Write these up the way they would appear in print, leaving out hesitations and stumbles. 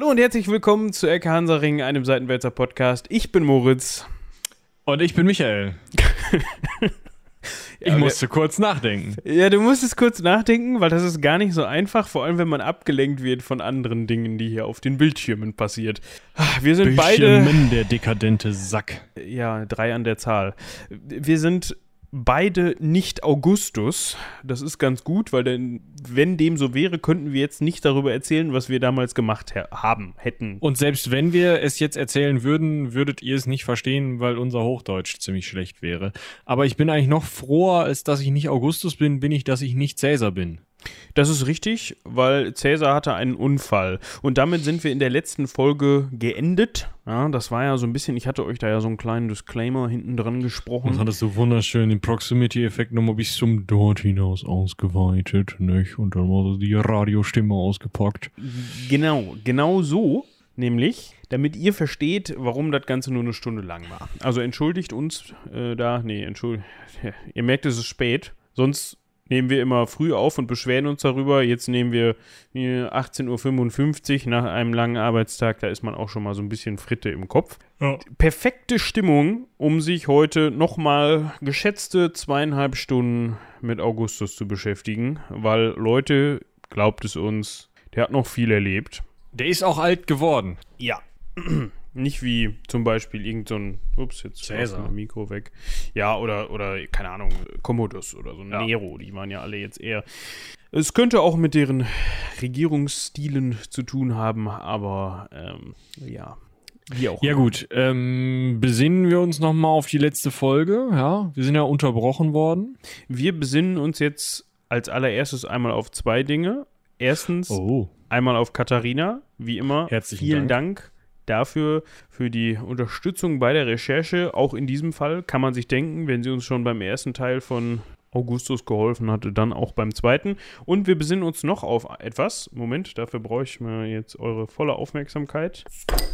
Hallo und herzlich willkommen zu Ecke Hansaring, einem Seitenwälzer Podcast. Ich bin Moritz. Und ich bin Michael. Ich musste kurz nachdenken. Ja, du musstest kurz nachdenken, weil das ist gar nicht so einfach, vor allem wenn man abgelenkt wird von anderen Dingen, die hier auf den Bildschirmen passiert. Wir sind Bildschirmen, der dekadente Sack. Ja, 3 an der Zahl. Wir sind beide nicht Augustus. Das ist ganz gut, weil denn, wenn dem so wäre, könnten wir jetzt nicht darüber erzählen, was wir damals gemacht hätten. Und selbst wenn wir es jetzt erzählen würden, würdet ihr es nicht verstehen, weil unser Hochdeutsch ziemlich schlecht wäre. Aber ich bin eigentlich noch froher, als dass ich nicht Augustus bin, dass ich nicht Cäsar bin. Das ist richtig, weil Cäsar hatte einen Unfall. Und damit sind wir in der letzten Folge geendet. Ja, das war ja so ein bisschen, ich hatte euch da ja so einen kleinen Disclaimer hinten dran gesprochen. Das hattest du wunderschön den Proximity-Effekt nochmal bis zum Dort hinaus ausgeweitet, nicht? Und dann war die Radiostimme ausgepackt. Genau so. Nämlich, damit ihr versteht, warum das Ganze nur eine Stunde lang war. Also entschuldigt uns ihr merkt, es ist spät. Sonst nehmen wir immer früh auf und beschweren uns darüber. Jetzt nehmen wir 18.55 Uhr nach einem langen Arbeitstag. Da ist man auch schon mal so ein bisschen Fritte im Kopf. Ja. Perfekte Stimmung, um sich heute nochmal geschätzte 2,5 Stunden mit Augustus zu beschäftigen. Weil, Leute, glaubt es uns, der hat noch viel erlebt. Der ist auch alt geworden. Ja. Nicht wie zum Beispiel irgend so ein, jetzt ist mein Mikro weg. Ja, oder keine Ahnung, Commodus oder so ein Nero, die waren ja alle jetzt eher. Es könnte auch mit deren Regierungsstilen zu tun haben, aber ja, wie auch. Ja gut, besinnen wir uns nochmal auf die letzte Folge, ja, wir sind ja unterbrochen worden. Wir besinnen uns jetzt als allererstes einmal auf 2 Dinge. Erstens, einmal auf Katharina, wie immer. Vielen Dank dafür, für die Unterstützung bei der Recherche. Auch in diesem Fall kann man sich denken, wenn sie uns schon beim ersten Teil von Augustus geholfen hatte, dann auch beim zweiten. Und wir besinnen uns noch auf etwas. Moment, dafür brauche ich mal jetzt eure volle Aufmerksamkeit.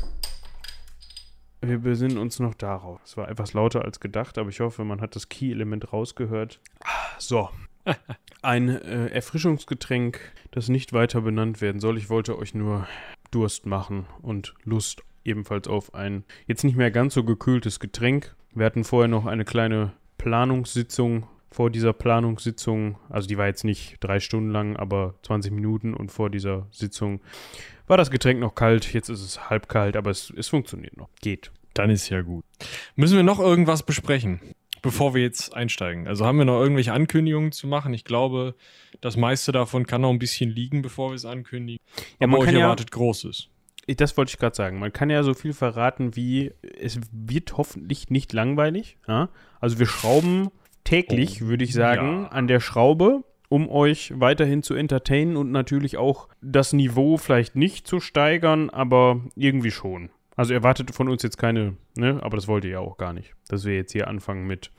Wir besinnen uns noch darauf. Es war etwas lauter als gedacht, aber ich hoffe, man hat das Key-Element rausgehört. So. Ein Erfrischungsgetränk, das nicht weiter benannt werden soll. Ich wollte euch nur Durst machen und Lust ebenfalls auf ein jetzt nicht mehr ganz so gekühltes Getränk. Wir hatten vorher noch eine kleine Planungssitzung. Vor dieser Planungssitzung, also die war jetzt nicht 3 Stunden lang, aber 20 Minuten, und vor dieser Sitzung war das Getränk noch kalt. Jetzt ist es halb kalt, aber es funktioniert noch. Geht. Dann ist ja gut. Müssen wir noch irgendwas besprechen, bevor wir jetzt einsteigen? Also haben wir noch irgendwelche Ankündigungen zu machen? Ich glaube, das meiste davon kann noch ein bisschen liegen, bevor wir es ankündigen. Ja, aber euch erwartet Großes. Das wollte ich gerade sagen. Man kann ja so viel verraten, wie es wird hoffentlich nicht langweilig. Ja? Also wir schrauben täglich, würde ich sagen, an der Schraube, um euch weiterhin zu entertainen und natürlich auch das Niveau vielleicht nicht zu steigern, aber irgendwie schon. Also erwartet von uns jetzt keine, ne? Aber das wollt ihr ja auch gar nicht, dass wir jetzt hier anfangen mit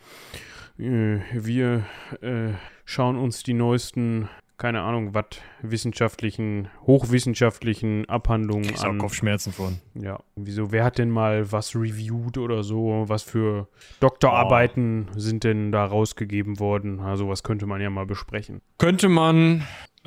wir schauen uns die neuesten, keine Ahnung, hochwissenschaftlichen Abhandlungen an. Ich habe Kopfschmerzen von. Ja, wieso, wer hat denn mal was reviewed oder so? Was für Doktorarbeiten sind denn da rausgegeben worden? Also was könnte man ja mal besprechen. Könnte man,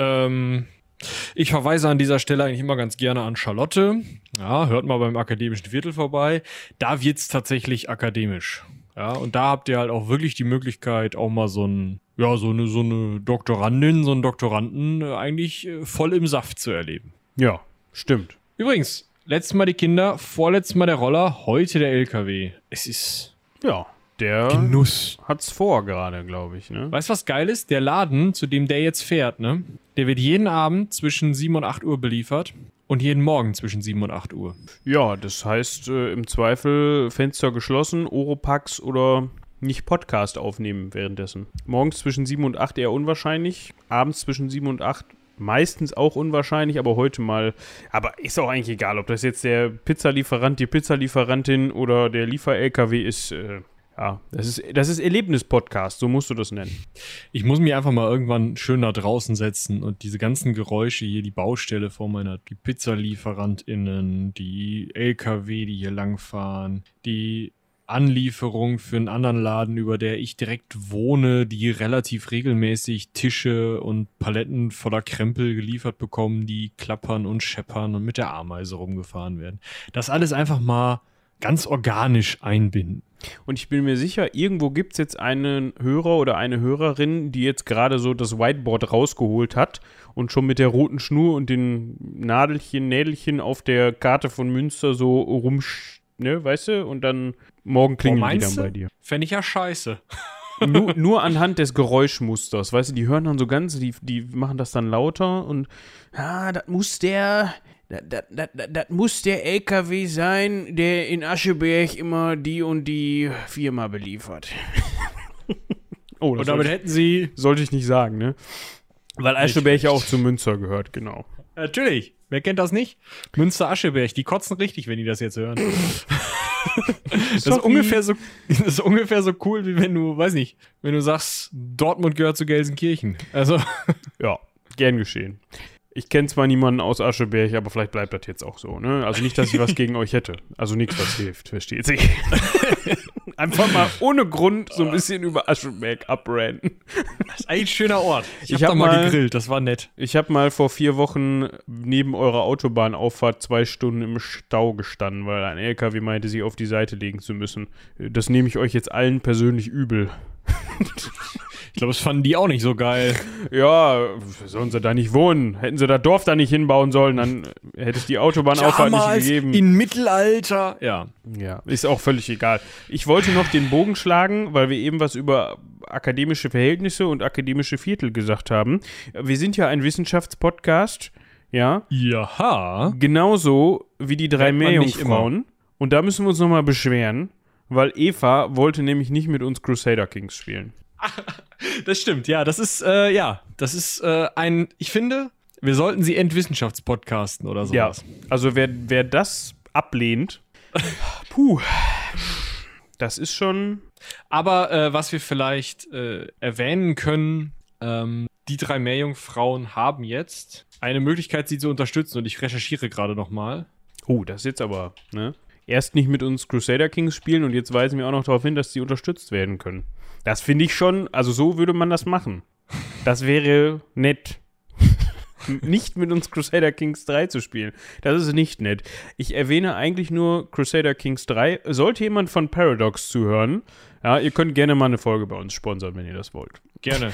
ich verweise an dieser Stelle eigentlich immer ganz gerne an Charlotte. Ja, hört mal beim Akademischen Viertel vorbei. Da wird's tatsächlich akademisch. Ja, und da habt ihr halt auch wirklich die Möglichkeit, auch mal so eine Doktorandin, so einen Doktoranden eigentlich voll im Saft zu erleben. Ja, stimmt. Übrigens, letztes Mal die Kinder, vorletztes Mal der Roller, heute der LKW. Es ist der Genuss. Hat's vor gerade, glaube ich, ne? Weißt du, was geil ist? Der Laden, zu dem der jetzt fährt, ne? Der wird jeden Abend zwischen 7 und 8 Uhr beliefert und jeden Morgen zwischen 7 und 8 Uhr. Ja, das heißt, im Zweifel Fenster geschlossen, Oropax oder nicht Podcast aufnehmen währenddessen. Morgens zwischen 7 und 8 eher unwahrscheinlich, abends zwischen 7 und 8 meistens auch unwahrscheinlich, aber heute mal. Aber ist auch eigentlich egal, ob das jetzt der Pizzalieferant, die Pizzalieferantin oder der Liefer-LKW ist. Ja, das ist Erlebnis-Podcast, so musst du das nennen. Ich muss mich einfach mal irgendwann schön da draußen setzen und diese ganzen Geräusche hier, die Baustelle vor die PizzalieferantInnen, die LKW, die hier langfahren, die Anlieferung für einen anderen Laden, über der ich direkt wohne, die relativ regelmäßig Tische und Paletten voller Krempel geliefert bekommen, die klappern und scheppern und mit der Ameise rumgefahren werden. Das alles einfach mal ganz organisch einbinden. Und ich bin mir sicher, irgendwo gibt es jetzt einen Hörer oder eine Hörerin, die jetzt gerade so das Whiteboard rausgeholt hat und schon mit der roten Schnur und den Nädelchen auf der Karte von Münster so weißt du? Und dann morgen klingeln die dann bei dir. Fände ich ja scheiße. Nur anhand des Geräuschmusters, weißt du, die hören dann so ganz, die machen das dann lauter und das muss der LKW sein, der in Ascheberg immer die und die Firma beliefert. Oh, und damit hätten sie... Sollte ich nicht sagen, ne? Weil Ascheberg ja auch zu Münster gehört, genau. Natürlich. Wer kennt das nicht? Münster-Ascheberg, die kotzen richtig, wenn die das jetzt hören. Das ist ungefähr so cool, wie wenn du, weiß nicht, wenn du sagst, Dortmund gehört zu Gelsenkirchen. Also. Ja, gern geschehen. Ich kenne zwar niemanden aus Ascheberg, aber vielleicht bleibt das jetzt auch so, ne? Also nicht, dass ich was gegen euch hätte. Also nichts, was hilft, versteht sich. Einfach mal ohne Grund so ein bisschen über Ascheberg abrennen. Das ist eigentlich ein schöner Ort. Ich hab da mal gegrillt, das war nett. Ich habe mal vor 4 Wochen neben eurer Autobahnauffahrt 2 Stunden im Stau gestanden, weil ein LKW meinte, sie auf die Seite legen zu müssen. Das nehme ich euch jetzt allen persönlich übel. Ich glaube, das fanden die auch nicht so geil. Ja, sollen sie da nicht wohnen? Hätten sie das Dorf da nicht hinbauen sollen, dann hätte es die Autobahnauffahrt nicht gegeben. In Mittelalter. Ja, ist auch völlig egal. Ich wollte noch den Bogen schlagen, weil wir eben was über akademische Verhältnisse und akademische Viertel gesagt haben. Wir sind ja ein Wissenschaftspodcast, ja. Jaha. Genauso wie die 3 Meerjungfrauen. Und da müssen wir uns nochmal beschweren, weil Eva wollte nämlich nicht mit uns Crusader Kings spielen. Das stimmt, ja, das ist ich finde, wir sollten sie entwissenschaftspodcasten oder sowas. Ja, also wer das ablehnt, das ist schon... Aber was wir vielleicht erwähnen können, die 3 Meerjungfrauen haben jetzt eine Möglichkeit, sie zu unterstützen und ich recherchiere gerade nochmal. Oh, das ist jetzt aber, ne? Erst nicht mit uns Crusader Kings spielen und jetzt weisen wir auch noch darauf hin, dass sie unterstützt werden können. Das finde ich schon, also so würde man das machen. Das wäre nett. Nicht mit uns Crusader Kings 3 zu spielen. Das ist nicht nett. Ich erwähne eigentlich nur Crusader Kings 3. Sollte jemand von Paradox zuhören, ja, ihr könnt gerne mal eine Folge bei uns sponsern, wenn ihr das wollt. Gerne.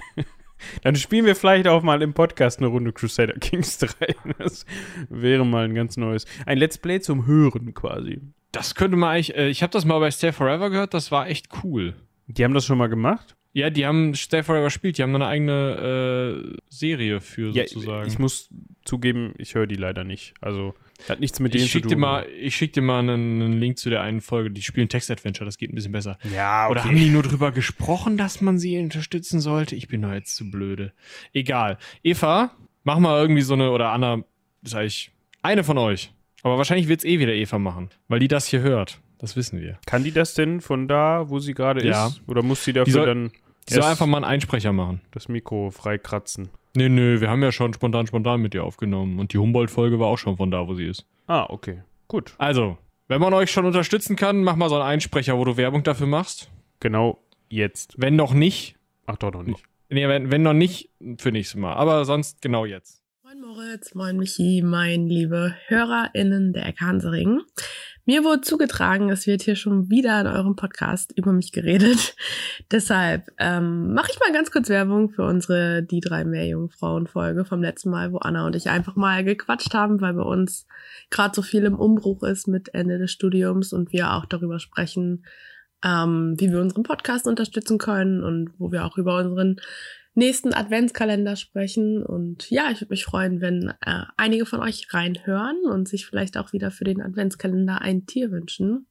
Dann spielen wir vielleicht auch mal im Podcast eine Runde Crusader Kings 3. Das wäre mal ein ganz neues. Ein Let's Play zum Hören quasi. Das könnte man eigentlich, ich habe das mal bei Stay Forever gehört, das war echt cool. Die haben das schon mal gemacht? Ja, die haben Stay Forever gespielt, die haben eine eigene Serie für sozusagen. Ich muss zugeben, ich höre die leider nicht. Also, hat nichts mit denen zu tun. Ich schick dir mal einen Link zu der einen Folge, die spielen Text-Adventure, das geht ein bisschen besser. Ja, okay. Oder haben die nur drüber gesprochen, dass man sie unterstützen sollte? Ich bin doch jetzt zu blöde. Egal. Eva, mach mal irgendwie so eine, oder Anna, sag ich, eine von euch. Aber wahrscheinlich wird's wieder Eva machen, weil die das hier hört. Das wissen wir. Kann die das denn von da, wo sie gerade ist? Oder muss sie dafür dann die soll einfach mal einen Einsprecher machen. Das Mikro freikratzen? Nee, wir haben ja schon spontan mit ihr aufgenommen. Und die Humboldt-Folge war auch schon von da, wo sie ist. Ah, okay. Gut. Also, wenn man euch schon unterstützen kann, mach mal so einen Einsprecher, wo du Werbung dafür machst. Genau jetzt. Wenn noch nicht. Ach doch, noch nicht. Nee, wenn noch nicht, für nächstes Mal. Aber sonst genau jetzt. Moin Moritz, moin Michi, mein liebe HörerInnen der Ecke Hansering. Mir wurde zugetragen, es wird hier schon wieder in eurem Podcast über mich geredet. Deshalb mache ich mal ganz kurz Werbung für unsere Die 3 Meerjungfrauen-Folge vom letzten Mal, wo Anna und ich einfach mal gequatscht haben, weil bei uns gerade so viel im Umbruch ist mit Ende des Studiums und wir auch darüber sprechen, wie wir unseren Podcast unterstützen können und wo wir auch über unseren nächsten Adventskalender sprechen. Und ja, ich würde mich freuen, wenn einige von euch reinhören und sich vielleicht auch wieder für den Adventskalender ein Tier wünschen.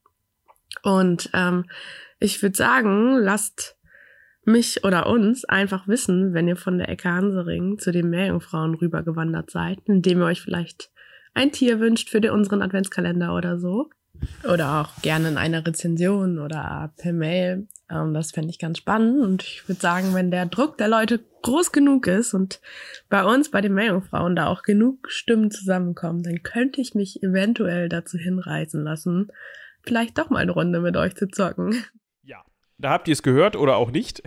Und ich würde sagen, lasst mich oder uns einfach wissen, wenn ihr von der Ecke Hansering zu den Meerjungfrauen rübergewandert seid, indem ihr euch vielleicht ein Tier wünscht für unseren Adventskalender oder so. Oder auch gerne in einer Rezension oder per Mail. Das fände ich ganz spannend. Und ich würde sagen, wenn der Druck der Leute groß genug ist und bei uns, bei den Meerjungfrauen, da auch genug Stimmen zusammenkommen, dann könnte ich mich eventuell dazu hinreißen lassen, vielleicht doch mal eine Runde mit euch zu zocken. Ja, da habt ihr es gehört oder auch nicht.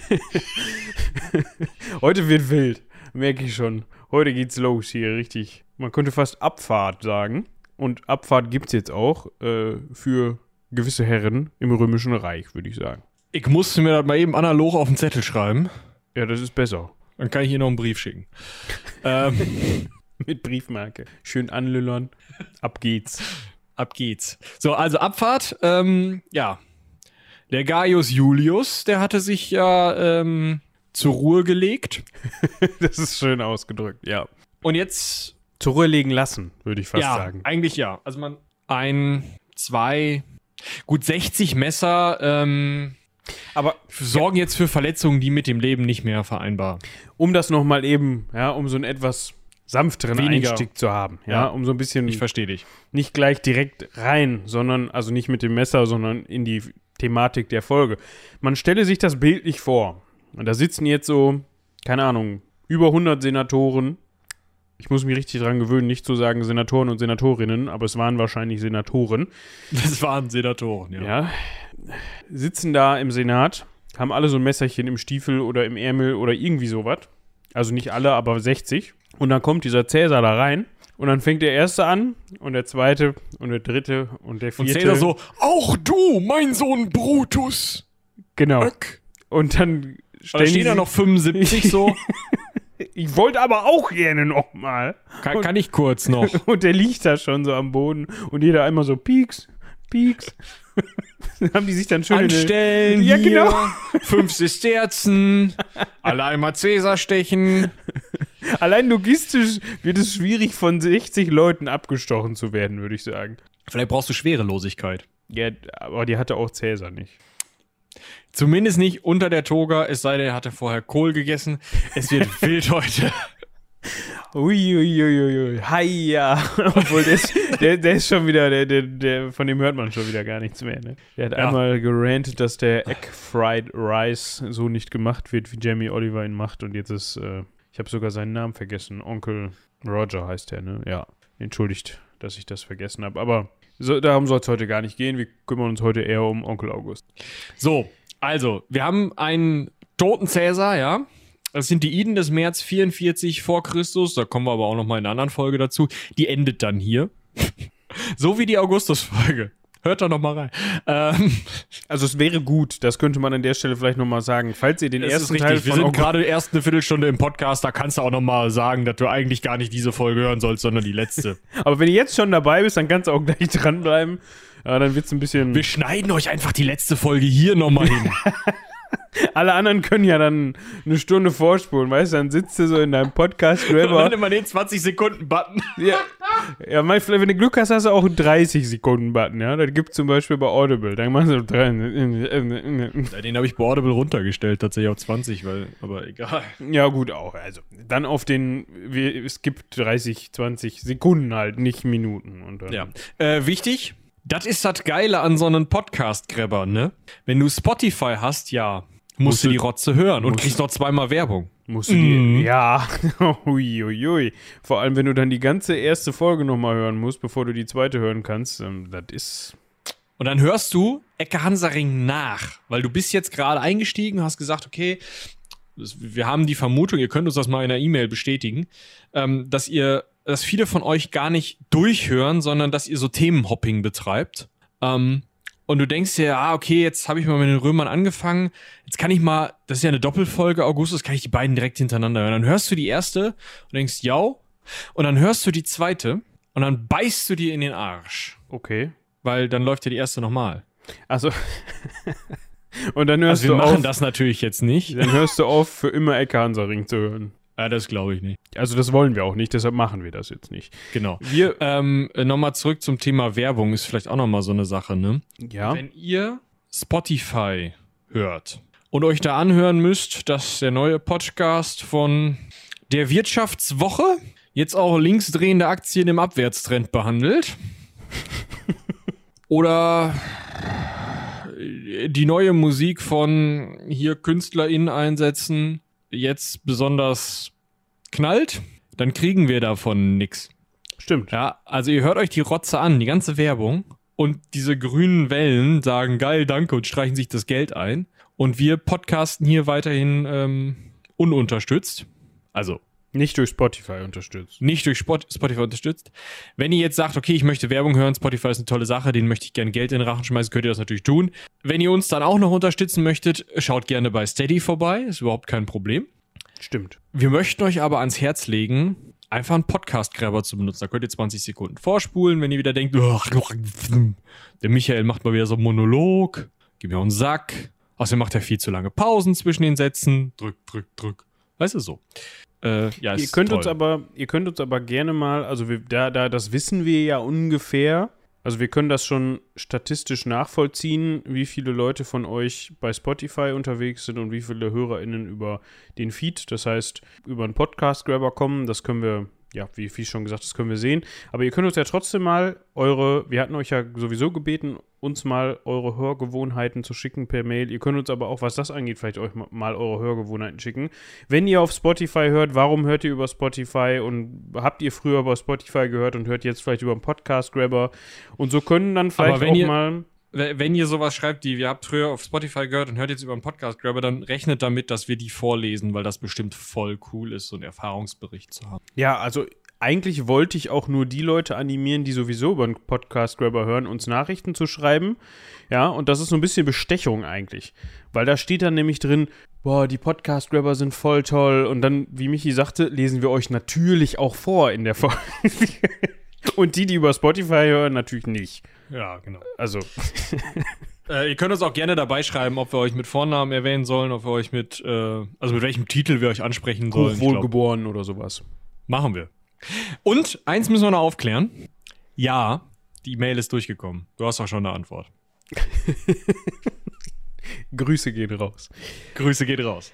Heute wird wild, merke ich schon. Heute geht's los hier, richtig. Man könnte fast Abfahrt sagen. Und Abfahrt gibt's jetzt auch für gewisse Herren im Römischen Reich, würde ich sagen. Ich musste mir das mal eben analog auf den Zettel schreiben. Ja, das ist besser. Dann kann ich hier noch einen Brief schicken. Mit Briefmarke. Schön anlüllern. Ab geht's. Ab geht's. So, also Abfahrt. Ja. Der Gaius Julius, der hatte sich ja zur Ruhe gelegt. Das ist schön ausgedrückt, ja. Und jetzt... Zur Ruhe legen lassen, würde ich fast sagen. Ja, eigentlich ja. Also man... 60 Messer aber sorgen jetzt für Verletzungen, die mit dem Leben nicht mehr vereinbar. Um das nochmal eben, ja, um so einen etwas sanfteren Weniger. Einstieg zu haben. Ja, um so ein bisschen Ich verstehe dich. nicht gleich direkt rein, sondern, also nicht mit dem Messer, sondern in die Thematik der Folge. Man stelle sich das bildlich vor. Und da sitzen jetzt so, keine Ahnung, über 100 Senatoren. Ich muss mich richtig dran gewöhnen, nicht zu sagen Senatoren und Senatorinnen, aber es waren wahrscheinlich Senatoren. Das waren Senatoren, ja. Ja, sitzen da im Senat, haben alle so ein Messerchen im Stiefel oder im Ärmel oder irgendwie sowas. Also nicht alle, aber 60. Und dann kommt dieser Cäsar da rein und dann fängt der Erste an und der Zweite und der Dritte und der Vierte. Und Cäsar so, auch du, mein Sohn Brutus. Genau. Öck. Und dann Da stehen da noch 75 so. Ich wollte aber auch gerne nochmal. Kann ich kurz noch. Und der liegt da schon so am Boden und jeder einmal so Pieks, Pieks. Dann haben die sich dann schön Anstellen, Ja, hier, genau. 5 Sesterzen, alle einmal Cäsar stechen. Allein logistisch wird es schwierig, von 60 Leuten abgestochen zu werden, würde ich sagen. Vielleicht brauchst du Schwerelosigkeit. Ja, aber die hatte auch Cäsar nicht. Zumindest nicht unter der Toga, es sei denn, er hatte vorher Kohl gegessen. Es wird wild heute. Uiuiuiui. Hiya. Obwohl, der ist schon wieder, der von dem hört man schon wieder gar nichts mehr. Ne? Der hat einmal gerantet, dass der Egg Fried Rice so nicht gemacht wird, wie Jamie Oliver ihn macht. Und jetzt ist, ich habe sogar seinen Namen vergessen. Onkel Roger heißt der, ne? Ja, entschuldigt, dass ich das vergessen habe. Aber darum soll es heute gar nicht gehen. Wir kümmern uns heute eher um Onkel August. So, also, wir haben einen toten Cäsar, ja. Das sind die Iden des März 44 vor Christus. Da kommen wir aber auch noch mal in einer anderen Folge dazu. Die endet dann hier. So wie die Augustus-Folge. Hört da noch mal rein. Also es wäre gut, das könnte man an der Stelle vielleicht noch mal sagen. Falls ihr den Das ersten ist Teil richtig. Wir sind gerade erst eine Viertelstunde im Podcast. Da kannst du auch noch mal sagen, dass du eigentlich gar nicht diese Folge hören sollst, sondern die letzte. Aber wenn du jetzt schon dabei bist, dann kannst du auch gleich dranbleiben. Ja, dann wird's ein bisschen... Wir schneiden euch einfach die letzte Folge hier noch mal hin. Alle anderen können ja dann eine Stunde vorspulen, weißt du? Dann sitzt du so in deinem Podcast-Grabber. Dann immer den 20-Sekunden-Button. Ja, wenn du Glück hast, hast du auch einen 30-Sekunden-Button, ja? Das gibt's zum Beispiel bei Audible. Dann machst du 3. Den habe ich bei Audible runtergestellt, tatsächlich auf 20, aber egal. Ja, gut auch. Also, dann auf es gibt 30, 20 Sekunden halt, nicht Minuten. Und dann, Ja. Wichtig, das ist das Geile an so einem Podcast-Grabber, ne? Wenn du Spotify hast, ja, musst du die Rotze hören und kriegst noch zweimal Werbung. Musst du die, ja, huiuiui. Vor allem, wenn du dann die ganze erste Folge nochmal hören musst, bevor du die zweite hören kannst, das ist... Und dann hörst du Ecke Hansaring nach, weil du bist jetzt gerade eingestiegen, hast gesagt, okay, wir haben die Vermutung, ihr könnt uns das mal in einer E-Mail bestätigen, dass viele von euch gar nicht durchhören, sondern dass ihr so Themenhopping betreibt. Und du denkst dir, okay, jetzt habe ich mal mit den Römern angefangen, jetzt kann ich mal, das ist ja eine Doppelfolge, Augustus, kann ich die beiden direkt hintereinander hören. Dann hörst du die erste und denkst, ja, und dann hörst du die zweite und dann beißt du dir in den Arsch. Okay. Weil dann läuft ja die erste nochmal. Also... Und dann hörst wir du machen auf, das natürlich jetzt nicht. Dann hörst du auf, für immer Ecke Hansaring zu hören. Ja, das glaube ich nicht. Also das wollen wir auch nicht, deshalb machen wir das jetzt nicht. Genau. Wir, nochmal zurück zum Thema Werbung, ist vielleicht auch nochmal so eine Sache, ne? ja. Wenn ihr Spotify hört und euch da anhören müsst, dass der neue Podcast von der Wirtschaftswoche jetzt auch linksdrehende Aktien im Abwärtstrend behandelt oder die neue Musik von hier KünstlerInnen einsetzen jetzt besonders knallt, dann kriegen wir davon nix. Stimmt. Ja, also ihr hört euch die Rotze an, die ganze Werbung, und diese grünen Wellen sagen geil, danke und streichen sich das Geld ein. Und wir podcasten hier weiterhin ununterstützt. Also nicht durch Spotify unterstützt. Nicht durch Spotify unterstützt. Wenn ihr jetzt sagt, okay, ich möchte Werbung hören, Spotify ist eine tolle Sache, denen möchte ich gerne Geld in den Rachen schmeißen, könnt ihr das natürlich tun. Wenn ihr uns dann auch noch unterstützen möchtet, schaut gerne bei Steady vorbei, ist überhaupt kein Problem. Stimmt. Wir möchten euch aber ans Herz legen, einfach einen Podcast-Grabber zu benutzen. Da könnt ihr 20 Sekunden vorspulen, wenn ihr wieder denkt, der Michael macht mal wieder so einen Monolog, gib mir auch einen Sack. Außerdem macht er viel zu lange Pausen zwischen den Sätzen. Drück. Weißt du, so. Ja, ihr könnt uns aber gerne mal, also das wissen wir ja ungefähr, also wir können das schon statistisch nachvollziehen, wie viele Leute von euch bei Spotify unterwegs sind und wie viele HörerInnen über den Feed, das heißt über einen Podcast-Grabber kommen, das können wir, ja, wie schon gesagt, das können wir sehen, aber ihr könnt uns ja trotzdem mal wir hatten euch ja sowieso gebeten, uns mal eure Hörgewohnheiten zu schicken per Mail. Ihr könnt uns aber auch, was das angeht, vielleicht euch mal eure Hörgewohnheiten schicken. Wenn ihr auf Spotify hört, warum hört ihr über Spotify und habt ihr früher über Spotify gehört und hört jetzt vielleicht über einen Podcast-Grabber und so können dann vielleicht auch mal... Wenn ihr sowas schreibt, ihr habt früher auf Spotify gehört und hört jetzt über einen Podcast-Grabber, dann rechnet damit, dass wir die vorlesen, weil das bestimmt voll cool ist, so einen Erfahrungsbericht zu haben. Ja, also eigentlich wollte ich auch nur die Leute animieren, die sowieso über einen Podcast-Grabber hören, uns Nachrichten zu schreiben. Ja, und das ist so ein bisschen Bestechung eigentlich. Weil da steht dann nämlich drin, boah, die Podcast-Grabber sind voll toll. Und dann, wie Michi sagte, lesen wir euch natürlich auch vor in der Folge. Und die über Spotify hören, natürlich nicht. Ja, genau. Also. Ihr könnt uns auch gerne dabei schreiben, ob wir euch mit Vornamen erwähnen sollen, ob wir euch mit welchem Titel wir euch ansprechen sollen. Hochwohlgeboren oder sowas. Machen wir. Und eins müssen wir noch aufklären. Ja, die Mail ist durchgekommen. Du hast auch schon eine Antwort. Grüße gehen raus. Grüße geht raus.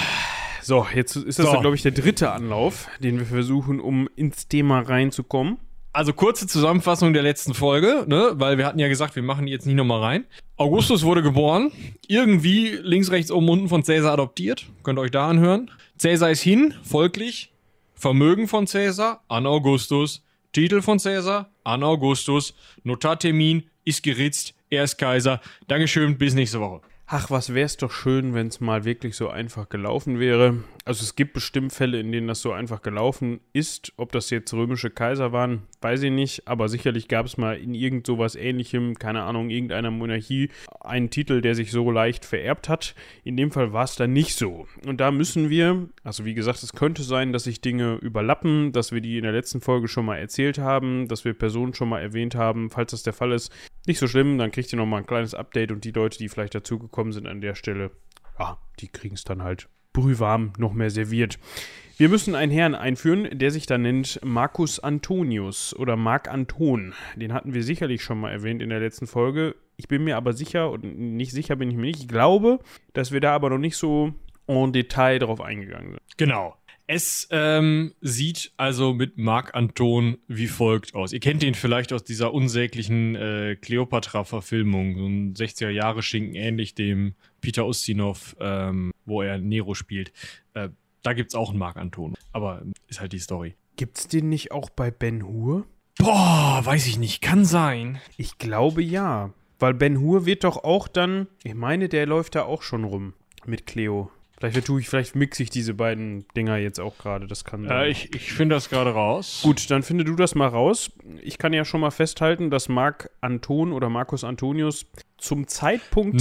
So, jetzt ist das, glaube ich, der dritte Anlauf, den wir versuchen, um ins Thema reinzukommen. Also kurze Zusammenfassung der letzten Folge, ne? Weil wir hatten ja gesagt, wir machen die jetzt nicht nochmal rein. Augustus wurde geboren, irgendwie links, rechts, oben, unten von Caesar adoptiert. Könnt ihr euch da anhören. Caesar ist hin, folglich Vermögen von Caesar an Augustus, Titel von Caesar an Augustus, Notartermin ist geritzt, er ist Kaiser. Dankeschön, bis nächste Woche. Ach, was wäre es doch schön, wenn es mal wirklich so einfach gelaufen wäre. Also es gibt bestimmt Fälle, in denen das so einfach gelaufen ist. Ob das jetzt römische Kaiser waren, weiß ich nicht. Aber sicherlich gab es mal in irgend sowas Ähnlichem, keine Ahnung, irgendeiner Monarchie, einen Titel, der sich so leicht vererbt hat. In dem Fall war es dann nicht so. Und da müssen wir, also wie gesagt, es könnte sein, dass sich Dinge überlappen, dass wir die in der letzten Folge schon mal erzählt haben, dass wir Personen schon mal erwähnt haben. Falls das der Fall ist, nicht so schlimm, dann kriegt ihr nochmal ein kleines Update und die Leute, die vielleicht dazugekommen sind an der Stelle, ja, die kriegen es dann halt brühwarm noch mehr serviert. Wir müssen einen Herrn einführen, der sich da nennt Marcus Antonius oder Marc Anton. Den hatten wir sicherlich schon mal erwähnt in der letzten Folge. Ich bin mir aber sicher, und nicht sicher bin ich mir nicht, ich glaube, dass wir da aber noch nicht so en Detail drauf eingegangen sind. Genau. Es sieht also mit Marc Anton wie folgt aus. Ihr kennt ihn vielleicht aus dieser unsäglichen Kleopatra-Verfilmung, so ein 60er-Jahre-Schinken, ähnlich dem Peter Ustinov, wo er Nero spielt. Da gibt's auch einen Marc Anton, aber ist halt die Story. Gibt's den nicht auch bei Ben-Hur? Boah, weiß ich nicht, kann sein. Ich glaube ja, weil Ben-Hur wird doch auch dann, ich meine, der läuft da auch schon rum mit Cleo. Vielleicht mixe ich diese beiden Dinger jetzt auch gerade, das kann sein. Ich finde das gerade raus. Gut, dann finde du das mal raus. Ich kann ja schon mal festhalten, dass Marc Anton oder Marcus Antonius zum Zeitpunkt...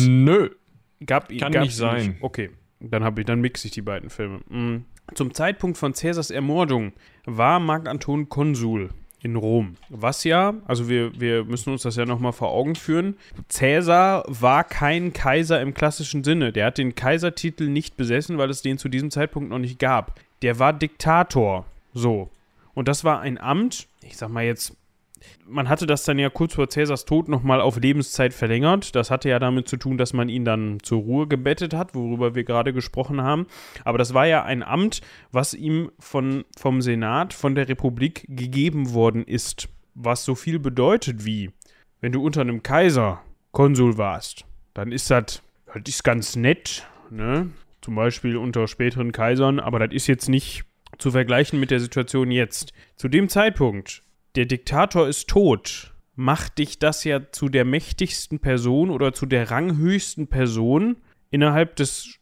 Kann nicht sein. Okay, dann mixe ich die beiden Filme. Zum Zeitpunkt von Caesars Ermordung war Marc Anton Konsul in Rom. Was ja, also wir müssen uns das ja nochmal vor Augen führen, Caesar war kein Kaiser im klassischen Sinne. Der hat den Kaisertitel nicht besessen, weil es den zu diesem Zeitpunkt noch nicht gab. Der war Diktator. So. Und das war ein Amt, ich sag mal jetzt, man hatte das dann ja kurz vor Caesars Tod nochmal auf Lebenszeit verlängert. Das hatte ja damit zu tun, dass man ihn dann zur Ruhe gebettet hat, worüber wir gerade gesprochen haben. Aber das war ja ein Amt, was ihm vom Senat, von der Republik gegeben worden ist. Was so viel bedeutet wie, wenn du unter einem Kaiser Konsul warst, dann ist das ist ganz nett, ne? Zum Beispiel unter späteren Kaisern, aber das ist jetzt nicht zu vergleichen mit der Situation jetzt. Zu dem Zeitpunkt, der Diktator ist tot. macht dich das ja zu der mächtigsten Person oder zu der ranghöchsten Person innerhalb des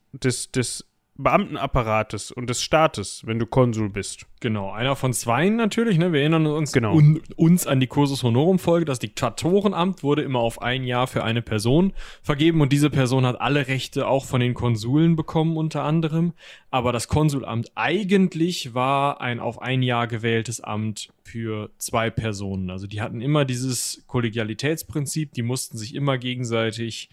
Beamtenapparates und des Staates, wenn du Konsul bist. Genau, einer von zweien natürlich, ne? Wir erinnern uns, Genau. uns an die Cursus Honorum-Folge. Das Diktatorenamt wurde immer auf ein Jahr für eine Person vergeben und diese Person hat alle Rechte auch von den Konsuln bekommen unter anderem. Aber das Konsulamt eigentlich war ein auf ein Jahr gewähltes Amt für 2 Personen. Also die hatten immer dieses Kollegialitätsprinzip, die mussten sich immer gegenseitig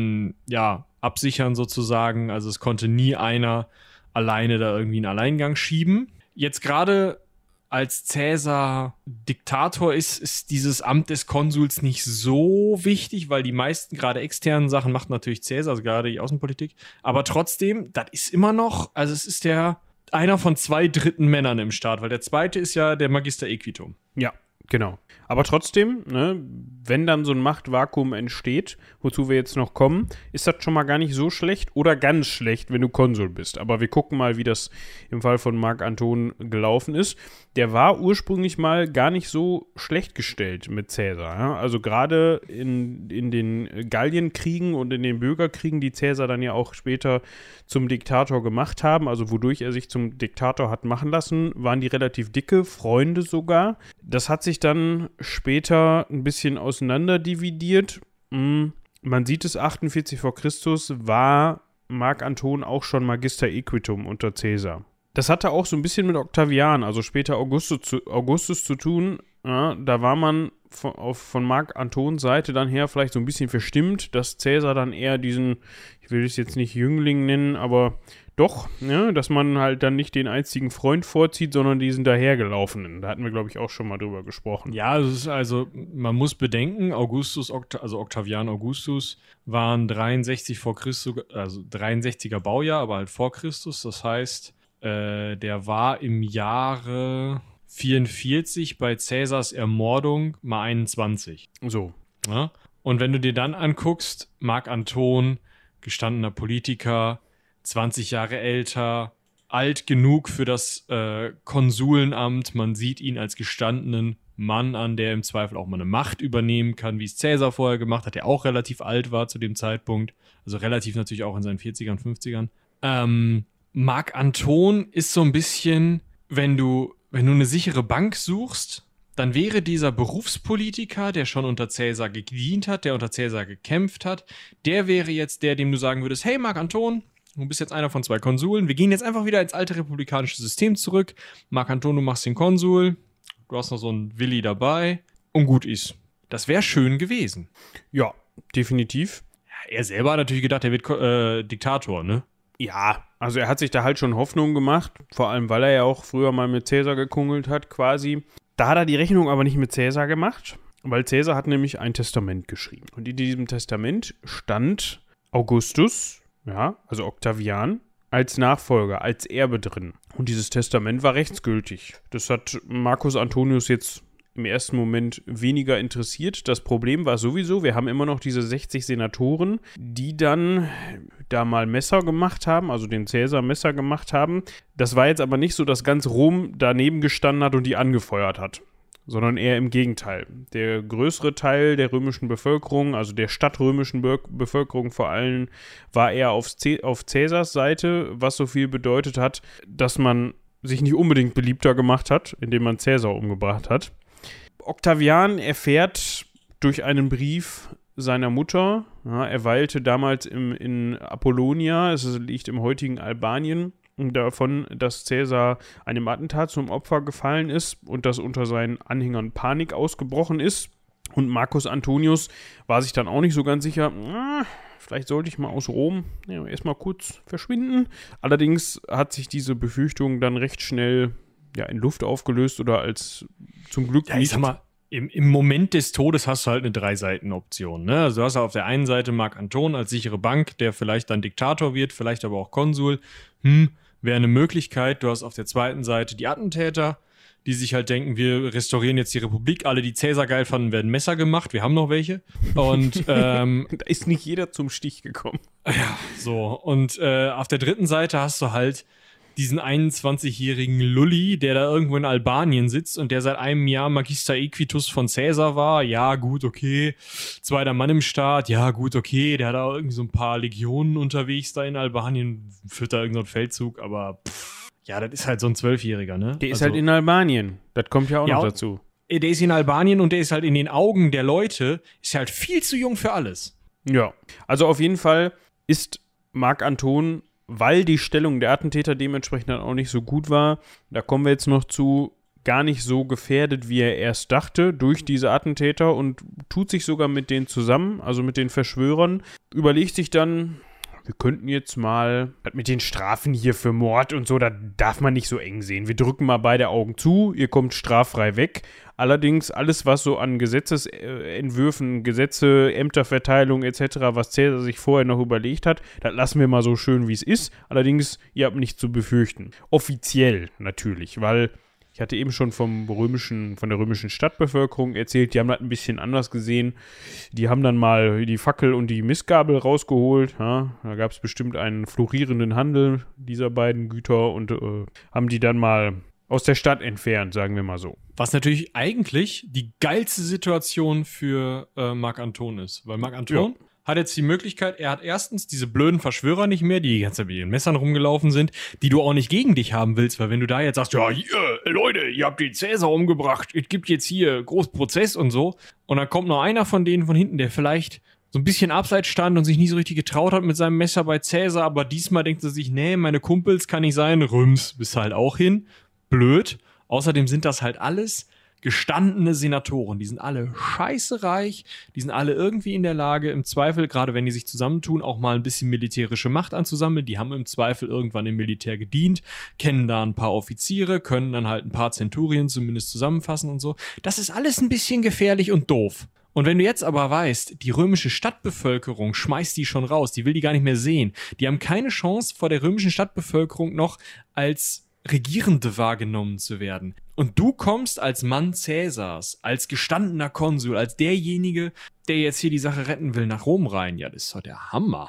absichern sozusagen. Also es konnte nie einer alleine da irgendwie einen Alleingang schieben. Jetzt gerade als Cäsar Diktator ist dieses Amt des Konsuls nicht so wichtig, weil die meisten gerade externen Sachen macht natürlich Cäsar, also gerade die Außenpolitik. Aber trotzdem, das ist immer noch, also es ist einer von 2 dritten Männern im Staat, weil der zweite ist ja der Magister Equitum. Ja, genau. Aber trotzdem, ne, wenn dann so ein Machtvakuum entsteht, wozu wir jetzt noch kommen, ist das schon mal gar nicht so schlecht oder ganz schlecht, wenn du Konsul bist. Aber wir gucken mal, wie das im Fall von Marc Anton gelaufen ist. Der war ursprünglich mal gar nicht so schlecht gestellt mit Cäsar. Ja? Also gerade in den Gallienkriegen und in den Bürgerkriegen, die Cäsar dann ja auch später zum Diktator gemacht haben, also wodurch er sich zum Diktator hat machen lassen, waren die relativ dicke, Freunde sogar. Das hat sich dann später ein bisschen auseinanderdividiert. Man sieht es, 48 vor Christus war Marc Anton auch schon Magister Equitum unter Caesar. Das hatte auch so ein bisschen mit Octavian, also später Augustus zu tun. Ja, da war man von Marc Antons Seite dann her vielleicht so ein bisschen verstimmt, dass Caesar dann eher diesen, ich will es jetzt nicht Jüngling nennen, aber doch, ja, dass man halt dann nicht den einzigen Freund vorzieht, sondern diesen dahergelaufenen. Da hatten wir, glaube ich, auch schon mal drüber gesprochen. Ja, es ist also, man muss bedenken, Octavian Augustus waren 63 vor Christus, also 63er Baujahr, aber halt vor Christus. Das heißt, der war im Jahre 44 bei Cäsars Ermordung mal 21. So. Ja? Und wenn du dir dann anguckst, Marc Anton, gestandener Politiker, 20 Jahre älter, alt genug für das Konsulenamt. Man sieht ihn als gestandenen Mann an, der im Zweifel auch mal eine Macht übernehmen kann, wie es Cäsar vorher gemacht hat, der auch relativ alt war zu dem Zeitpunkt. Also relativ natürlich auch in seinen 40ern, 50ern. Marc Anton ist so ein bisschen, wenn du eine sichere Bank suchst, dann wäre dieser Berufspolitiker, der schon unter Cäsar gedient hat, der unter Cäsar gekämpft hat, der wäre jetzt der, dem du sagen würdest, hey Marc Anton, du bist jetzt einer von 2 Konsuln. Wir gehen jetzt einfach wieder ins alte republikanische System zurück. Marc Anton, du machst den Konsul. Du hast noch so einen Willi dabei. Und gut ist. Das wäre schön gewesen. Ja, definitiv. Ja, er selber hat natürlich gedacht, er wird Diktator, ne? Ja, also er hat sich da halt schon Hoffnung gemacht. Vor allem, weil er ja auch früher mal mit Cäsar gekungelt hat, quasi. Da hat er die Rechnung aber nicht mit Cäsar gemacht, weil Cäsar hat nämlich ein Testament geschrieben. Und in diesem Testament stand Augustus, ja, also Octavian, als Nachfolger, als Erbe drin. Und dieses Testament war rechtsgültig. Das hat Marcus Antonius jetzt im ersten Moment weniger interessiert. Das Problem war sowieso, wir haben immer noch diese 60 Senatoren, die dann da mal Messer gemacht haben, also den Cäsar Messer gemacht haben. Das war jetzt aber nicht so, dass ganz Rom daneben gestanden hat und die angefeuert hat, sondern eher im Gegenteil. Der größere Teil der römischen Bevölkerung, also der stadtrömischen Bevölkerung vor allem, war eher auf Cäsars Seite, was so viel bedeutet hat, dass man sich nicht unbedingt beliebter gemacht hat, indem man Cäsar umgebracht hat. Octavian erfährt durch einen Brief seiner Mutter, ja, er weilte damals in Apollonia, es liegt im heutigen Albanien, davon, dass Cäsar einem Attentat zum Opfer gefallen ist und dass unter seinen Anhängern Panik ausgebrochen ist. Und Marcus Antonius war sich dann auch nicht so ganz sicher, vielleicht sollte ich mal aus Rom erstmal kurz verschwinden. Allerdings hat sich diese Befürchtung dann recht schnell in Luft aufgelöst oder als zum Glück nicht. Ich sag mal, im Moment des Todes hast du halt eine 3-Seiten-Option. Ne? Also du hast auf der einen Seite Marc Anton als sichere Bank, der vielleicht dann Diktator wird, vielleicht aber auch Konsul. Wäre eine Möglichkeit. Du hast auf der zweiten Seite die Attentäter, die sich halt denken, wir restaurieren jetzt die Republik. Alle, die Cäsar geil fanden, werden Messer gemacht. Wir haben noch welche. Und da ist nicht jeder zum Stich gekommen. Ja, so. Und auf der dritten Seite hast du halt diesen 21-jährigen Lulli, der da irgendwo in Albanien sitzt und der seit einem Jahr Magister Equitus von Caesar war. Ja, gut, okay. Zweiter Mann im Staat. Ja, gut, okay. Der hat auch irgendwie so ein paar Legionen unterwegs da in Albanien. Führt da irgendeinen Feldzug, aber ja, das ist halt so ein 12-Jähriger, ne? Der ist halt in Albanien. Das kommt ja auch noch dazu. Der ist in Albanien und der ist halt in den Augen der Leute, ist halt viel zu jung für alles. Ja, also auf jeden Fall ist Marc Anton, weil die Stellung der Attentäter dementsprechend dann auch nicht so gut war, da kommen wir jetzt noch zu, gar nicht so gefährdet, wie er erst dachte, durch diese Attentäter und tut sich sogar mit denen zusammen, also mit den Verschwörern, überlegt sich dann, wir könnten jetzt mal mit den Strafen hier für Mord und so, da darf man nicht so eng sehen. Wir drücken mal beide Augen zu, ihr kommt straffrei weg. Allerdings alles, was so an Gesetzesentwürfen, Gesetze, Ämterverteilung etc., was Cäsar sich vorher noch überlegt hat, das lassen wir mal so schön, wie es ist. Allerdings, ihr habt nichts zu befürchten. Offiziell natürlich, weil ich hatte eben schon von der römischen Stadtbevölkerung erzählt, die haben das ein bisschen anders gesehen. Die haben dann mal die Fackel und die Mistgabel rausgeholt. Ja, da gab es bestimmt einen florierenden Handel dieser beiden Güter und haben die dann mal aus der Stadt entfernt, sagen wir mal so. Was natürlich eigentlich die geilste Situation für Marc Anton ist. Weil Marc Anton hat jetzt die Möglichkeit, er hat erstens diese blöden Verschwörer nicht mehr, die ganze Zeit mit ihren Messern rumgelaufen sind, die du auch nicht gegen dich haben willst, weil wenn du da jetzt sagst, ja, hier, Leute, ihr habt den Cäsar umgebracht, es gibt jetzt hier Großprozess und so, und dann kommt noch einer von denen von hinten, der vielleicht so ein bisschen abseits stand und sich nicht so richtig getraut hat mit seinem Messer bei Cäsar, aber diesmal denkt er sich, nee, meine Kumpels kann nicht sein, Rüms, bist halt auch hin, blöd. Außerdem sind das halt alles gestandene Senatoren, die sind alle scheiße reich, die sind alle irgendwie in der Lage, im Zweifel, gerade wenn die sich zusammentun, auch mal ein bisschen militärische Macht anzusammeln. Die haben im Zweifel irgendwann im Militär gedient, kennen da ein paar Offiziere, können dann halt ein paar Zenturien zumindest zusammenfassen und so. Das ist alles ein bisschen gefährlich und doof. Und wenn du jetzt aber weißt, die römische Stadtbevölkerung schmeißt die schon raus, die will die gar nicht mehr sehen. Die haben keine Chance, vor der römischen Stadtbevölkerung noch als Regierende wahrgenommen zu werden. Und du kommst als Mann Cäsars, als gestandener Konsul, als derjenige, der jetzt hier die Sache retten will, nach Rom rein. Ja, das ist doch der Hammer.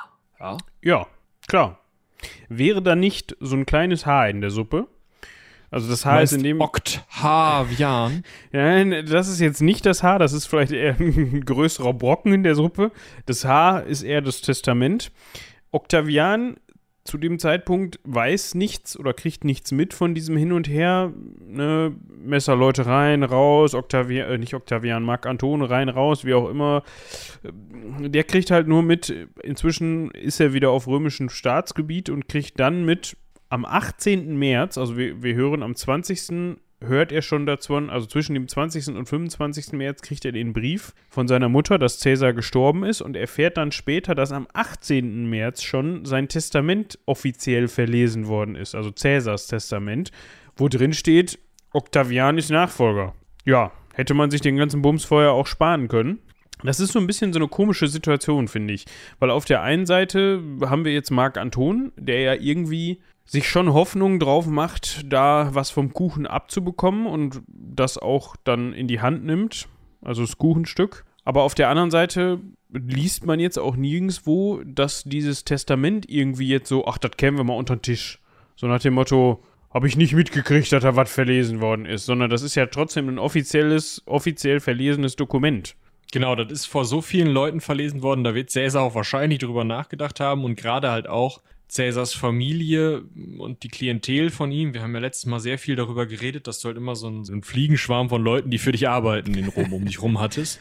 Ja, klar. Wäre da nicht so ein kleines Haar in der Suppe? Also das Haar ist in dem... Octavian. Nein, das ist jetzt nicht das Haar, das ist vielleicht eher ein größerer Brocken in der Suppe. Das Haar ist eher das Testament. Octavian zu dem Zeitpunkt weiß nichts oder kriegt nichts mit von diesem Hin und Her, ne, Messerleute rein, raus, Marc Anton rein, raus, wie auch immer. Der kriegt halt nur mit, inzwischen ist er wieder auf römischem Staatsgebiet und kriegt dann mit, am 18. März, also wir hören am 20. hört er schon dazu, also zwischen dem 20. und 25. März kriegt er den Brief von seiner Mutter, dass Cäsar gestorben ist und erfährt dann später, dass am 18. März schon sein Testament offiziell verlesen worden ist, also Cäsars Testament, wo drin steht, Octavian ist Nachfolger. Ja, hätte man sich den ganzen Bums vorher auch sparen können. Das ist so ein bisschen so eine komische Situation, finde ich, weil auf der einen Seite haben wir jetzt Marc Anton, der ja irgendwie sich schon Hoffnung drauf macht, da was vom Kuchen abzubekommen und das auch dann in die Hand nimmt, also das Kuchenstück. Aber auf der anderen Seite liest man jetzt auch nirgendwo, dass dieses Testament irgendwie jetzt so, ach, das kämen wir mal unter den Tisch. So nach dem Motto, habe ich nicht mitgekriegt, dass da was verlesen worden ist, sondern das ist ja trotzdem ein offiziell verlesenes Dokument. Genau, das ist vor so vielen Leuten verlesen worden, da wird Cäsar auch wahrscheinlich drüber nachgedacht haben und gerade halt auch Cäsars Familie und die Klientel von ihm. Wir haben ja letztes Mal sehr viel darüber geredet, dass du halt immer so einen Fliegenschwarm von Leuten, die für dich arbeiten, in Rom um dich rum hattest.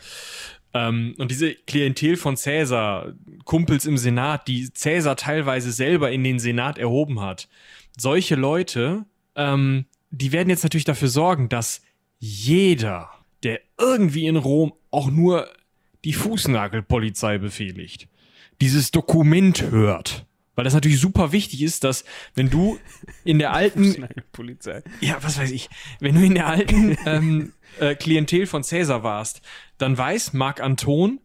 Und diese Klientel von Cäsar, Kumpels im Senat, die Cäsar teilweise selber in den Senat erhoben hat, solche Leute, die werden jetzt natürlich dafür sorgen, dass jeder, der irgendwie in Rom auch nur die Fußnagelpolizei befehligt, dieses Dokument hört. Weil das natürlich super wichtig ist, dass wenn du in der alten Polizei. Ja, was weiß ich, wenn du in der alten Klientel von Cäsar warst, dann weiß Marc Anton,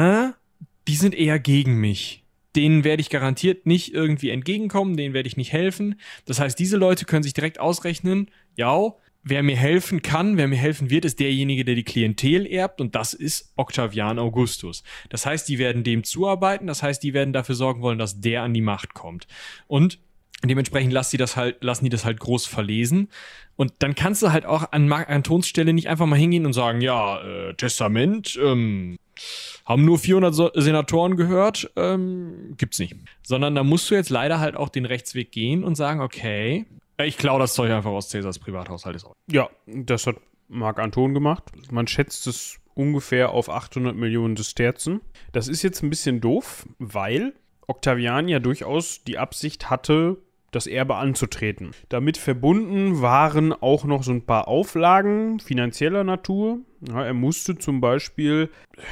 die sind eher gegen mich. Denen werde ich garantiert nicht irgendwie entgegenkommen, denen werde ich nicht helfen. Das heißt, diese Leute können sich direkt ausrechnen, ja, wer mir helfen kann, wer mir helfen wird, ist derjenige, der die Klientel erbt und das ist Octavian Augustus. Das heißt, die werden dem zuarbeiten, das heißt, die werden dafür sorgen wollen, dass der an die Macht kommt. Und Dementsprechend lassen die das halt groß verlesen. Und dann kannst du halt auch an Marc Antons Stelle nicht einfach mal hingehen und sagen, ja, Testament, haben nur 400 Senatoren gehört, gibt's nicht. Sondern da musst du jetzt leider halt auch den Rechtsweg gehen und sagen, okay, ich klaue das Zeug einfach aus Caesars Privathaushalt. Ja, das hat Marc Anton gemacht. Man schätzt es ungefähr auf 800 Millionen Sesterzen. Das ist jetzt ein bisschen doof, weil Octavian ja durchaus die Absicht hatte, das Erbe anzutreten. Damit verbunden waren auch noch so ein paar Auflagen finanzieller Natur. Ja, er musste zum Beispiel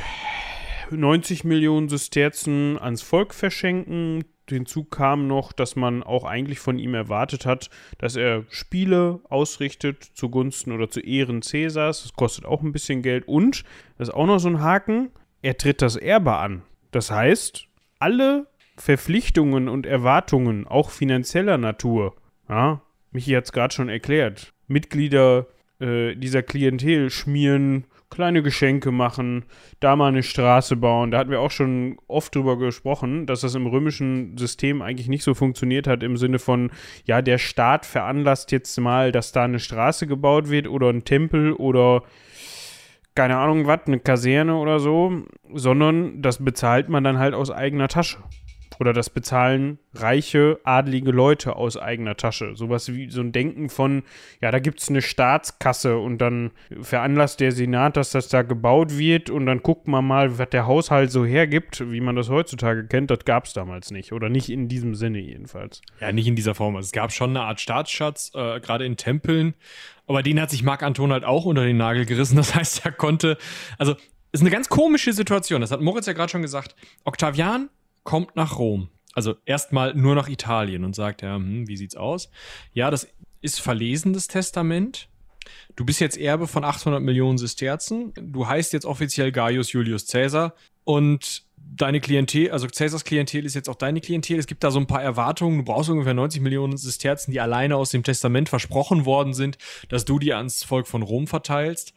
90 Millionen Sesterzen ans Volk verschenken. Hinzu kam noch, dass man auch eigentlich von ihm erwartet hat, dass er Spiele ausrichtet zugunsten oder zu Ehren Cäsars. Das kostet auch ein bisschen Geld. Und, das ist auch noch so ein Haken, er tritt das Erbe an. Das heißt, alle Verpflichtungen und Erwartungen, auch finanzieller Natur, ja, Michi hat es gerade schon erklärt, Mitglieder dieser Klientel schmieren, kleine Geschenke machen, da mal eine Straße bauen. Da hatten wir auch schon oft drüber gesprochen, dass das im römischen System eigentlich nicht so funktioniert hat, im Sinne von, ja, der Staat veranlasst jetzt mal, dass da eine Straße gebaut wird oder ein Tempel oder keine Ahnung was, eine Kaserne oder so, sondern das bezahlt man dann halt aus eigener Tasche. Oder das bezahlen reiche, adlige Leute aus eigener Tasche. Sowas wie so ein Denken von, ja, da gibt es eine Staatskasse und dann veranlasst der Senat, dass das da gebaut wird und dann guckt man mal, was der Haushalt so hergibt, wie man das heutzutage kennt. Das gab es damals nicht. Oder nicht in diesem Sinne jedenfalls. Ja, nicht in dieser Form. Also es gab schon eine Art Staatsschatz, gerade in Tempeln. Aber den hat sich Marc Anton halt auch unter den Nagel gerissen. Das heißt, er konnte, also ist eine ganz komische Situation. Das hat Moritz ja gerade schon gesagt. Octavian kommt nach Rom, also erstmal nur nach Italien und sagt, ja, wie sieht's aus? Ja, das ist verlesenes Testament. Du bist jetzt Erbe von 800 Millionen Sesterzen. Du heißt jetzt offiziell Gaius Julius Caesar und deine Klientel, also Caesars Klientel ist jetzt auch deine Klientel. Es gibt da so ein paar Erwartungen. Du brauchst ungefähr 90 Millionen Sesterzen, die alleine aus dem Testament versprochen worden sind, dass du die ans Volk von Rom verteilst.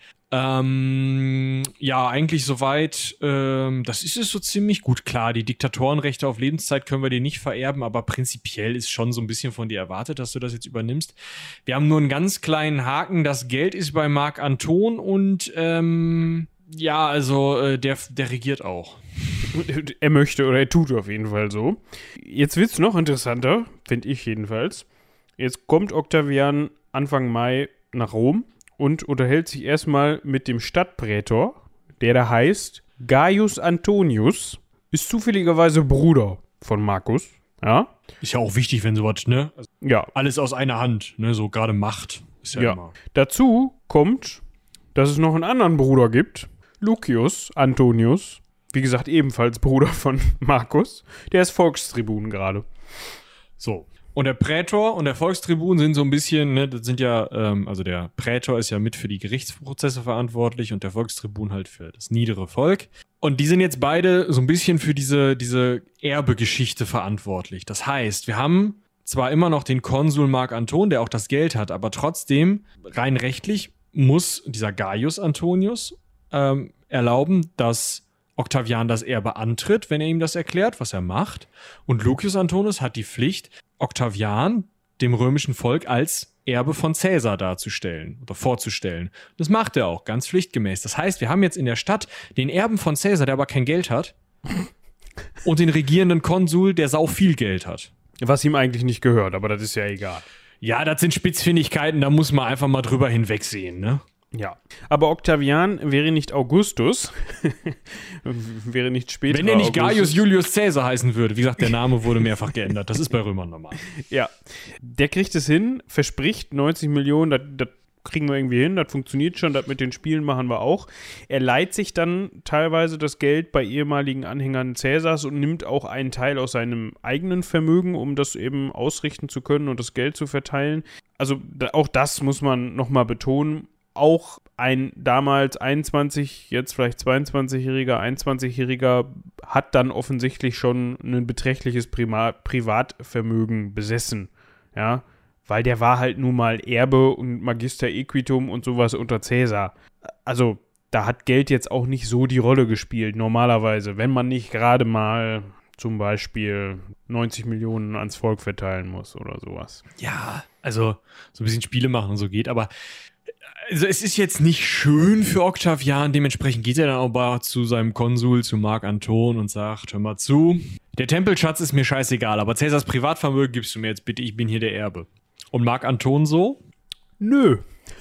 Ja, eigentlich soweit, das ist es so ziemlich gut. Klar, die Diktatorenrechte auf Lebenszeit können wir dir nicht vererben, aber prinzipiell ist schon so ein bisschen von dir erwartet, dass du das jetzt übernimmst. Wir haben nur einen ganz kleinen Haken, das Geld ist bei Marc Anton und ja, also der regiert auch. Er möchte oder er tut auf jeden Fall so. Jetzt wird's noch interessanter, finde ich jedenfalls. Jetzt kommt Octavian Anfang Mai nach Rom und unterhält sich erstmal mit dem Stadtprätor, der da heißt Gaius Antonius, ist zufälligerweise Bruder von Marcus, ja. Ist ja auch wichtig, wenn sowas, ne? Also ja. Alles aus einer Hand, ne? So gerade Macht ist ja immer. Dazu kommt, dass es noch einen anderen Bruder gibt, Lucius Antonius, wie gesagt ebenfalls Bruder von Marcus, der ist Volkstribun gerade. So. Und der Prätor und der Volkstribun sind so ein bisschen, ne, das sind ja, also der Prätor ist ja mit für die Gerichtsprozesse verantwortlich und der Volkstribun halt für das niedere Volk. Und die sind jetzt beide so ein bisschen für diese Erbegeschichte verantwortlich. Das heißt, wir haben zwar immer noch den Konsul Marc Anton, der auch das Geld hat, aber trotzdem, rein rechtlich, muss dieser Gaius Antonius erlauben, dass Octavian das Erbe antritt, wenn er ihm das erklärt, was er macht. Und Lucius Antonius hat die Pflicht, Octavian dem römischen Volk als Erbe von Caesar darzustellen oder vorzustellen. Das macht er auch, ganz pflichtgemäß. Das heißt, wir haben jetzt in der Stadt den Erben von Caesar, der aber kein Geld hat, und den regierenden Konsul, der sau viel Geld hat. Was ihm eigentlich nicht gehört, aber das ist ja egal. Ja, das sind Spitzfindigkeiten, da muss man einfach mal drüber hinwegsehen, ne? Ja, aber Octavian wäre nicht Augustus, wäre nicht später. Wenn er nicht Gaius Julius Caesar heißen würde. Wie gesagt, der Name wurde mehrfach geändert. Das ist bei Römern normal. Ja, der kriegt es hin, verspricht 90 Millionen, das kriegen wir irgendwie hin, das funktioniert schon, das mit den Spielen machen wir auch. Er leiht sich dann teilweise das Geld bei ehemaligen Anhängern Caesars und nimmt auch einen Teil aus seinem eigenen Vermögen, um das eben ausrichten zu können und das Geld zu verteilen. Also auch das muss man nochmal betonen. Auch ein damals 21, jetzt vielleicht 22-Jähriger, 21-Jähriger hat dann offensichtlich schon ein beträchtliches Privatvermögen besessen, ja, weil der war halt nun mal Erbe und Magister Equitum und sowas unter Caesar. Also da hat Geld jetzt auch nicht so die Rolle gespielt, normalerweise, wenn man nicht gerade mal zum Beispiel 90 Millionen ans Volk verteilen muss oder sowas. Ja, also so ein bisschen Spiele machen und so geht, aber also es ist jetzt nicht schön für Octavian, dementsprechend geht er dann auch zu seinem Konsul, zu Marc Anton und sagt, hör mal zu, der Tempelschatz ist mir scheißegal, aber Cäsars Privatvermögen gibst du mir jetzt bitte, ich bin hier der Erbe. Und Marc Anton so? Nö.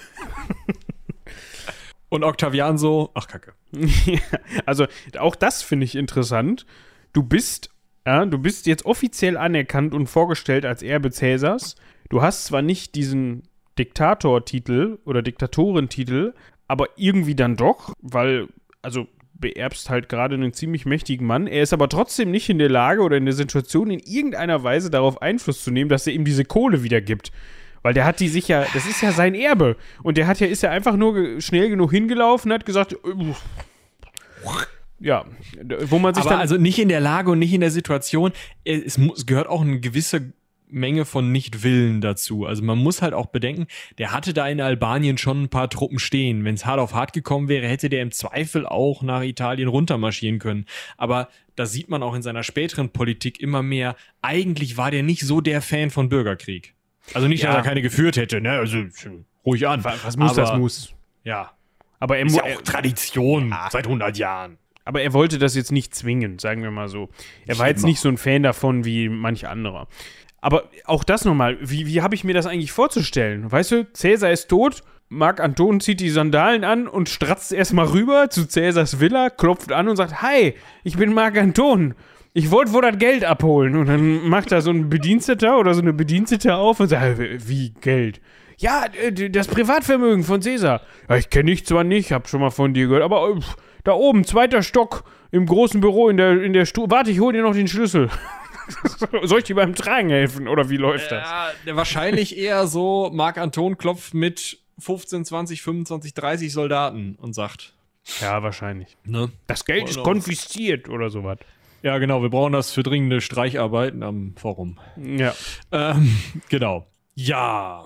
Und Octavian so? Ach, Kacke. Also auch das finde ich interessant. Du bist jetzt offiziell anerkannt und vorgestellt als Erbe Cäsars. Du hast zwar nicht diesen Diktatortitel oder Diktatorentitel, aber irgendwie dann doch, weil, also beerbst halt gerade einen ziemlich mächtigen Mann. Er ist aber trotzdem nicht in der Lage oder in der Situation, in irgendeiner Weise darauf Einfluss zu nehmen, dass er ihm diese Kohle wieder gibt. Weil der hat die sich ja, das ist ja sein Erbe. Und der ist ja einfach nur schnell genug hingelaufen und hat gesagt, ja, wo man sich aber dann also nicht in der Lage und nicht in der Situation. Es gehört auch eine gewisse Menge von Nichtwillen dazu. Also man muss halt auch bedenken, der hatte da in Albanien schon ein paar Truppen stehen. Wenn es hart auf hart gekommen wäre, hätte der im Zweifel auch nach Italien runtermarschieren können. Aber da sieht man auch in seiner späteren Politik immer mehr, eigentlich war der nicht so der Fan von Bürgerkrieg. Also nicht, dass er keine geführt hätte, ne? Also ruhig an. Was muss, das muss. Ja. Aber ist ja auch Tradition seit 100 Jahren. Aber er wollte das jetzt nicht zwingen, sagen wir mal so. Er war jetzt nicht so ein Fan davon wie manch anderer. Aber auch das nochmal, wie habe ich mir das eigentlich vorzustellen? Weißt du, Cäsar ist tot, Marc Anton zieht die Sandalen an und stratzt erstmal rüber zu Cäsars Villa, klopft an und sagt, hi, ich bin Marc Anton. Ich wollte wohl das Geld abholen. Und dann macht da so ein Bediensteter oder so eine Bedienstete auf und sagt, wie Geld? Ja, das Privatvermögen von Cäsar. Ja, ich kenne dich zwar nicht, hab schon mal von dir gehört, aber da oben, 2. Stock, im großen Büro in der Warte, ich hol dir noch den Schlüssel. Soll ich dir beim Tragen helfen oder wie läuft das? Ja, wahrscheinlich eher so, Marc Anton klopft mit 15, 20, 25, 30 Soldaten und sagt. Ja, wahrscheinlich. Ne? Das Geld ist konfisziert oder sowas. Ja, genau, wir brauchen das für dringende Streicharbeiten am Forum. Ja. Genau. Ja.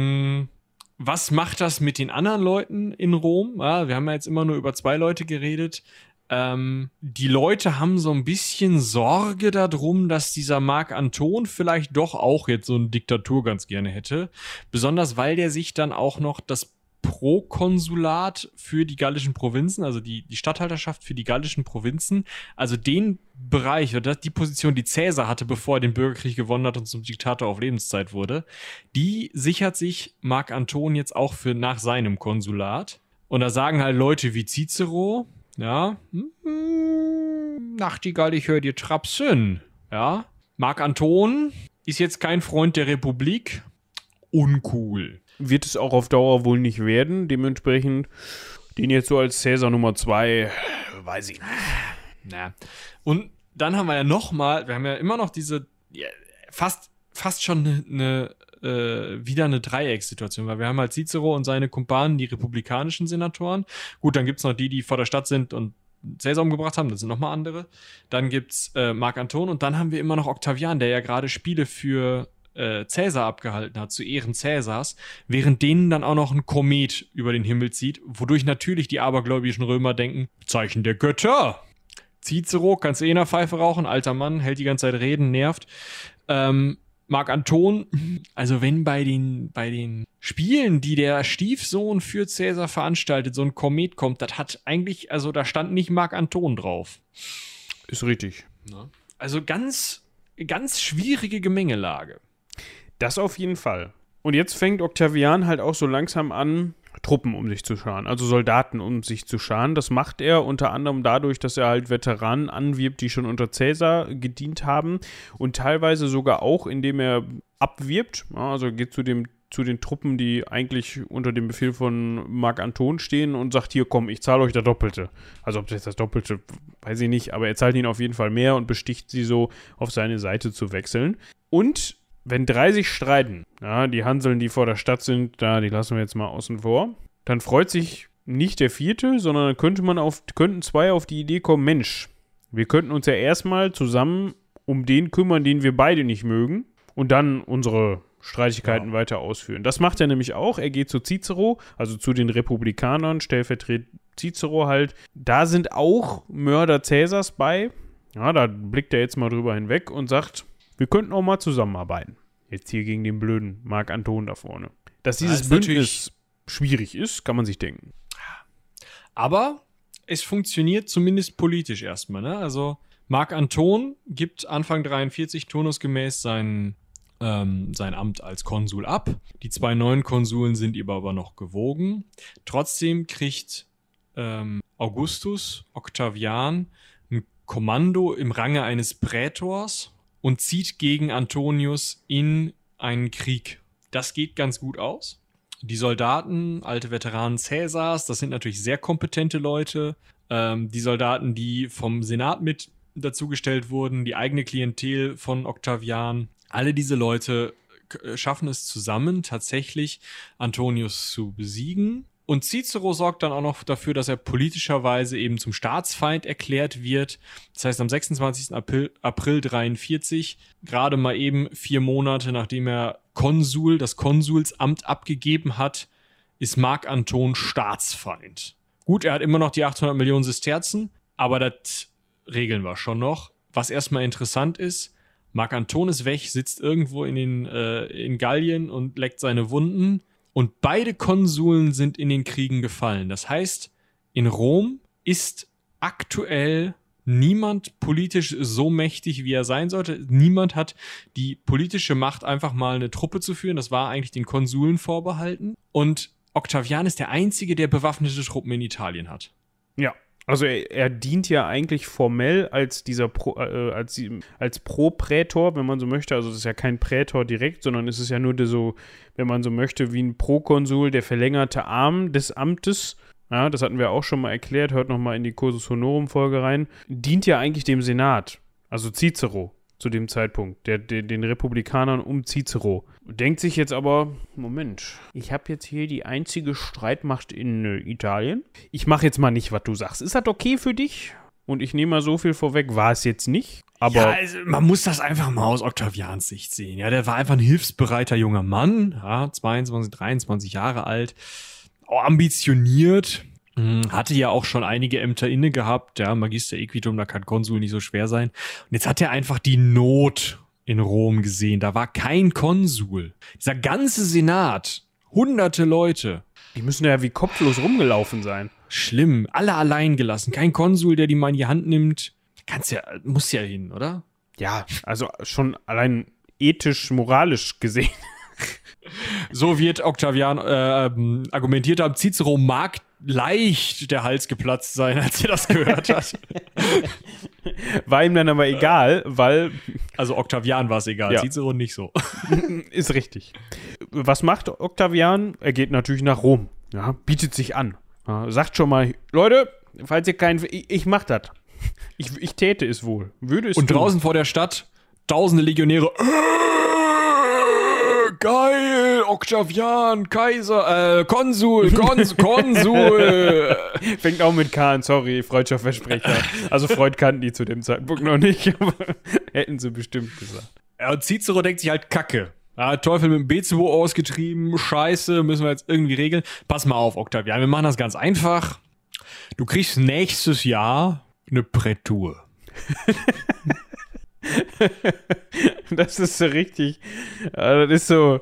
Was macht das mit den anderen Leuten in Rom? Ja, wir haben ja jetzt immer nur über 2 Leute geredet. Die Leute haben so ein bisschen Sorge darum, dass dieser Marc Anton vielleicht doch auch jetzt so eine Diktatur ganz gerne hätte. Besonders, weil der sich dann auch noch das Prokonsulat für die gallischen Provinzen, also die Statthalterschaft für die gallischen Provinzen, also den Bereich oder die Position, die Cäsar hatte, bevor er den Bürgerkrieg gewonnen hat und zum Diktator auf Lebenszeit wurde, die sichert sich Marc Anton jetzt auch für nach seinem Konsulat. Und da sagen halt Leute wie Cicero, ja, Nachtigall, ich höre dir trapsen. Ja, Marc Anton ist jetzt kein Freund der Republik. Uncool. Wird es auch auf Dauer wohl nicht werden. Dementsprechend den jetzt so als Cäsar Nummer 2, weiß ich nicht. Na. Und dann haben wir ja nochmal, wir haben ja immer noch diese, fast schon wieder eine Dreieckssituation, weil wir haben halt Cicero und seine Kumpanen, die republikanischen Senatoren. Gut, dann gibt's noch die vor der Stadt sind und Cäsar umgebracht haben, das sind nochmal andere. Dann gibt's Marc Anton und dann haben wir immer noch Octavian, der ja gerade Spiele für Cäsar abgehalten hat, zu Ehren Cäsars, während denen dann auch noch ein Komet über den Himmel zieht, wodurch natürlich die abergläubischen Römer denken, Zeichen der Götter. Cicero, kannst du in der Pfeife rauchen, alter Mann, hält die ganze Zeit reden, nervt. Marc Anton, also wenn bei den Spielen, die der Stiefsohn für Cäsar veranstaltet, so ein Komet kommt, das hat eigentlich, also da stand nicht Marc Anton drauf. Ist richtig. Ne? Also ganz schwierige Gemengelage. Das auf jeden Fall. Und jetzt fängt Octavian halt auch so langsam an, Truppen um sich zu scharen, also Soldaten um sich zu scharen. Das macht er unter anderem dadurch, dass er halt Veteranen anwirbt, die schon unter Cäsar gedient haben und teilweise sogar auch, indem er abwirbt, also geht zu den Truppen, die eigentlich unter dem Befehl von Marc Anton stehen und sagt, hier komm, ich zahle euch das Doppelte. Also ob das jetzt das Doppelte, weiß ich nicht, aber er zahlt ihnen auf jeden Fall mehr und besticht sie so, auf seine Seite zu wechseln. Und wenn 3 sich streiten, ja, die Hanseln, die vor der Stadt sind, die lassen wir jetzt mal außen vor, dann freut sich nicht der 4., sondern könnten 2 auf die Idee kommen, Mensch, wir könnten uns ja erstmal zusammen um den kümmern, den wir beide nicht mögen und dann unsere Streitigkeiten weiter ausführen. Das macht er nämlich auch. Er geht zu Cicero, also zu den Republikanern, stellvertretend Cicero halt. Da sind auch Mörder Cäsars bei. Ja, da blickt er jetzt mal drüber hinweg und sagt, wir könnten auch mal zusammenarbeiten. Jetzt hier gegen den blöden Marc Anton da vorne. Dass dieses Bündnis schwierig ist, kann man sich denken. Aber es funktioniert zumindest politisch erstmal, ne? Also Marc Anton gibt Anfang 43 turnusgemäß sein Amt als Konsul ab. Die 2 neuen Konsuln sind ihm aber noch gewogen. Trotzdem kriegt Augustus Octavian ein Kommando im Range eines Prätors und zieht gegen Antonius in einen Krieg. Das geht ganz gut aus. Die Soldaten, alte Veteranen Cäsars, das sind natürlich sehr kompetente Leute. Die Soldaten, die vom Senat mit dazugestellt wurden, die eigene Klientel von Octavian, alle diese Leute schaffen es zusammen, tatsächlich Antonius zu besiegen. Und Cicero sorgt dann auch noch dafür, dass er politischerweise eben zum Staatsfeind erklärt wird. Das heißt, am 26. April 43, gerade mal eben 4 Monate, nachdem er das Konsulsamt abgegeben hat, ist Marc Anton Staatsfeind. Gut, er hat immer noch die 800 Millionen Sesterzen, aber das regeln wir schon noch. Was erstmal interessant ist, Marc Anton ist weg, sitzt irgendwo in Gallien und leckt seine Wunden. Und beide Konsuln sind in den Kriegen gefallen. Das heißt, in Rom ist aktuell niemand politisch so mächtig, wie er sein sollte. Niemand hat die politische Macht, einfach mal eine Truppe zu führen. Das war eigentlich den Konsuln vorbehalten. Und Octavian ist der Einzige, der bewaffnete Truppen in Italien hat. Ja. Also er dient ja eigentlich formell als als Pro-Prätor, wenn man so möchte. Also das ist ja kein Prätor direkt, sondern es ist ja nur wenn man so möchte, wie ein Prokonsul, der verlängerte Arm des Amtes. Ja, das hatten wir auch schon mal erklärt. Hört noch mal in die Cursus Honorum-Folge rein. Dient ja eigentlich dem Senat, also Cicero zu dem Zeitpunkt, den Republikanern um Cicero. Denkt sich jetzt aber, Moment, ich habe jetzt hier die einzige Streitmacht in Italien. Ich mache jetzt mal nicht, was du sagst. Ist das okay für dich? Und ich nehme mal so viel vorweg, war es jetzt nicht. Aber ja, also man muss das einfach mal aus Octavians Sicht sehen. Ja, der war einfach ein hilfsbereiter junger Mann, ja, 22, 23 Jahre alt, auch ambitioniert. Hatte ja auch schon einige Ämter inne gehabt, ja, Magister Equitum, da kann Konsul nicht so schwer sein. Und jetzt hat er einfach die Not in Rom gesehen. Da war kein Konsul. Dieser ganze Senat, hunderte Leute. Die müssen ja wie kopflos rumgelaufen sein. Schlimm, alle allein gelassen. Kein Konsul, der die mal in die Hand nimmt. Muss ja hin, oder? Ja, also schon allein ethisch, moralisch gesehen. So wird Octavian argumentiert haben, Cicero mag leicht der Hals geplatzt sein, als er das gehört hat. War ihm dann aber egal, weil... Also Octavian war es egal, ja. Cicero nicht so. Ist richtig. Was macht Octavian? Er geht natürlich nach Rom. Ja, bietet sich an. Ja, sagt schon mal, Leute, falls ihr ich mach das. Ich täte es wohl. Würde es Und tun. Draußen vor der Stadt, tausende Legionäre. Geil, Octavian, Kaiser, Konsul. Fängt auch mit K an, sorry, freudscher Versprecher. Also Freud kannten die zu dem Zeitpunkt noch nicht, aber hätten sie bestimmt gesagt. Ja, und Cicero denkt sich halt Kacke. Ja, Teufel mit dem Beelzebub ausgetrieben, scheiße, müssen wir jetzt irgendwie regeln. Pass mal auf, Octavian, wir machen das ganz einfach. Du kriegst nächstes Jahr eine Prätur. Das ist so richtig. Das ist so.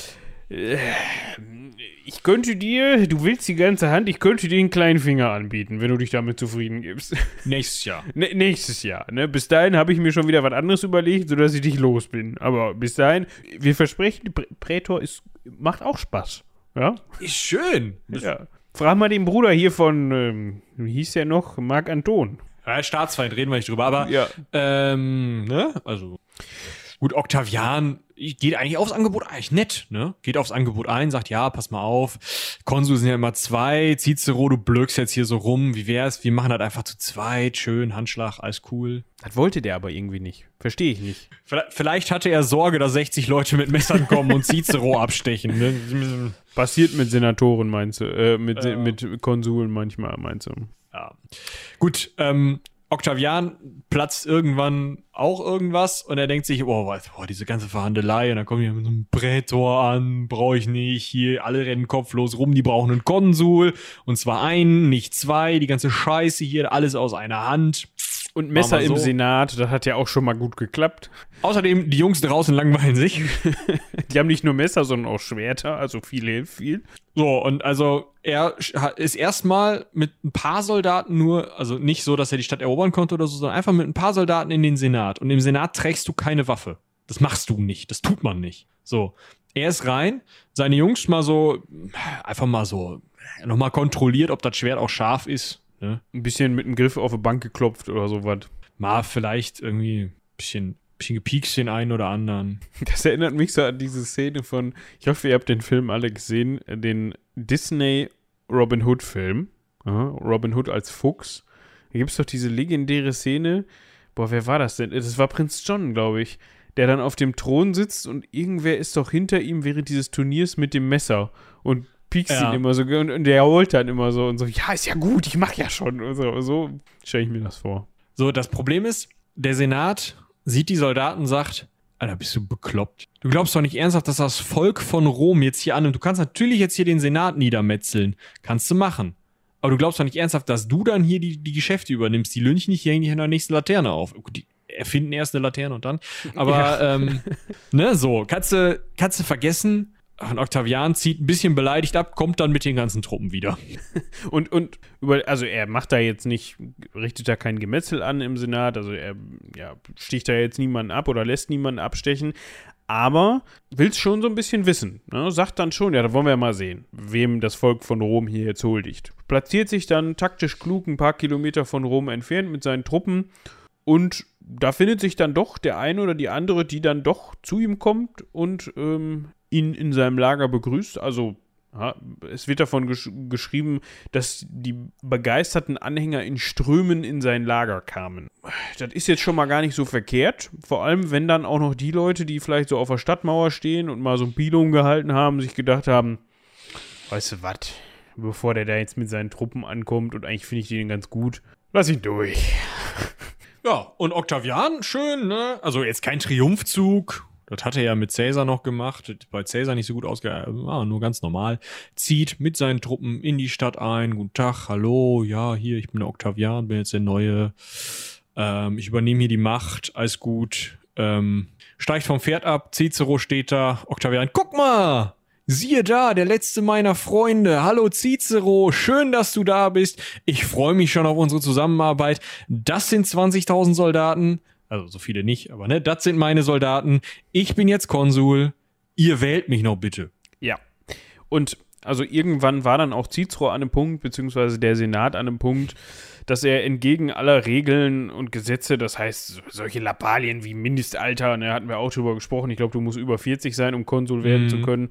Ich könnte dir, du willst die ganze Hand, ich könnte dir einen kleinen Finger anbieten, wenn du dich damit zufrieden gibst. Nächstes Jahr. Nächstes Jahr. Ne? Bis dahin habe ich mir schon wieder was anderes überlegt, sodass ich dich los bin. Aber bis dahin, wir versprechen, Prätor macht auch Spaß. Ja? Ist schön. Ja. Frag mal den Bruder hier von, wie hieß der noch? Marc Anton. Ja, Staatsfeind, reden wir nicht drüber, aber ja. Ne? Also gut, Octavian geht eigentlich aufs Angebot, eigentlich nett, ne? Geht aufs Angebot ein, sagt, ja, pass mal auf, Konsul sind ja immer 2, Cicero, du blökst jetzt hier so rum, wie wär's, wir machen das einfach zu zweit, schön, Handschlag, alles cool. Das wollte der aber irgendwie nicht, verstehe ich nicht. Vielleicht hatte er Sorge, dass 60 Leute mit Messern kommen und Cicero abstechen, ne? Passiert mit Senatoren, meinst du, mit Konsuln manchmal, meinst du? Ja. Gut, Octavian platzt irgendwann auch irgendwas und er denkt sich, diese ganze Verhandelei und dann kommen die mit so einem Prätor an, brauche ich nicht, hier alle rennen kopflos rum, die brauchen einen Konsul und zwar einen, nicht 2, die ganze Scheiße hier, alles aus einer Hand. Und Messer Machen wir im so. Senat, das hat ja auch schon mal gut geklappt. Außerdem, die Jungs draußen langweilen sich. Die haben nicht nur Messer, sondern auch Schwerter, also viel hilft viel. So, und also er ist erstmal mit ein paar Soldaten nur, also nicht so, dass er die Stadt erobern konnte oder so, sondern einfach mit ein paar Soldaten in den Senat. Und im Senat trägst du keine Waffe. Das machst du nicht, das tut man nicht. So, er ist rein, seine Jungs mal so, einfach mal so, nochmal kontrolliert, ob das Schwert auch scharf ist. Ne? Ein bisschen mit dem Griff auf die Bank geklopft oder sowas. Mal vielleicht irgendwie ein bisschen gepiekst den einen oder anderen. Das erinnert mich so an diese Szene von, ich hoffe, ihr habt den Film alle gesehen, den Disney Robin Hood Film. Robin Hood als Fuchs. Da gibt es doch diese legendäre Szene, wer war das denn? Das war Prinz John, glaube ich, der dann auf dem Thron sitzt und irgendwer ist doch hinter ihm während dieses Turniers mit dem Messer und piekst ihn immer so und der holt dann immer so und so, ja, ist ja gut, ich mach ja schon. Und so stelle ich mir das vor. So, das Problem ist, der Senat sieht die Soldaten und sagt, Alter, bist du bekloppt? Du glaubst doch nicht ernsthaft, dass das Volk von Rom jetzt hier annimmt. Du kannst natürlich jetzt hier den Senat niedermetzeln. Kannst du machen. Aber du glaubst doch nicht ernsthaft, dass du dann hier die Geschäfte übernimmst. Die lynchen dich hier hängen dich in der nächsten Laterne auf. Die erfinden erst eine Laterne und dann. Aber, ne, so, kannst du vergessen. Und Octavian zieht ein bisschen beleidigt ab, kommt dann mit den ganzen Truppen wieder. Und also er macht da jetzt nicht, richtet da kein Gemetzel an im Senat, also er sticht da jetzt niemanden ab oder lässt niemanden abstechen, aber will es schon so ein bisschen wissen. Ne? Sagt dann schon, ja, da wollen wir mal sehen, wem das Volk von Rom hier jetzt huldigt. Platziert sich dann taktisch klug ein paar Kilometer von Rom entfernt mit seinen Truppen und da findet sich dann doch der eine oder die andere, die dann doch zu ihm kommt und ihn in seinem Lager begrüßt. Also es wird davon geschrieben, dass die begeisterten Anhänger in Strömen in sein Lager kamen. Das ist jetzt schon mal gar nicht so verkehrt. Vor allem, wenn dann auch noch die Leute, die vielleicht so auf der Stadtmauer stehen und mal so ein Pilum gehalten haben, sich gedacht haben, weißt du was, bevor der da jetzt mit seinen Truppen ankommt und eigentlich finde ich den ganz gut, lass ihn durch. Ja, und Octavian, schön, ne? Also jetzt kein Triumphzug. Das hat er ja mit Caesar noch gemacht. Bei Caesar nicht so gut ausgegangen, nur ganz normal. Zieht mit seinen Truppen in die Stadt ein. Guten Tag, hallo, ja, hier, ich bin der Octavian, bin jetzt der Neue. Ich übernehme hier die Macht, alles gut. Steigt vom Pferd ab, Cicero steht da. Octavian, guck mal! Siehe da, der letzte meiner Freunde. Hallo Cicero, schön, dass du da bist. Ich freue mich schon auf unsere Zusammenarbeit. Das sind 20.000 Soldaten. Also so viele nicht, aber ne, das sind meine Soldaten. Ich bin jetzt Konsul. Ihr wählt mich noch bitte. Ja. Und also irgendwann war dann auch Cicero an einem Punkt, beziehungsweise der Senat an einem Punkt, dass er entgegen aller Regeln und Gesetze, das heißt solche Lappalien wie Mindestalter, da hatten wir auch drüber gesprochen, ich glaube, du musst über 40 sein, um Konsul werden zu können,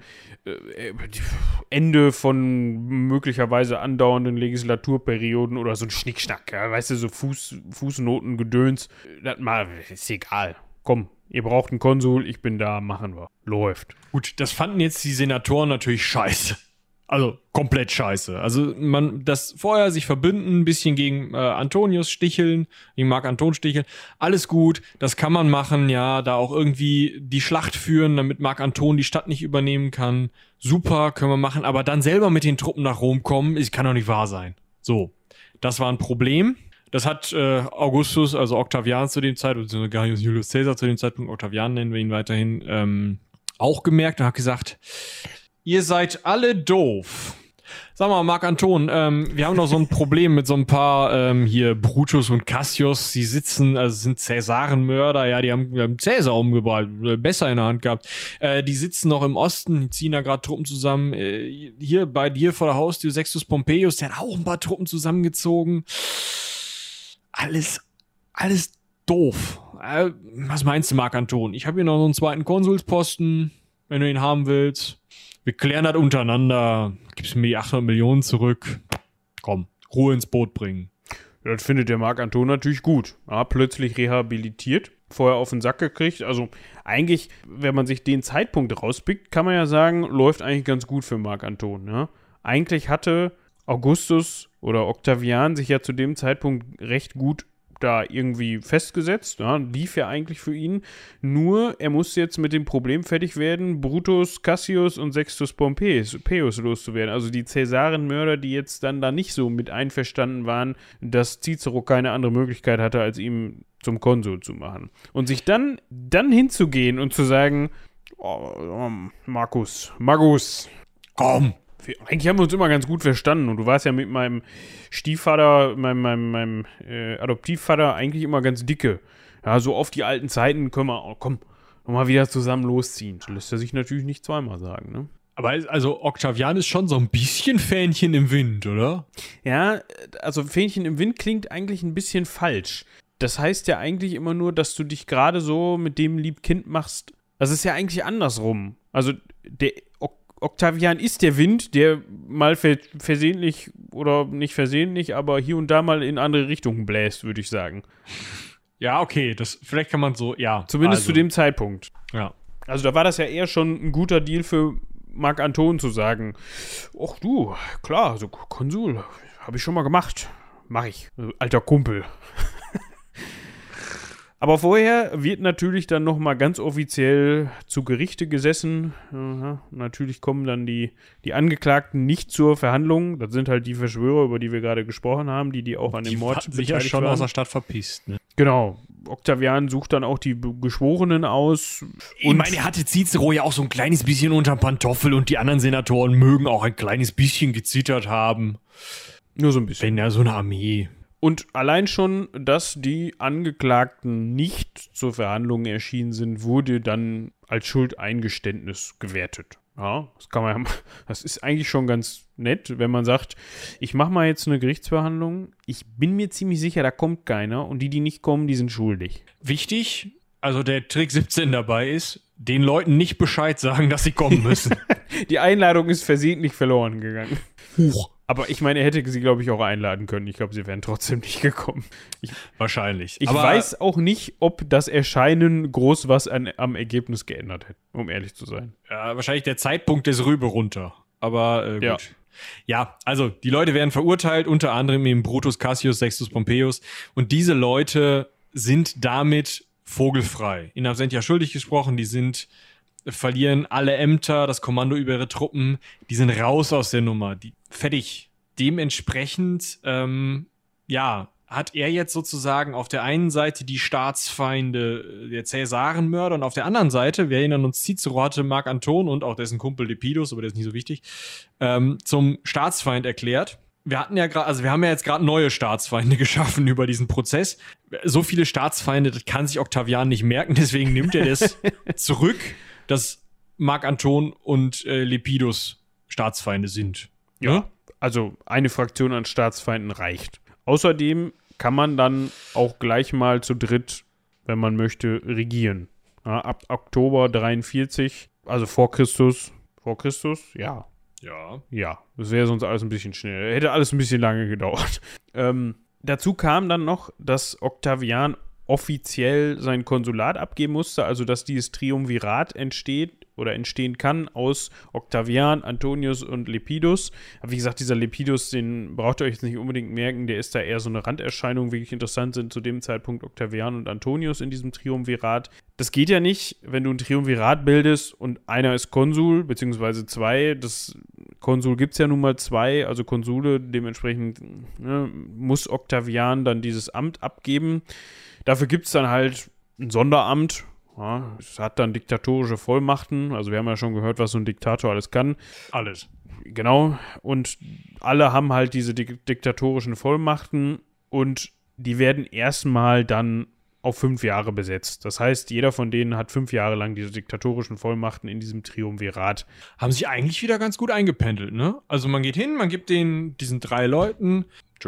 Ende von möglicherweise andauernden Legislaturperioden oder so ein Schnickschnack, ja, weißt du, so Fußnotengedöns, das mal, ist egal, komm. Ihr braucht einen Konsul, ich bin da, machen wir. Läuft. Gut, das fanden jetzt die Senatoren natürlich scheiße. Also komplett scheiße. Also das vorher sich verbünden, ein bisschen gegen Antonius sticheln, gegen Marc Anton sticheln, alles gut, das kann man machen, ja, da auch irgendwie die Schlacht führen, damit Marc Anton die Stadt nicht übernehmen kann. Super, können wir machen, aber dann selber mit den Truppen nach Rom kommen, kann doch nicht wahr sein. So, das war ein Problem. Das hat Augustus, also Octavian zu dem Zeitpunkt, beziehungsweise Gaius Julius Caesar zu dem Zeitpunkt, Octavian nennen wir ihn weiterhin, auch gemerkt und hat gesagt, ihr seid alle doof. Sag mal, Marc Anton, wir haben noch so ein Problem mit so ein paar hier Brutus und Cassius, die sitzen, also sind Cäsarenmörder, ja, die haben Cäsar umgebracht, besser in der Hand gehabt. Die sitzen noch im Osten, die ziehen da gerade Truppen zusammen. Hier bei dir vor der Haustür Sextus Pompeius, der hat auch ein paar Truppen zusammengezogen. Alles doof. Was meinst du, Marc Anton? Ich habe hier noch so einen zweiten Konsulsposten, wenn du ihn haben willst. Wir klären das untereinander. Gibst mir die 800 Millionen zurück. Komm, Ruhe ins Boot bringen. Das findet der Marc Anton natürlich gut. Ja, plötzlich rehabilitiert, vorher auf den Sack gekriegt. Also eigentlich, wenn man sich den Zeitpunkt rauspickt, kann man ja sagen, läuft eigentlich ganz gut für Marc Anton. Ja? Eigentlich hatte Augustus oder Octavian sich ja zu dem Zeitpunkt recht gut da irgendwie festgesetzt, ja, lief ja eigentlich für ihn. Nur, er musste jetzt mit dem Problem fertig werden, Brutus, Cassius und Sextus Pompeius loszuwerden. Also die Cäsarenmörder, die jetzt dann da nicht so mit einverstanden waren, dass Cicero keine andere Möglichkeit hatte, als ihm zum Konsul zu machen. Und sich dann hinzugehen und zu sagen, Magus, komm! Eigentlich haben wir uns immer ganz gut verstanden und du warst ja mit meinem Stiefvater, meinem Adoptivvater eigentlich immer ganz dicke. Ja, so auf die alten Zeiten können wir, nochmal wieder zusammen losziehen. Das lässt er sich natürlich nicht zweimal sagen, ne? Aber also Octavian ist schon so ein bisschen Fähnchen im Wind, oder? Ja, also Fähnchen im Wind klingt eigentlich ein bisschen falsch. Das heißt ja eigentlich immer nur, dass du dich gerade so mit dem Lieb-Kind machst. Das ist ja eigentlich andersrum. Also der Octavian ist der Wind, der mal versehentlich oder nicht versehentlich, aber hier und da mal in andere Richtungen bläst, würde ich sagen. Ja, okay, vielleicht kann man so, ja. Zumindest zu dem Zeitpunkt. Ja. Also da war das ja eher schon ein guter Deal für Marc Anton zu sagen, ach du, klar, so Konsul, habe ich schon mal gemacht. Mach ich, alter Kumpel. Aber vorher wird natürlich dann nochmal ganz offiziell zu Gerichte gesessen. Aha, natürlich kommen dann die Angeklagten nicht zur Verhandlung. Das sind halt die Verschwörer, über die wir gerade gesprochen haben, die auch an dem Mord beteiligt waren. Die sich ja schon aus der Stadt verpisst, ne? Genau. Octavian sucht dann auch die Geschworenen aus. Ich meine, er hatte Cicero ja auch so ein kleines bisschen unterm Pantoffel und die anderen Senatoren mögen auch ein kleines bisschen gezittert haben. Nur so ein bisschen. Wenn ja so eine Armee. Und allein schon, dass die Angeklagten nicht zur Verhandlung erschienen sind, wurde dann als Schuldeingeständnis gewertet. Ja, das ist eigentlich schon ganz nett, wenn man sagt, ich mache mal jetzt eine Gerichtsverhandlung, ich bin mir ziemlich sicher, da kommt keiner und die nicht kommen, die sind schuldig. Wichtig, also der Trick 17 dabei ist, den Leuten nicht Bescheid sagen, dass sie kommen müssen. Die Einladung ist versehentlich verloren gegangen. Huch. Aber ich meine, er hätte sie, glaube ich, auch einladen können. Ich glaube, sie wären trotzdem nicht gekommen. Wahrscheinlich. Ich weiß auch nicht, ob das Erscheinen groß was am Ergebnis geändert hätte, um ehrlich zu sein. Ja, wahrscheinlich der Zeitpunkt des Rübe runter. Aber gut. Ja. Ja, also die Leute werden verurteilt, unter anderem eben Brutus, Cassius, Sextus Pompeius. Und diese Leute sind damit vogelfrei. In Absentia schuldig gesprochen, verlieren alle Ämter, das Kommando über ihre Truppen, die sind raus aus der Nummer, fertig. Dementsprechend, hat er jetzt sozusagen auf der einen Seite die Staatsfeinde der Cäsarenmörder und auf der anderen Seite, wir erinnern uns, Cicero hatte Marc Anton und auch dessen Kumpel Lepidus, aber der ist nicht so wichtig, zum Staatsfeind erklärt. Wir haben ja jetzt gerade neue Staatsfeinde geschaffen über diesen Prozess. So viele Staatsfeinde, das kann sich Octavian nicht merken, deswegen nimmt er das zurück, dass Marc Anton und Lepidus Staatsfeinde sind. Ja, ne? Also eine Fraktion an Staatsfeinden reicht. Außerdem kann man dann auch gleich mal zu dritt, wenn man möchte, regieren. Ja, ab Oktober 43, also vor Christus, ja. Ja, das wäre sonst alles ein bisschen schnell. Hätte alles ein bisschen lange gedauert. Dazu kam dann noch, dass Octavian offiziell sein Konsulat abgeben musste, also dass dieses Triumvirat entstehen kann aus Octavian, Antonius und Lepidus. Aber wie gesagt, dieser Lepidus, den braucht ihr euch jetzt nicht unbedingt merken, der ist da eher so eine Randerscheinung. Wirklich interessant sind zu dem Zeitpunkt Octavian und Antonius in diesem Triumvirat. Das geht ja nicht, wenn du ein Triumvirat bildest und einer ist Konsul, beziehungsweise zwei. Das Konsul gibt es ja nun mal zwei, also Konsule, dementsprechend muss Octavian dann dieses Amt abgeben. Dafür gibt es dann halt ein Sonderamt. Ja, es hat dann diktatorische Vollmachten. Also wir haben ja schon gehört, was so ein Diktator alles kann. Alles. Genau. Und alle haben halt diese diktatorischen Vollmachten und die werden erstmal dann auf 5 Jahre besetzt. Das heißt, jeder von denen hat 5 Jahre lang diese diktatorischen Vollmachten in diesem Triumvirat. Haben sich eigentlich wieder ganz gut eingependelt, ne? Also man geht hin, man gibt diesen drei Leuten,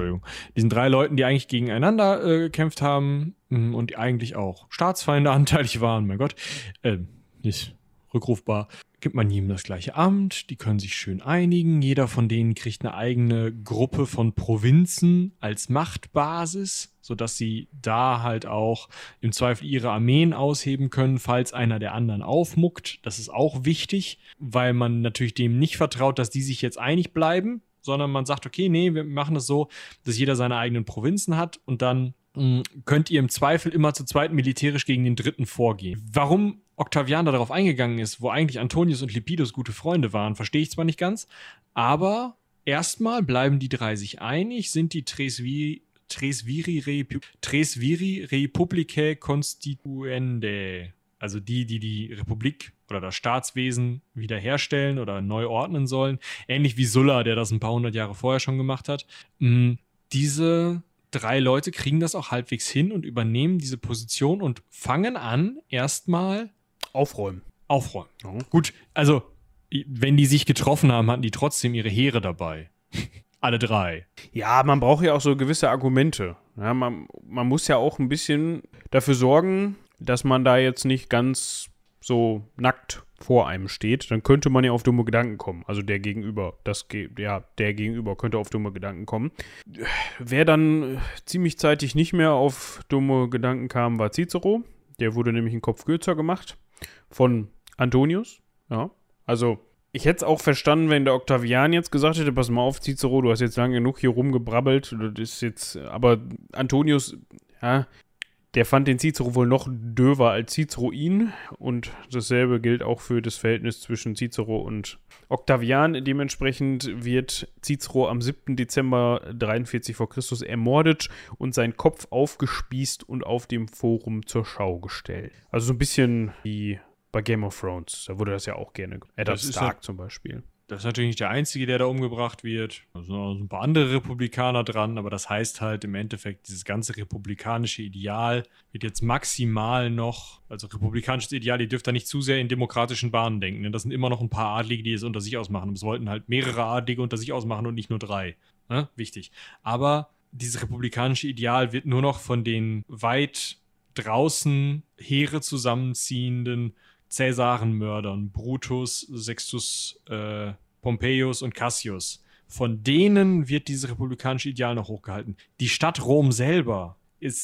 die eigentlich gegeneinander gekämpft haben und die eigentlich auch Staatsfeinde anteilig waren, mein Gott, nicht rückrufbar, gibt man jedem das gleiche Amt, die können sich schön einigen, jeder von denen kriegt eine eigene Gruppe von Provinzen als Machtbasis, sodass sie da halt auch im Zweifel ihre Armeen ausheben können, falls einer der anderen aufmuckt. Das ist auch wichtig, weil man natürlich dem nicht vertraut, dass die sich jetzt einig bleiben, sondern man sagt, okay, nee, wir machen es so, dass jeder seine eigenen Provinzen hat und dann könnt ihr im Zweifel immer zu zweit militärisch gegen den Dritten vorgehen. Warum Octavian darauf eingegangen ist, wo eigentlich Antonius und Lepidus gute Freunde waren, verstehe ich zwar nicht ganz, aber erstmal bleiben die drei sich einig, sind die Tres Viri Republicae Constituende, also die Republik oder das Staatswesen wiederherstellen oder neu ordnen sollen, ähnlich wie Sulla, der das ein paar hundert Jahre vorher schon gemacht hat. Diese 3 Leute kriegen das auch halbwegs hin und übernehmen diese Position und fangen an, erstmal Aufräumen. Mhm. Gut, also, wenn die sich getroffen haben, hatten die trotzdem ihre Heere dabei. Alle 3. Ja, man braucht ja auch so gewisse Argumente. Ja, man muss ja auch ein bisschen dafür sorgen, dass man da jetzt nicht ganz so nackt vor einem steht. Dann könnte man ja auf dumme Gedanken kommen. Also der Gegenüber, der Gegenüber könnte auf dumme Gedanken kommen. Wer dann ziemlich zeitig nicht mehr auf dumme Gedanken kam, war Cicero. Der wurde nämlich in Kopf kürzer gemacht von Antonius. Ja, also ich hätte es auch verstanden, wenn der Octavian jetzt gesagt hätte, pass mal auf, Cicero, du hast jetzt lange genug hier rumgebrabbelt. Das ist jetzt, aber Antonius, ja, der fand den Cicero wohl noch döver als Cicero ihn. Und dasselbe gilt auch für das Verhältnis zwischen Cicero und Octavian. Dementsprechend wird Cicero am 7. Dezember 43 vor Christus ermordet und sein Kopf aufgespießt und auf dem Forum zur Schau gestellt. Also so ein bisschen wie bei Game of Thrones. Da wurde das ja auch gerne. Eddard Stark zum Beispiel. Das ist natürlich nicht der Einzige, der da umgebracht wird. Da sind noch ein paar andere Republikaner dran, aber das heißt halt im Endeffekt, dieses ganze republikanische Ideal wird jetzt maximal noch, also republikanisches Ideal, ihr dürft da nicht zu sehr in demokratischen Bahnen denken. Ne? Das sind immer noch ein paar Adlige, die es unter sich ausmachen. Und es wollten halt mehrere Adlige unter sich ausmachen und nicht nur 3. Ne? Wichtig. Aber dieses republikanische Ideal wird nur noch von den weit draußen Heere zusammenziehenden Cäsarenmördern, Brutus, Sextus Pompeius und Cassius. Von denen wird dieses republikanische Ideal noch hochgehalten. Die Stadt Rom selber,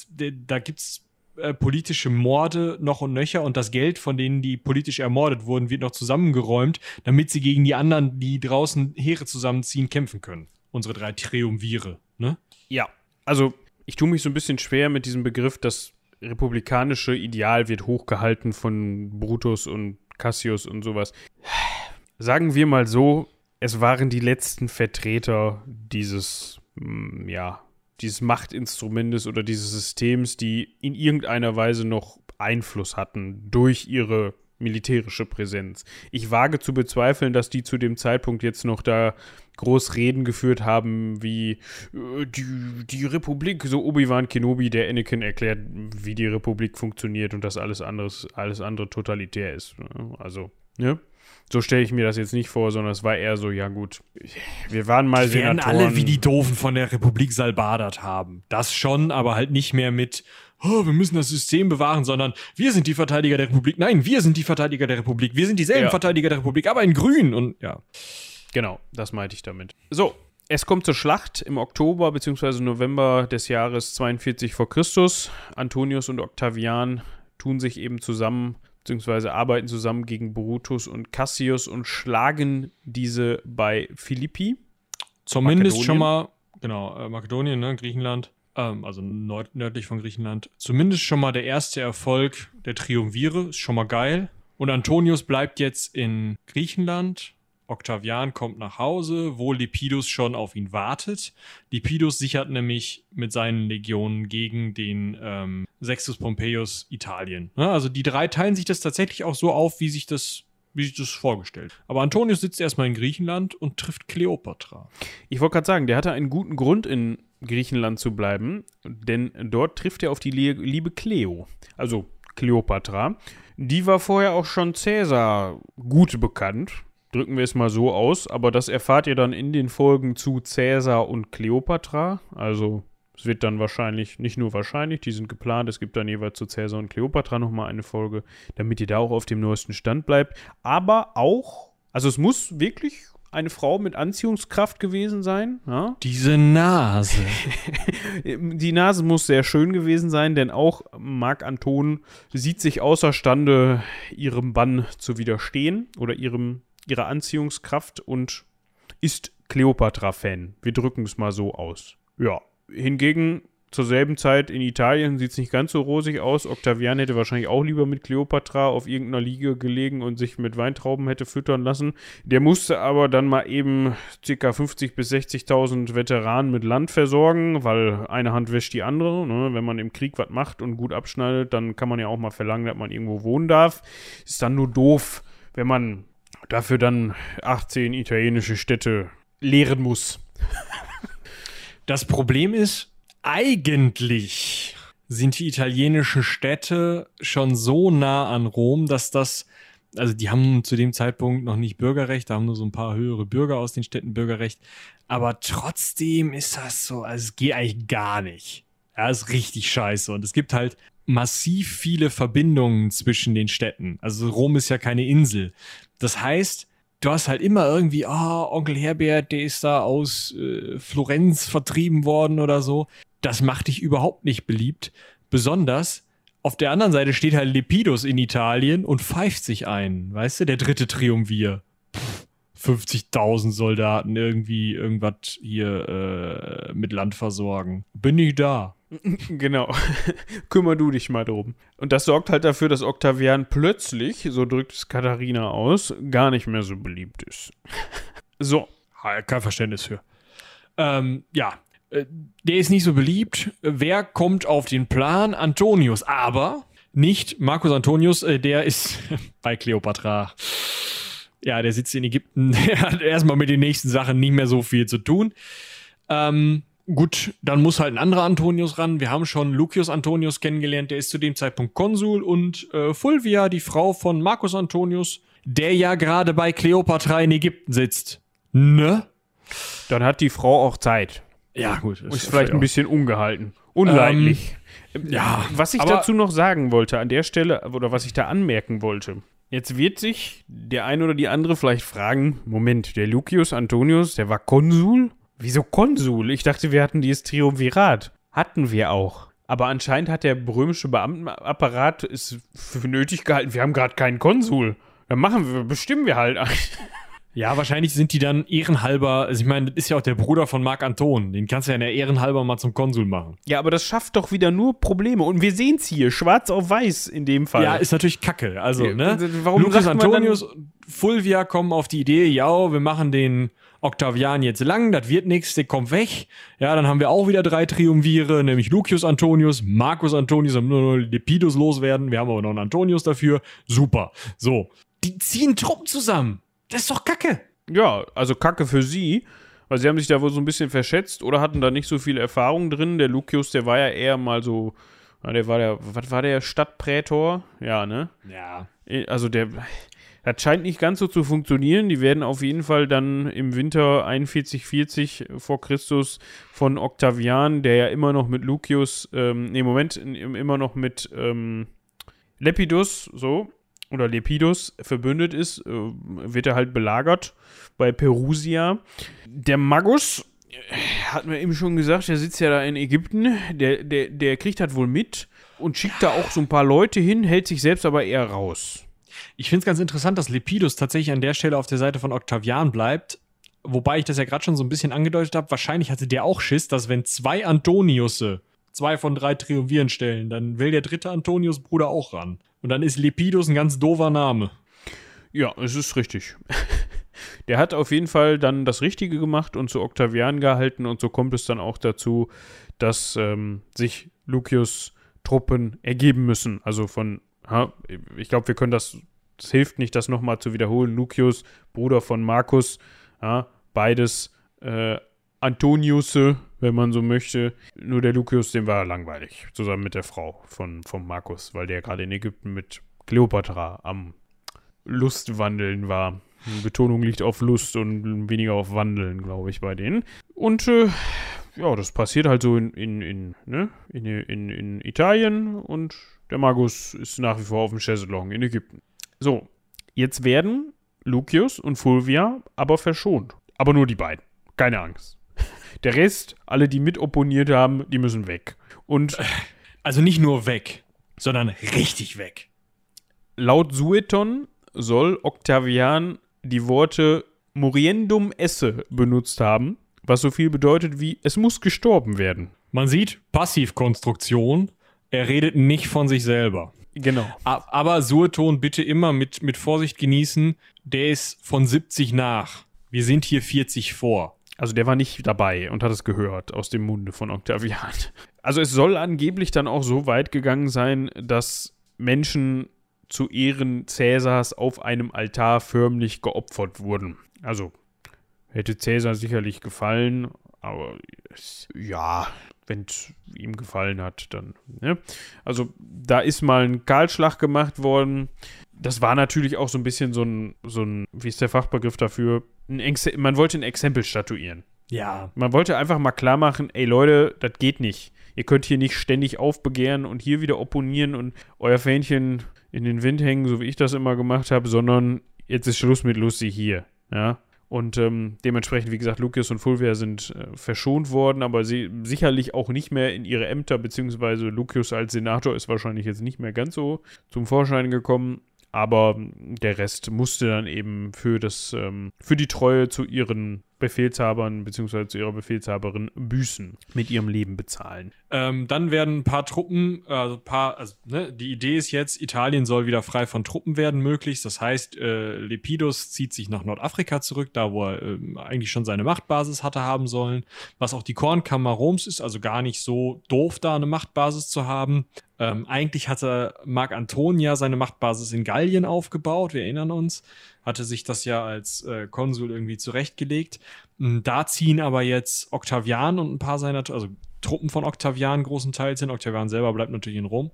da gibt es politische Morde noch und nöcher und das Geld, von denen die politisch ermordet wurden, wird noch zusammengeräumt, damit sie gegen die anderen, die draußen Heere zusammenziehen, kämpfen können. Unsere 3 Triumvire, ne? Ja, also ich tue mich so ein bisschen schwer mit diesem Begriff, dass republikanische Ideal wird hochgehalten von Brutus und Cassius und sowas. Sagen wir mal so, es waren die letzten Vertreter dieses Machtinstrumentes oder dieses Systems, die in irgendeiner Weise noch Einfluss hatten durch ihre militärische Präsenz. Ich wage zu bezweifeln, dass die zu dem Zeitpunkt jetzt noch da groß Reden geführt haben, wie die Republik, so Obi-Wan Kenobi, der Anakin erklärt, wie die Republik funktioniert und dass alles andere totalitär ist. Also, ne? So stelle ich mir das jetzt nicht vor, sondern es war eher so, ja gut, wir waren mal Senatoren. Wir werden alle wie die Doofen von der Republik salbadert haben. Das schon, aber halt nicht mehr mit, wir müssen das System bewahren, sondern wir sind die Verteidiger der Republik. Nein, wir sind die Verteidiger der Republik. Wir sind dieselben Verteidiger der Republik, aber in grün und ja. Genau, das meinte ich damit. So, es kommt zur Schlacht im Oktober bzw. November des Jahres 42 vor Christus. Antonius und Octavian tun sich eben zusammen bzw. arbeiten zusammen gegen Brutus und Cassius und schlagen diese bei Philippi. Zumindest schon mal, genau, Makedonien, ne, Griechenland, also nördlich von Griechenland. Zumindest schon mal der erste Erfolg der Triumvire, ist schon mal geil. Und Antonius bleibt jetzt in Griechenland. Octavian kommt nach Hause, wo Lepidus schon auf ihn wartet. Lepidus sichert nämlich mit seinen Legionen gegen den Sextus Pompeius Italien. Ja, also die 3 teilen sich das tatsächlich auch so auf, wie sich das vorgestellt. Aber Antonius sitzt erstmal in Griechenland und trifft Kleopatra. Ich wollte gerade sagen, der hatte einen guten Grund, in Griechenland zu bleiben, denn dort trifft er auf die liebe Cleo, also Kleopatra. Die war vorher auch schon Cäsar gut bekannt. Drücken wir es mal so aus, aber das erfahrt ihr dann in den Folgen zu Cäsar und Kleopatra. Also es wird dann wahrscheinlich, nicht nur wahrscheinlich, die sind geplant, es gibt dann jeweils zu Cäsar und Kleopatra nochmal eine Folge, damit ihr da auch auf dem neuesten Stand bleibt. Aber auch, also es muss wirklich eine Frau mit Anziehungskraft gewesen sein. Ja? Diese Nase. Die Nase muss sehr schön gewesen sein, denn auch Marc Anton sieht sich außerstande, ihrem Bann zu widerstehen oder ihrer Anziehungskraft und ist Kleopatra-Fan. Wir drücken es mal so aus. Ja, hingegen zur selben Zeit in Italien sieht es nicht ganz so rosig aus. Octavian hätte wahrscheinlich auch lieber mit Kleopatra auf irgendeiner Liege gelegen und sich mit Weintrauben hätte füttern lassen. Der musste aber dann mal eben ca. 50.000 bis 60.000 Veteranen mit Land versorgen, weil eine Hand wäscht die andere. Ne? Wenn man im Krieg was macht und gut abschneidet, dann kann man ja auch mal verlangen, dass man irgendwo wohnen darf. Ist dann nur doof, wenn man dafür dann 18 italienische Städte leeren muss. Das Problem ist, eigentlich sind die italienischen Städte schon so nah an Rom, dass also die haben zu dem Zeitpunkt noch nicht Bürgerrecht, da haben nur so ein paar höhere Bürger aus den Städten Bürgerrecht, aber trotzdem ist das so, also es geht eigentlich gar nicht. Ja, ist richtig scheiße und es gibt halt massiv viele Verbindungen zwischen den Städten. Also Rom ist ja keine Insel. Das heißt, du hast halt immer irgendwie, Onkel Herbert, der ist da aus Florenz vertrieben worden oder so. Das macht dich überhaupt nicht beliebt. Besonders auf der anderen Seite steht halt Lepidus in Italien und pfeift sich ein. Weißt du, der dritte Triumvir. 50.000 Soldaten irgendwie irgendwas hier mit Land versorgen. Bin ich da. Genau. Kümmer du dich mal drum. Und das sorgt halt dafür, dass Octavian plötzlich, so drückt es Katharina aus, gar nicht mehr so beliebt ist. So. Kein Verständnis für. Der ist nicht so beliebt. Wer kommt auf den Plan? Antonius. Aber nicht Marcus Antonius, der ist bei Kleopatra. Ja, der sitzt in Ägypten. Der hat erstmal mit den nächsten Sachen nicht mehr so viel zu tun. Gut, dann muss halt ein anderer Antonius ran. Wir haben schon Lucius Antonius kennengelernt. Der ist zu dem Zeitpunkt Konsul. Und Fulvia, die Frau von Marcus Antonius, der ja gerade bei Kleopatra in Ägypten sitzt. Ne? Dann hat die Frau auch Zeit. Ja, gut. Ist vielleicht ein bisschen ungehalten. Unleidlich. Was ich dazu noch sagen wollte an der Stelle, oder was ich da anmerken wollte. Jetzt wird sich der eine oder die andere vielleicht fragen, Moment, der Lucius Antonius, der war Konsul? Wieso Konsul? Ich dachte, wir hatten dieses Triumvirat. Hatten wir auch. Aber anscheinend hat der römische Beamtenapparat es für nötig gehalten, wir haben gerade keinen Konsul. Dann bestimmen wir halt. Ja, wahrscheinlich sind die dann ehrenhalber, also ich meine, das ist ja auch der Bruder von Marc Anton, den kannst du ja in der ehrenhalber mal zum Konsul machen. Ja, aber das schafft doch wieder nur Probleme und wir sehen's hier, schwarz auf weiß in dem Fall. Ja, ist natürlich kacke, also, ne? Warum Lucius Antonius, Fulvia kommen auf die Idee, ja, wir machen den Octavian jetzt lang, das wird nichts, der kommt weg. Ja, dann haben wir auch wieder 3 Triumvire, nämlich Lucius Antonius, Marcus Antonius, haben nur noch Lepidus loswerden, wir haben aber noch einen Antonius dafür, super. So, die ziehen Truppen zusammen. Das ist doch Kacke. Ja, also Kacke für sie, weil sie haben sich da wohl so ein bisschen verschätzt oder hatten da nicht so viel Erfahrung drin. Der Lucius, der war ja eher mal so, was war der, Stadtprätor? Ja, ne? Ja. Also das scheint nicht ganz so zu funktionieren. Die werden auf jeden Fall dann im Winter 41/40 vor Christus von Octavian, der ja immer noch mit Lucius, immer noch mit Lepidus, so, oder Lepidus verbündet ist, wird er halt belagert bei Perusia. Der Magus, hat mir eben schon gesagt, der sitzt ja da in Ägypten, der kriegt das wohl mit und schickt da auch so ein paar Leute hin, hält sich selbst aber eher raus. Ich finde es ganz interessant, dass Lepidus tatsächlich an der Stelle auf der Seite von Octavian bleibt, wobei ich das ja gerade schon so ein bisschen angedeutet habe, wahrscheinlich hatte der auch Schiss, dass wenn 2 Antoniusse 2 von 3 Triumviren stellen, dann will der dritte Antonius-Bruder auch ran. Und dann ist Lepidus ein ganz doofer Name. Ja, es ist richtig. Der hat auf jeden Fall dann das Richtige gemacht und zu Octavian gehalten und so kommt es dann auch dazu, dass sich Lucius Truppen ergeben müssen. Also ich glaube, wir können es hilft nicht, das nochmal zu wiederholen. Lucius, Bruder von Marcus, beides Antoniusse, wenn man so möchte. Nur der Lucius, dem war langweilig, zusammen mit der Frau von Marcus, weil der gerade in Ägypten mit Kleopatra am Lustwandeln war. Die Betonung liegt auf Lust und weniger auf Wandeln, glaube ich, bei denen. Und das passiert halt so in Italien und der Magus ist nach wie vor auf dem Chaiselong in Ägypten. So, jetzt werden Lucius und Fulvia aber verschont. Aber nur die beiden. Keine Angst. Der Rest, alle, die mit opponiert haben, die müssen weg. Und also nicht nur weg, sondern richtig weg. Laut Sueton soll Octavian die Worte moriendum esse benutzt haben, was so viel bedeutet wie, es muss gestorben werden. Man sieht, Passivkonstruktion, er redet nicht von sich selber. Genau. Aber Sueton bitte immer mit Vorsicht genießen, der ist von 70 nach. Wir sind hier 40 vor. Also der war nicht dabei und hat es gehört aus dem Munde von Octavian. Also es soll angeblich dann auch so weit gegangen sein, dass Menschen zu Ehren Cäsars auf einem Altar förmlich geopfert wurden. Also hätte Cäsar sicherlich gefallen, aber ja, wenn es ihm gefallen hat, dann. Ne? Also da ist mal ein Kahlschlag gemacht worden. Das war natürlich auch so ein bisschen so ein, wie ist der Fachbegriff dafür? Man wollte ein Exempel statuieren. Ja. Man wollte einfach mal klar machen, ey Leute, das geht nicht. Ihr könnt hier nicht ständig aufbegehren und hier wieder opponieren und euer Fähnchen in den Wind hängen, so wie ich das immer gemacht habe, sondern jetzt ist Schluss mit Lucy hier. Ja. Und dementsprechend, wie gesagt, Lucius und Fulvia sind verschont worden, aber sie sicherlich auch nicht mehr in ihre Ämter, beziehungsweise Lucius als Senator ist wahrscheinlich jetzt nicht mehr ganz so zum Vorschein gekommen. Aber der Rest musste dann eben für die Treue zu ihren Befehlshabern bzw. zu ihrer Befehlshaberin büßen, mit ihrem Leben bezahlen. Dann werden ein paar Truppen, die Idee ist jetzt, Italien soll wieder frei von Truppen werden, möglichst. Das heißt, Lepidus zieht sich nach Nordafrika zurück, da wo er eigentlich schon seine Machtbasis hatte haben sollen. Was auch die Kornkammer Roms ist, also gar nicht so doof, da eine Machtbasis zu haben. Eigentlich hatte Marc Anton ja seine Machtbasis in Gallien aufgebaut, wir erinnern uns, hatte sich das ja als Konsul irgendwie zurechtgelegt. Da ziehen aber jetzt Octavian und ein paar seiner, also Truppen von Octavian großenteils hin. Octavian selber bleibt natürlich in Rom.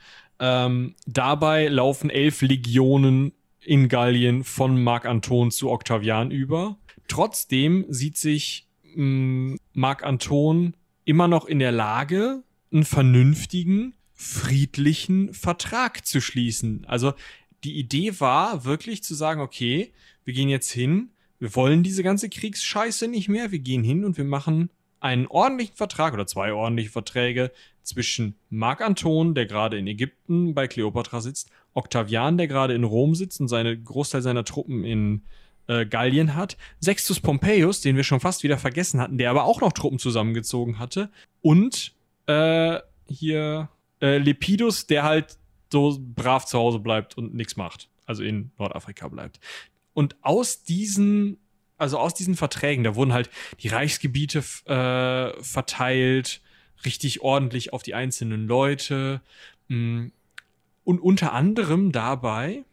Dabei laufen 11 Legionen in Gallien von Marc Anton zu Octavian über. Trotzdem sieht sich Marc Anton immer noch in der Lage, einen vernünftigen, friedlichen Vertrag zu schließen. Also die Idee war wirklich zu sagen, okay, wir gehen jetzt hin, wir wollen diese ganze Kriegsscheiße nicht mehr, wir gehen hin und wir machen einen ordentlichen Vertrag oder 2 ordentliche Verträge zwischen Marc Anton, der gerade in Ägypten bei Kleopatra sitzt, Octavian, der gerade in Rom sitzt und Großteil seiner Truppen in Gallien hat, Sextus Pompeius, den wir schon fast wieder vergessen hatten, der aber auch noch Truppen zusammengezogen hatte, und Lepidus, der halt so brav zu Hause bleibt und nichts macht, also in Nordafrika bleibt. Und aus diesen Verträgen, da wurden halt die Reichsgebiete verteilt, richtig ordentlich auf die einzelnen Leute. Und unter anderem dabei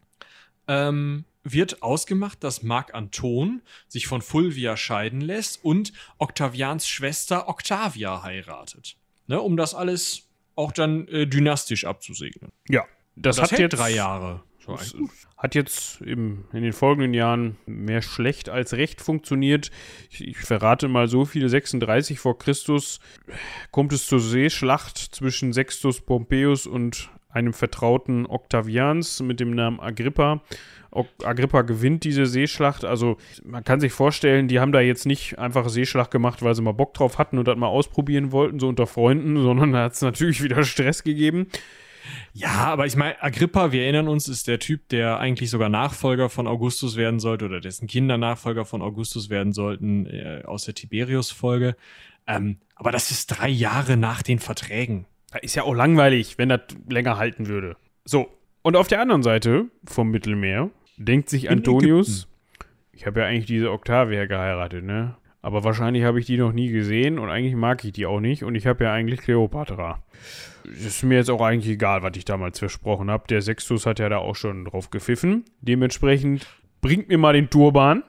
wird ausgemacht, dass Marc Anton sich von Fulvia scheiden lässt und Octavians Schwester Octavia heiratet. Ne, um das alles auch dann dynastisch abzusegnen. Ja, das hat hält jetzt 3 Jahre. Hat jetzt in den folgenden Jahren mehr schlecht als recht funktioniert. Ich verrate mal so viel, 36 vor Christus kommt es zur Seeschlacht zwischen Sextus Pompeius und einem Vertrauten Octavians mit dem Namen Agrippa. Agrippa gewinnt diese Seeschlacht, also man kann sich vorstellen, die haben da jetzt nicht einfach Seeschlacht gemacht, weil sie mal Bock drauf hatten und das mal ausprobieren wollten, so unter Freunden, sondern da hat es natürlich wieder Stress gegeben. Ja, aber ich meine, Agrippa, wir erinnern uns, ist der Typ, der eigentlich sogar Nachfolger von Augustus werden sollte oder dessen Kinder Nachfolger von Augustus werden sollten aus der Tiberius-Folge. Aber das ist 3 Jahre nach den Verträgen. Ist ja auch langweilig, wenn das länger halten würde. So, und auf der anderen Seite vom Mittelmeer denkt sich Antonius, ich habe ja eigentlich diese Octavia geheiratet, ne? Aber wahrscheinlich habe ich die noch nie gesehen und eigentlich mag ich die auch nicht und ich habe ja eigentlich Kleopatra. Ist mir jetzt auch eigentlich egal, was ich damals versprochen habe. Der Sextus hat ja da auch schon drauf gepfiffen. Dementsprechend bringt mir mal den Turban.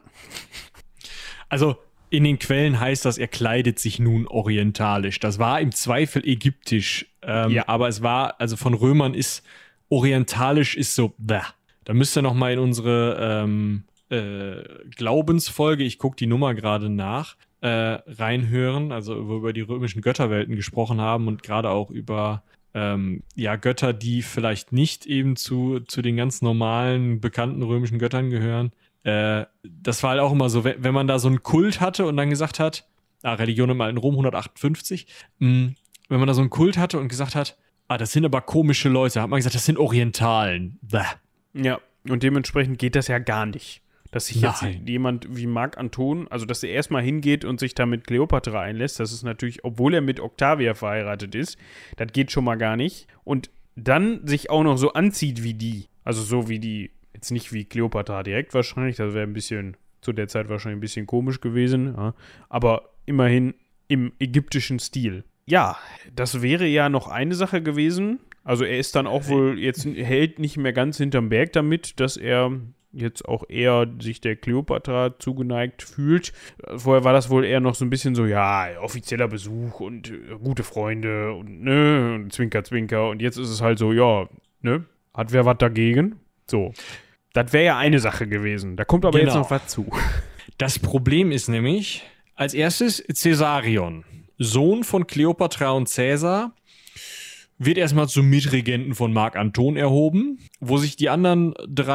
Also in den Quellen heißt das, er kleidet sich nun orientalisch. Das war im Zweifel ägyptisch. Ja. Aber es war, also von Römern ist orientalisch ist so, bäh. Da müsst ihr noch mal in unsere Glaubensfolge, ich gucke die Nummer gerade nach, reinhören, also wo wir über die römischen Götterwelten gesprochen haben und gerade auch über Götter, die vielleicht nicht eben zu den ganz normalen, bekannten römischen Göttern gehören. Das war halt auch immer so, wenn man da so einen Kult hatte und dann gesagt hat, Religion im alten Rom 158, wenn man da so einen Kult hatte und gesagt hat, das sind aber komische Leute, hat man gesagt, das sind Orientalen. Bäh. Ja, und dementsprechend geht das ja gar nicht. Dass sich jetzt jemand wie Marc Anton, also dass er erstmal hingeht und sich da mit Kleopatra einlässt, das ist natürlich, obwohl er mit Octavia verheiratet ist, das geht schon mal gar nicht. Und dann sich auch noch so anzieht wie die, also so wie die, jetzt nicht wie Kleopatra direkt wahrscheinlich, das wäre ein bisschen, zu der Zeit wahrscheinlich ein bisschen komisch gewesen, ja, aber immerhin im ägyptischen Stil. Ja, das wäre ja noch eine Sache gewesen. Also er ist dann auch wohl, jetzt hält nicht mehr ganz hinterm Berg damit, dass er jetzt auch eher sich der Kleopatra zugeneigt fühlt. Vorher war das wohl eher noch so ein bisschen so, ja, offizieller Besuch und gute Freunde und ne, und Zwinker, Zwinker. Und jetzt ist es halt so, ja, ne, hat wer was dagegen? So. Das wäre ja eine Sache gewesen. Da kommt aber jetzt noch was zu. Das Problem ist nämlich, als erstes Caesarion, Sohn von Kleopatra und Caesar, wird erstmal zum Mitregenten von Marc Anton erhoben, wo sich die anderen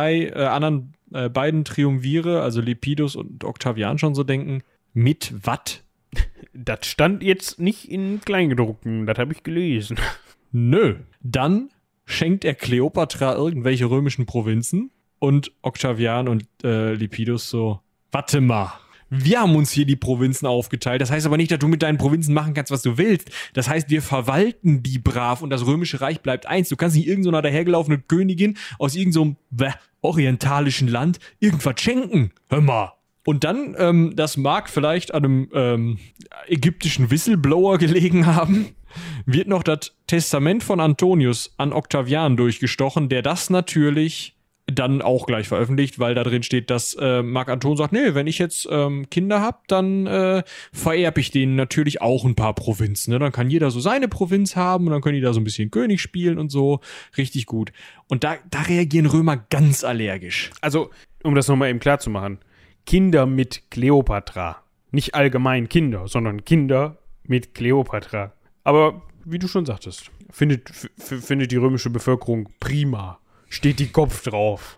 beiden Triumvire, also Lepidus und Octavian, schon so denken, mit wat? Das stand jetzt nicht in Kleingedruckten, das habe ich gelesen. Nö. Dann schenkt er Kleopatra irgendwelche römischen Provinzen und Octavian und Lepidus so, warte mal. Wir haben uns hier die Provinzen aufgeteilt. Das heißt aber nicht, dass du mit deinen Provinzen machen kannst, was du willst. Das heißt, wir verwalten die brav und das Römische Reich bleibt eins. Du kannst nicht irgendeiner dahergelaufene Königin aus irgendeinem orientalischen Land irgendwas schenken. Hör mal. Und dann, das mag vielleicht an einem ägyptischen Whistleblower gelegen haben, wird noch das Testament von Antonius an Octavian durchgestochen, der das natürlich dann auch gleich veröffentlicht, weil da drin steht, dass Marc Anton sagt, nee, wenn ich jetzt Kinder habe, dann vererbe ich denen natürlich auch ein paar Provinzen. Ne? Dann kann jeder so seine Provinz haben und dann können die da so ein bisschen König spielen und so. Richtig gut. Und da reagieren Römer ganz allergisch. Also, um das nochmal eben klar zu machen, Kinder mit Kleopatra. Nicht allgemein Kinder, sondern Kinder mit Kleopatra. Aber, wie du schon sagtest, findet die römische Bevölkerung prima. Steht die Kopf drauf.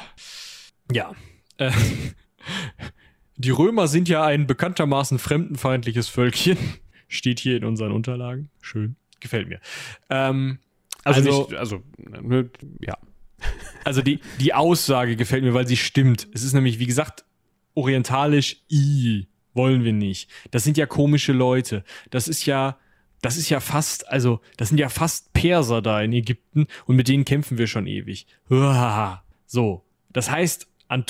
Ja. Die Römer sind ja ein bekanntermaßen fremdenfeindliches Völkchen. Steht hier in unseren Unterlagen. Schön. Gefällt mir. Ja. Also die Aussage gefällt mir, weil sie stimmt. Es ist nämlich, wie gesagt, orientalisch, wollen wir nicht. Das sind ja komische Leute. Das sind ja fast Perser da in Ägypten und mit denen kämpfen wir schon ewig. So, das heißt,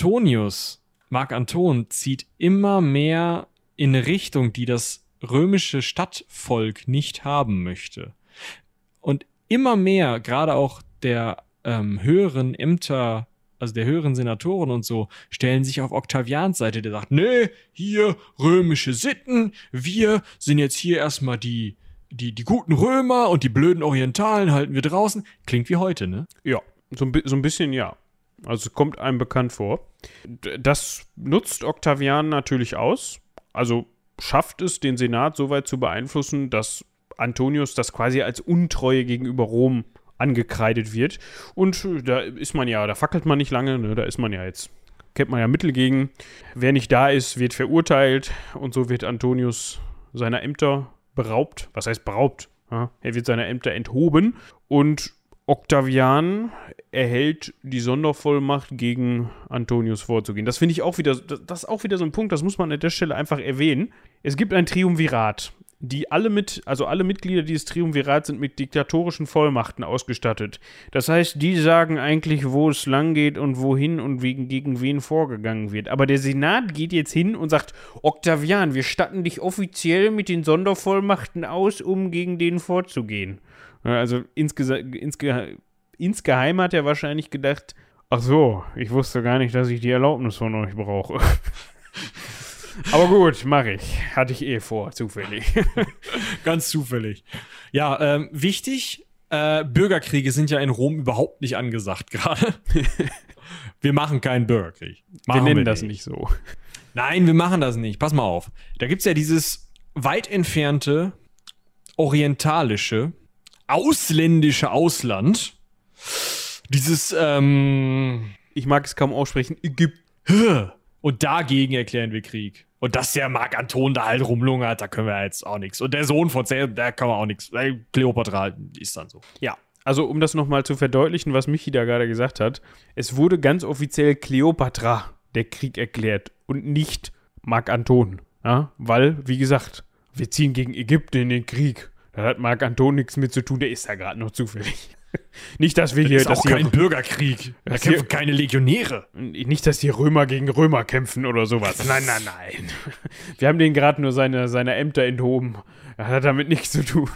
Marc Anton zieht immer mehr in eine Richtung, die das römische Stadtvolk nicht haben möchte. Und immer mehr, gerade auch der höheren Ämter, also der höheren Senatoren und so, stellen sich auf Octavians Seite, der sagt, nee, hier römische Sitten, wir sind jetzt hier erstmal die guten Römer und die blöden Orientalen halten wir draußen. Klingt wie heute, ne? Ja, so ein bisschen ja. Also es kommt einem bekannt vor. Das nutzt Octavian natürlich aus. Also schafft es, den Senat so weit zu beeinflussen, dass Antonius das quasi als Untreue gegenüber Rom angekreidet wird. Und da fackelt man nicht lange, ne? Da ist man ja jetzt, kennt man ja Mittel gegen. Wer nicht da ist, wird verurteilt und so wird Antonius seiner Ämter beraubt. Was heißt beraubt? Ja, er wird seiner Ämter enthoben und Octavian erhält die Sondervollmacht, gegen Antonius vorzugehen. Das finde ich auch wieder, das ist auch wieder so ein Punkt, das muss man an der Stelle einfach erwähnen. Es gibt ein Triumvirat, alle Mitglieder dieses Triumvirats sind mit diktatorischen Vollmachten ausgestattet. Das heißt, die sagen eigentlich, wo es lang geht und wohin und gegen wen vorgegangen wird. Aber der Senat geht jetzt hin und sagt, Octavian, wir statten dich offiziell mit den Sondervollmachten aus, um gegen den vorzugehen. Also insgeheim hat er wahrscheinlich gedacht, ach so, ich wusste gar nicht, dass ich die Erlaubnis von euch brauche. Aber gut, mache ich. Hatte ich vor, zufällig. Ganz zufällig. Ja, wichtig, Bürgerkriege sind ja in Rom überhaupt nicht angesagt gerade. Wir machen keinen Bürgerkrieg. Wir nennen das nicht so. Nein, wir machen das nicht. Pass mal auf. Da gibt es ja dieses weit entfernte, orientalische, ausländische Ausland. Dieses, ich mag es kaum aussprechen, Ägypten. Und dagegen erklären wir Krieg. Und dass der Marc Anton da halt rumlungert, da können wir jetzt auch nichts. Und der Sohn von Caesar, da kann man auch nichts. Kleopatra ist dann so. Ja, also um das nochmal zu verdeutlichen, was Michi da gerade gesagt hat. Es wurde ganz offiziell Kleopatra der Krieg erklärt und nicht Marc Anton. Ja? Weil, wie gesagt, wir ziehen gegen Ägypten in den Krieg. Da hat Marc Anton nichts mit zu tun, der ist da gerade noch zufällig. Nicht, dass wir hier... Das ist auch kein Bürgerkrieg. Da kämpfen keine Legionäre. Nicht, dass hier Römer gegen Römer kämpfen oder sowas. Nein. Wir haben denen gerade nur seine Ämter enthoben. Er hat damit nichts zu tun.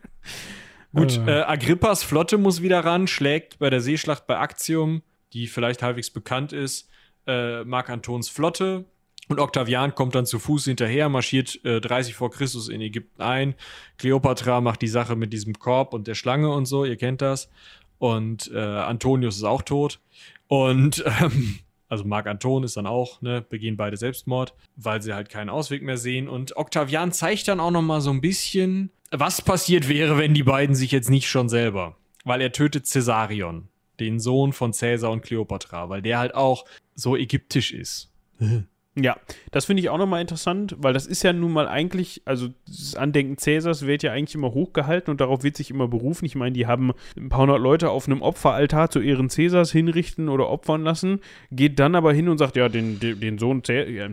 Gut, Agrippas Flotte muss wieder ran, schlägt bei der Seeschlacht bei Actium, die vielleicht halbwegs bekannt ist, Marc Antons Flotte. Und Octavian kommt dann zu Fuß hinterher, marschiert 30 vor Christus in Ägypten ein. Kleopatra macht die Sache mit diesem Korb und der Schlange und so, ihr kennt das. Und Antonius ist auch tot. Und also Marc Anton ist dann auch, begehen beide Selbstmord, weil sie halt keinen Ausweg mehr sehen. Und Octavian zeigt dann auch noch mal so ein bisschen, was passiert wäre, wenn die beiden sich jetzt nicht schon selber. Weil er tötet Caesarion, den Sohn von Caesar und Kleopatra, weil der halt auch so ägyptisch ist. Ja, das finde ich auch nochmal interessant, weil das ist ja nun mal eigentlich, also das Andenken Cäsars wird ja eigentlich immer hochgehalten und darauf wird sich immer berufen. Ich meine, die haben ein paar hundert Leute auf einem Opferaltar zu Ehren Cäsars hinrichten oder opfern lassen, geht dann aber hin und sagt, ja, den Sohn Cäsar,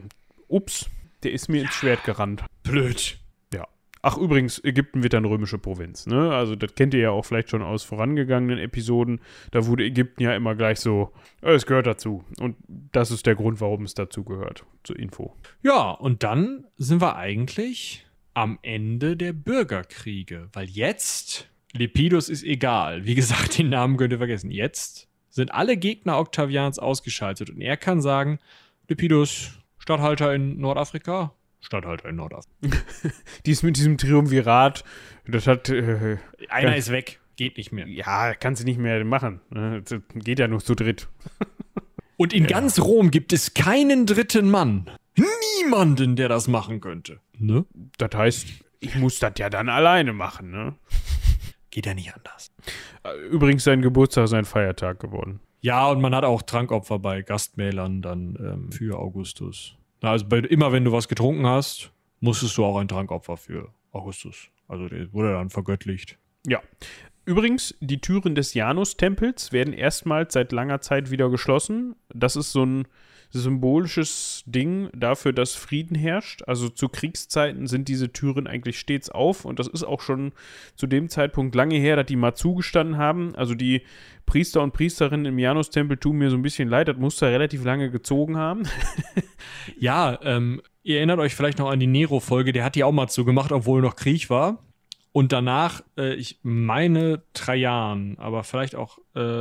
der ist mir ins Schwert gerannt. Blöd. Ja. Ach, übrigens, Ägypten wird dann römische Provinz, ne? Also das kennt ihr ja auch vielleicht schon aus vorangegangenen Episoden. Da wurde Ägypten ja immer gleich so, es gehört dazu. Und das ist der Grund, warum es dazu gehört, zur Info. Ja, und dann sind wir eigentlich am Ende der Bürgerkriege, weil jetzt, Lepidus ist egal. Wie gesagt, den Namen könnt ihr vergessen. Jetzt sind alle Gegner Octavians ausgeschaltet und er kann sagen, Lepidus, Statthalter in Nordafrika, Statthalter in Nordafrika. Dies mit diesem Triumvirat, das hat... Einer ist weg, geht nicht mehr. Ja, kannst du nicht mehr machen. Ne? Das geht ja nur zu dritt. Und in ganz Rom gibt es keinen dritten Mann. Niemanden, der das machen könnte. Ne? Das heißt, ich muss das ja dann alleine machen, ne? Geht ja nicht anders. Übrigens sein Geburtstag ist ein Feiertag geworden. Ja, und man hat auch Trankopfer bei Gastmälern dann für Augustus. Also immer wenn du was getrunken hast, musstest du auch ein Trankopfer für Augustus. Also der wurde dann vergöttlicht. Ja. Übrigens, die Türen des Janus-Tempels werden erstmals seit langer Zeit wieder geschlossen. Das ist so ein symbolisches Ding dafür, dass Frieden herrscht. Also zu Kriegszeiten sind diese Türen eigentlich stets auf und das ist auch schon zu dem Zeitpunkt lange her, dass die mal zugestanden haben. Also die Priester und Priesterinnen im Janus-Tempel tun mir so ein bisschen leid, das muss da relativ lange gezogen haben. Ja, ihr erinnert euch vielleicht noch an die Nero-Folge, der hat die auch mal zugemacht, obwohl noch Krieg war. Und danach, ich meine Trajan, aber vielleicht auch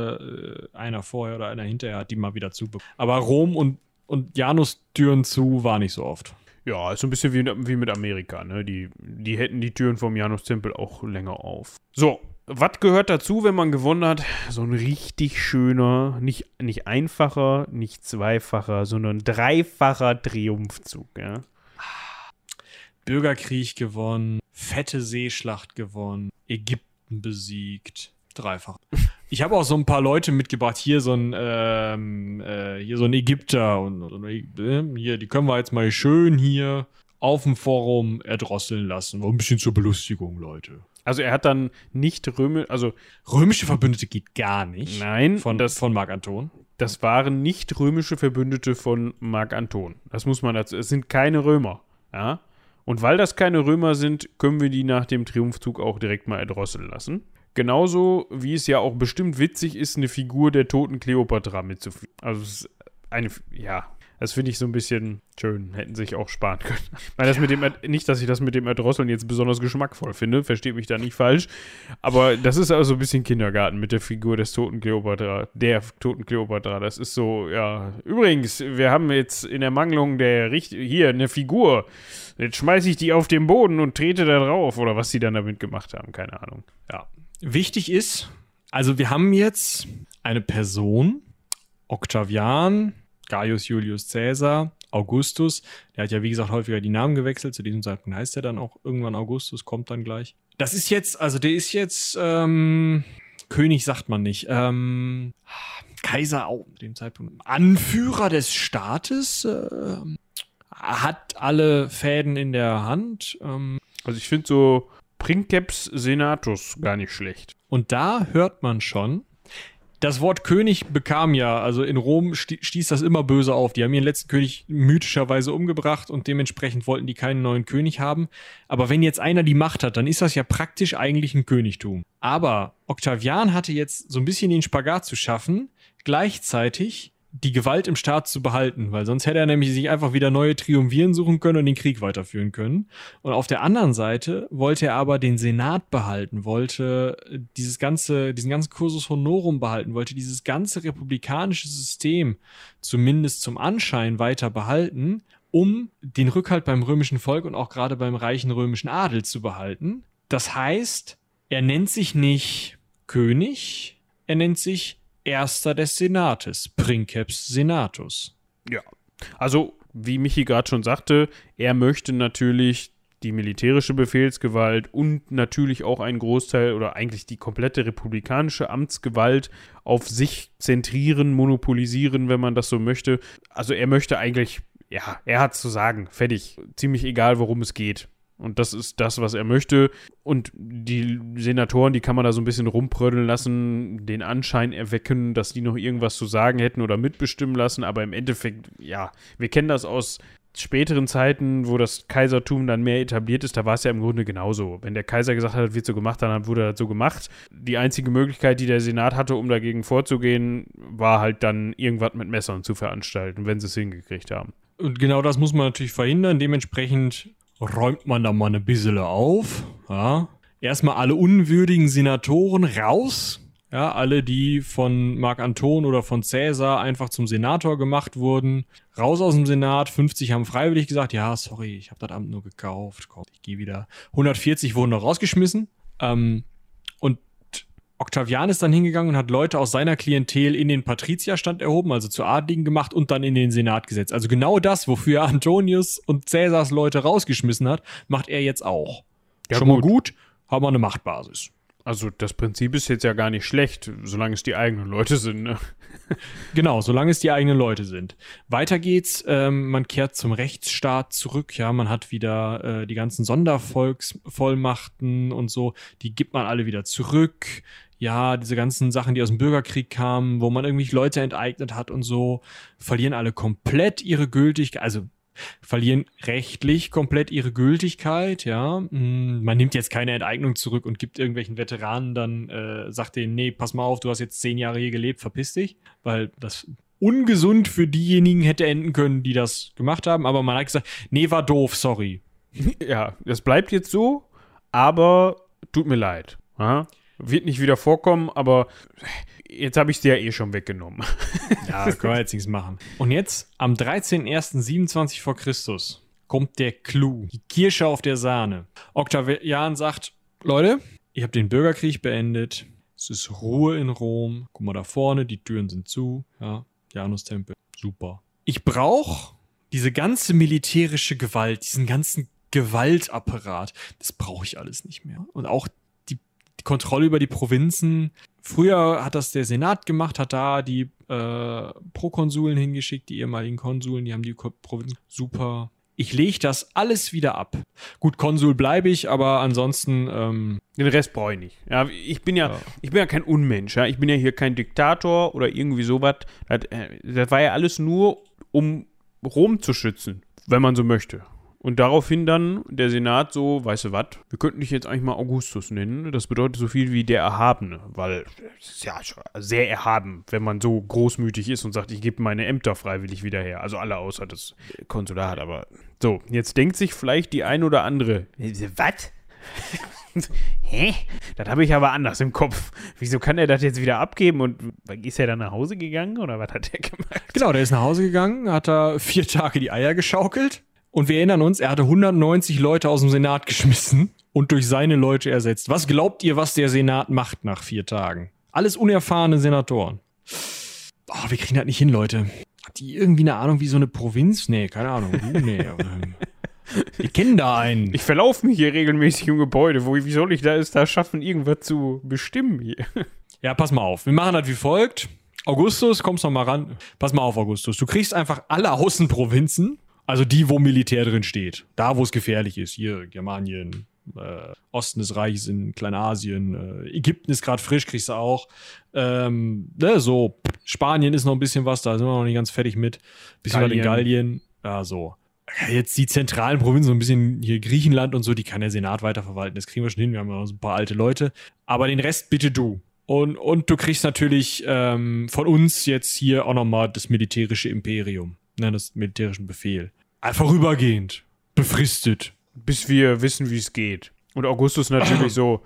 einer vorher oder einer hinterher hat die mal wieder zubekommen. Aber Rom und Janus-Türen zu war nicht so oft. Ja, ist so ein bisschen wie mit Amerika, ne? Die hätten die Türen vom Janus-Tempel auch länger auf. So, was gehört dazu, wenn man gewonnen hat? So ein richtig schöner, nicht einfacher, nicht zweifacher, sondern dreifacher Triumphzug, ja? Bürgerkrieg gewonnen, fette Seeschlacht gewonnen, Ägypten besiegt, dreifach. Ich habe auch so ein paar Leute mitgebracht, hier so ein Ägypter und hier, die können wir jetzt mal schön hier auf dem Forum erdrosseln lassen. Ein bisschen zur Belustigung, Leute. Also er hat dann nicht römische Verbündete geht gar nicht. Nein, von Marc Anton. Das waren nicht römische Verbündete von Marc Anton. Das muss man dazu. Es sind keine Römer, ja. Und weil das keine Römer sind, können wir die nach dem Triumphzug auch direkt mal erdrosseln lassen. Genauso wie es ja auch bestimmt witzig ist, eine Figur der toten Kleopatra mitzuführen. Also es ist das finde ich so ein bisschen schön. Hätten sich auch sparen können. Ich meine, nicht, dass ich das mit dem Erdrosseln jetzt besonders geschmackvoll finde, versteht mich da nicht falsch. Aber das ist also so ein bisschen Kindergarten mit der Figur des toten Kleopatra, Das ist so, ja. Übrigens, wir haben jetzt in Ermangelung hier eine Figur. Jetzt schmeiße ich die auf den Boden und trete da drauf. Oder was sie dann damit gemacht haben, keine Ahnung. Ja. Wichtig ist, also wir haben jetzt eine Person, Octavian, Gaius Julius Caesar, Augustus, der hat ja wie gesagt häufiger die Namen gewechselt, zu diesem Zeitpunkt heißt er dann auch irgendwann Augustus, kommt dann gleich. Das ist jetzt, also der ist jetzt, König sagt man nicht, Kaiser auch zu dem Zeitpunkt, Anführer des Staates, hat alle Fäden in der Hand. Also ich finde so Princeps Senatus gar nicht schlecht. Und da hört man schon, Das Wort König bekam ja, also in Rom stieß das immer böse auf. Die haben ihren letzten König mythischerweise umgebracht und dementsprechend wollten die keinen neuen König haben. Aber wenn jetzt einer die Macht hat, dann ist das ja praktisch eigentlich ein Königtum. Aber Octavian hatte jetzt so ein bisschen den Spagat zu schaffen, gleichzeitig die Gewalt im Staat zu behalten, weil sonst hätte er nämlich sich einfach wieder neue Triumviren suchen können und den Krieg weiterführen können. Und auf der anderen Seite wollte er aber den Senat behalten, wollte diesen ganzen Cursus Honorum behalten, wollte dieses ganze republikanische System zumindest zum Anschein weiter behalten, um den Rückhalt beim römischen Volk und auch gerade beim reichen römischen Adel zu behalten. Das heißt, er nennt sich nicht König, er nennt sich Erster des Senates, Princeps Senatus. Ja, also wie Michi gerade schon sagte, er möchte natürlich die militärische Befehlsgewalt und natürlich auch einen Großteil oder eigentlich die komplette republikanische Amtsgewalt auf sich zentrieren, monopolisieren, wenn man das so möchte. Also er möchte eigentlich, ja, er hat zu sagen, fertig, ziemlich egal, worum es geht. Und das ist das, was er möchte. Und die Senatoren, die kann man da so ein bisschen rumprödeln lassen, den Anschein erwecken, dass die noch irgendwas zu sagen hätten oder mitbestimmen lassen. Aber im Endeffekt, ja, wir kennen das aus späteren Zeiten, wo das Kaisertum dann mehr etabliert ist. Da war es ja im Grunde genauso. Wenn der Kaiser gesagt hat, das wird so gemacht, dann wurde das so gemacht. Die einzige Möglichkeit, die der Senat hatte, um dagegen vorzugehen, war halt dann irgendwas mit Messern zu veranstalten, wenn sie es hingekriegt haben. Und genau das muss man natürlich verhindern. Dementsprechend räumt man da mal ein bisschen auf. Ja. Erstmal alle unwürdigen Senatoren raus. Ja, alle, die von Marc Anton oder von Cäsar einfach zum Senator gemacht wurden. Raus aus dem Senat. 50 haben freiwillig gesagt, ja, sorry, ich habe das Amt nur gekauft. Komm, ich gehe wieder. 140 wurden noch rausgeschmissen. Und Octavian ist dann hingegangen und hat Leute aus seiner Klientel in den Patrizierstand erhoben, also zu Adligen gemacht und dann in den Senat gesetzt. Also genau das, wofür Antonius und Cäsars Leute rausgeschmissen hat, macht er jetzt auch. Ja, schon mal gut, haben wir eine Machtbasis. Also das Prinzip ist jetzt ja gar nicht schlecht, solange es die eigenen Leute sind, ne? Genau, solange es die eigenen Leute sind. Weiter geht's, man kehrt zum Rechtsstaat zurück, ja, man hat wieder die ganzen Sondervolksvollmachten und so, die gibt man alle wieder zurück. Ja, diese ganzen Sachen, die aus dem Bürgerkrieg kamen, wo man irgendwie Leute enteignet hat und so, verlieren alle komplett ihre Gültigkeit, also verlieren rechtlich komplett ihre Gültigkeit, ja. Man nimmt jetzt keine Enteignung zurück und gibt irgendwelchen Veteranen dann, sagt denen, nee, pass mal auf, du hast jetzt 10 Jahre hier gelebt, verpiss dich, weil das ungesund für diejenigen hätte enden können, die das gemacht haben, aber man hat gesagt, nee, war doof, sorry. Ja, das bleibt jetzt so, aber tut mir leid, ja? Wird nicht wieder vorkommen, aber jetzt habe ich es dir ja eh schon weggenommen. Ja, können wir jetzt nichts machen. Und jetzt, am 13.01.27 vor Christus, kommt der Clou, die Kirsche auf der Sahne. Octavian sagt, Leute, ihr habt den Bürgerkrieg beendet, es ist Ruhe in Rom, guck mal da vorne, die Türen sind zu, ja, Janustempel, super. Ich brauche diese ganze militärische Gewalt, diesen ganzen Gewaltapparat, das brauche ich alles nicht mehr. Und auch die Kontrolle über die Provinzen. Früher hat das der Senat gemacht, hat da die Prokonsuln hingeschickt, die ehemaligen Konsuln, die haben die Provinzen. Super. Ich lege das alles wieder ab. Gut, Konsul bleibe ich, aber ansonsten den Rest brauche ich nicht. Ja, ich bin ja kein Unmensch. Ja? Ich bin ja hier kein Diktator oder irgendwie sowas. Das war ja alles nur, um Rom zu schützen, wenn man so möchte. Und daraufhin dann der Senat so, weißt du was, wir könnten dich jetzt eigentlich mal Augustus nennen. Das bedeutet so viel wie der Erhabene, weil es ist ja sehr erhaben, wenn man so großmütig ist und sagt, ich gebe meine Ämter freiwillig wieder her. Also alle außer das Konsulat, aber so, jetzt denkt sich vielleicht die ein oder andere, was? Hä? Das habe ich aber anders im Kopf. Wieso kann er das jetzt wieder abgeben? Und ist er dann nach Hause gegangen oder was hat er gemacht? Genau, der ist nach Hause gegangen, hat da 4 Tage die Eier geschaukelt. Und wir erinnern uns, er hatte 190 Leute aus dem Senat geschmissen und durch seine Leute ersetzt. Was glaubt ihr, was der Senat macht nach 4 Tagen? Alles unerfahrene Senatoren. Oh, wir kriegen das nicht hin, Leute. Hat die irgendwie eine Ahnung, wie so eine Provinz? Nee, keine Ahnung. Nee. Wir kennen da einen. Ich verlaufe mich hier regelmäßig im Gebäude. Wie soll ich da schaffen, irgendwas zu bestimmen hier? Ja, pass mal auf. Wir machen das wie folgt. Augustus, kommst noch mal ran. Pass mal auf, Augustus. Du kriegst einfach alle Außenprovinzen. Also die, wo Militär drin steht. Da, wo es gefährlich ist. Hier, Germanien, Osten des Reiches in Kleinasien, Ägypten ist gerade frisch, kriegst du auch. So, Spanien ist noch ein bisschen was, da sind wir noch nicht ganz fertig mit. Bisschen was in Gallien, ja, so. Jetzt die zentralen Provinzen, so ein bisschen hier Griechenland und so, die kann der Senat weiterverwalten. Das kriegen wir schon hin, wir haben ja noch so ein paar alte Leute. Aber den Rest bitte du. Und du kriegst natürlich von uns jetzt hier auch nochmal das militärische Imperium, ne, das militärischen Befehl. Vorübergehend, befristet. Bis wir wissen, wie es geht. Und Augustus natürlich so.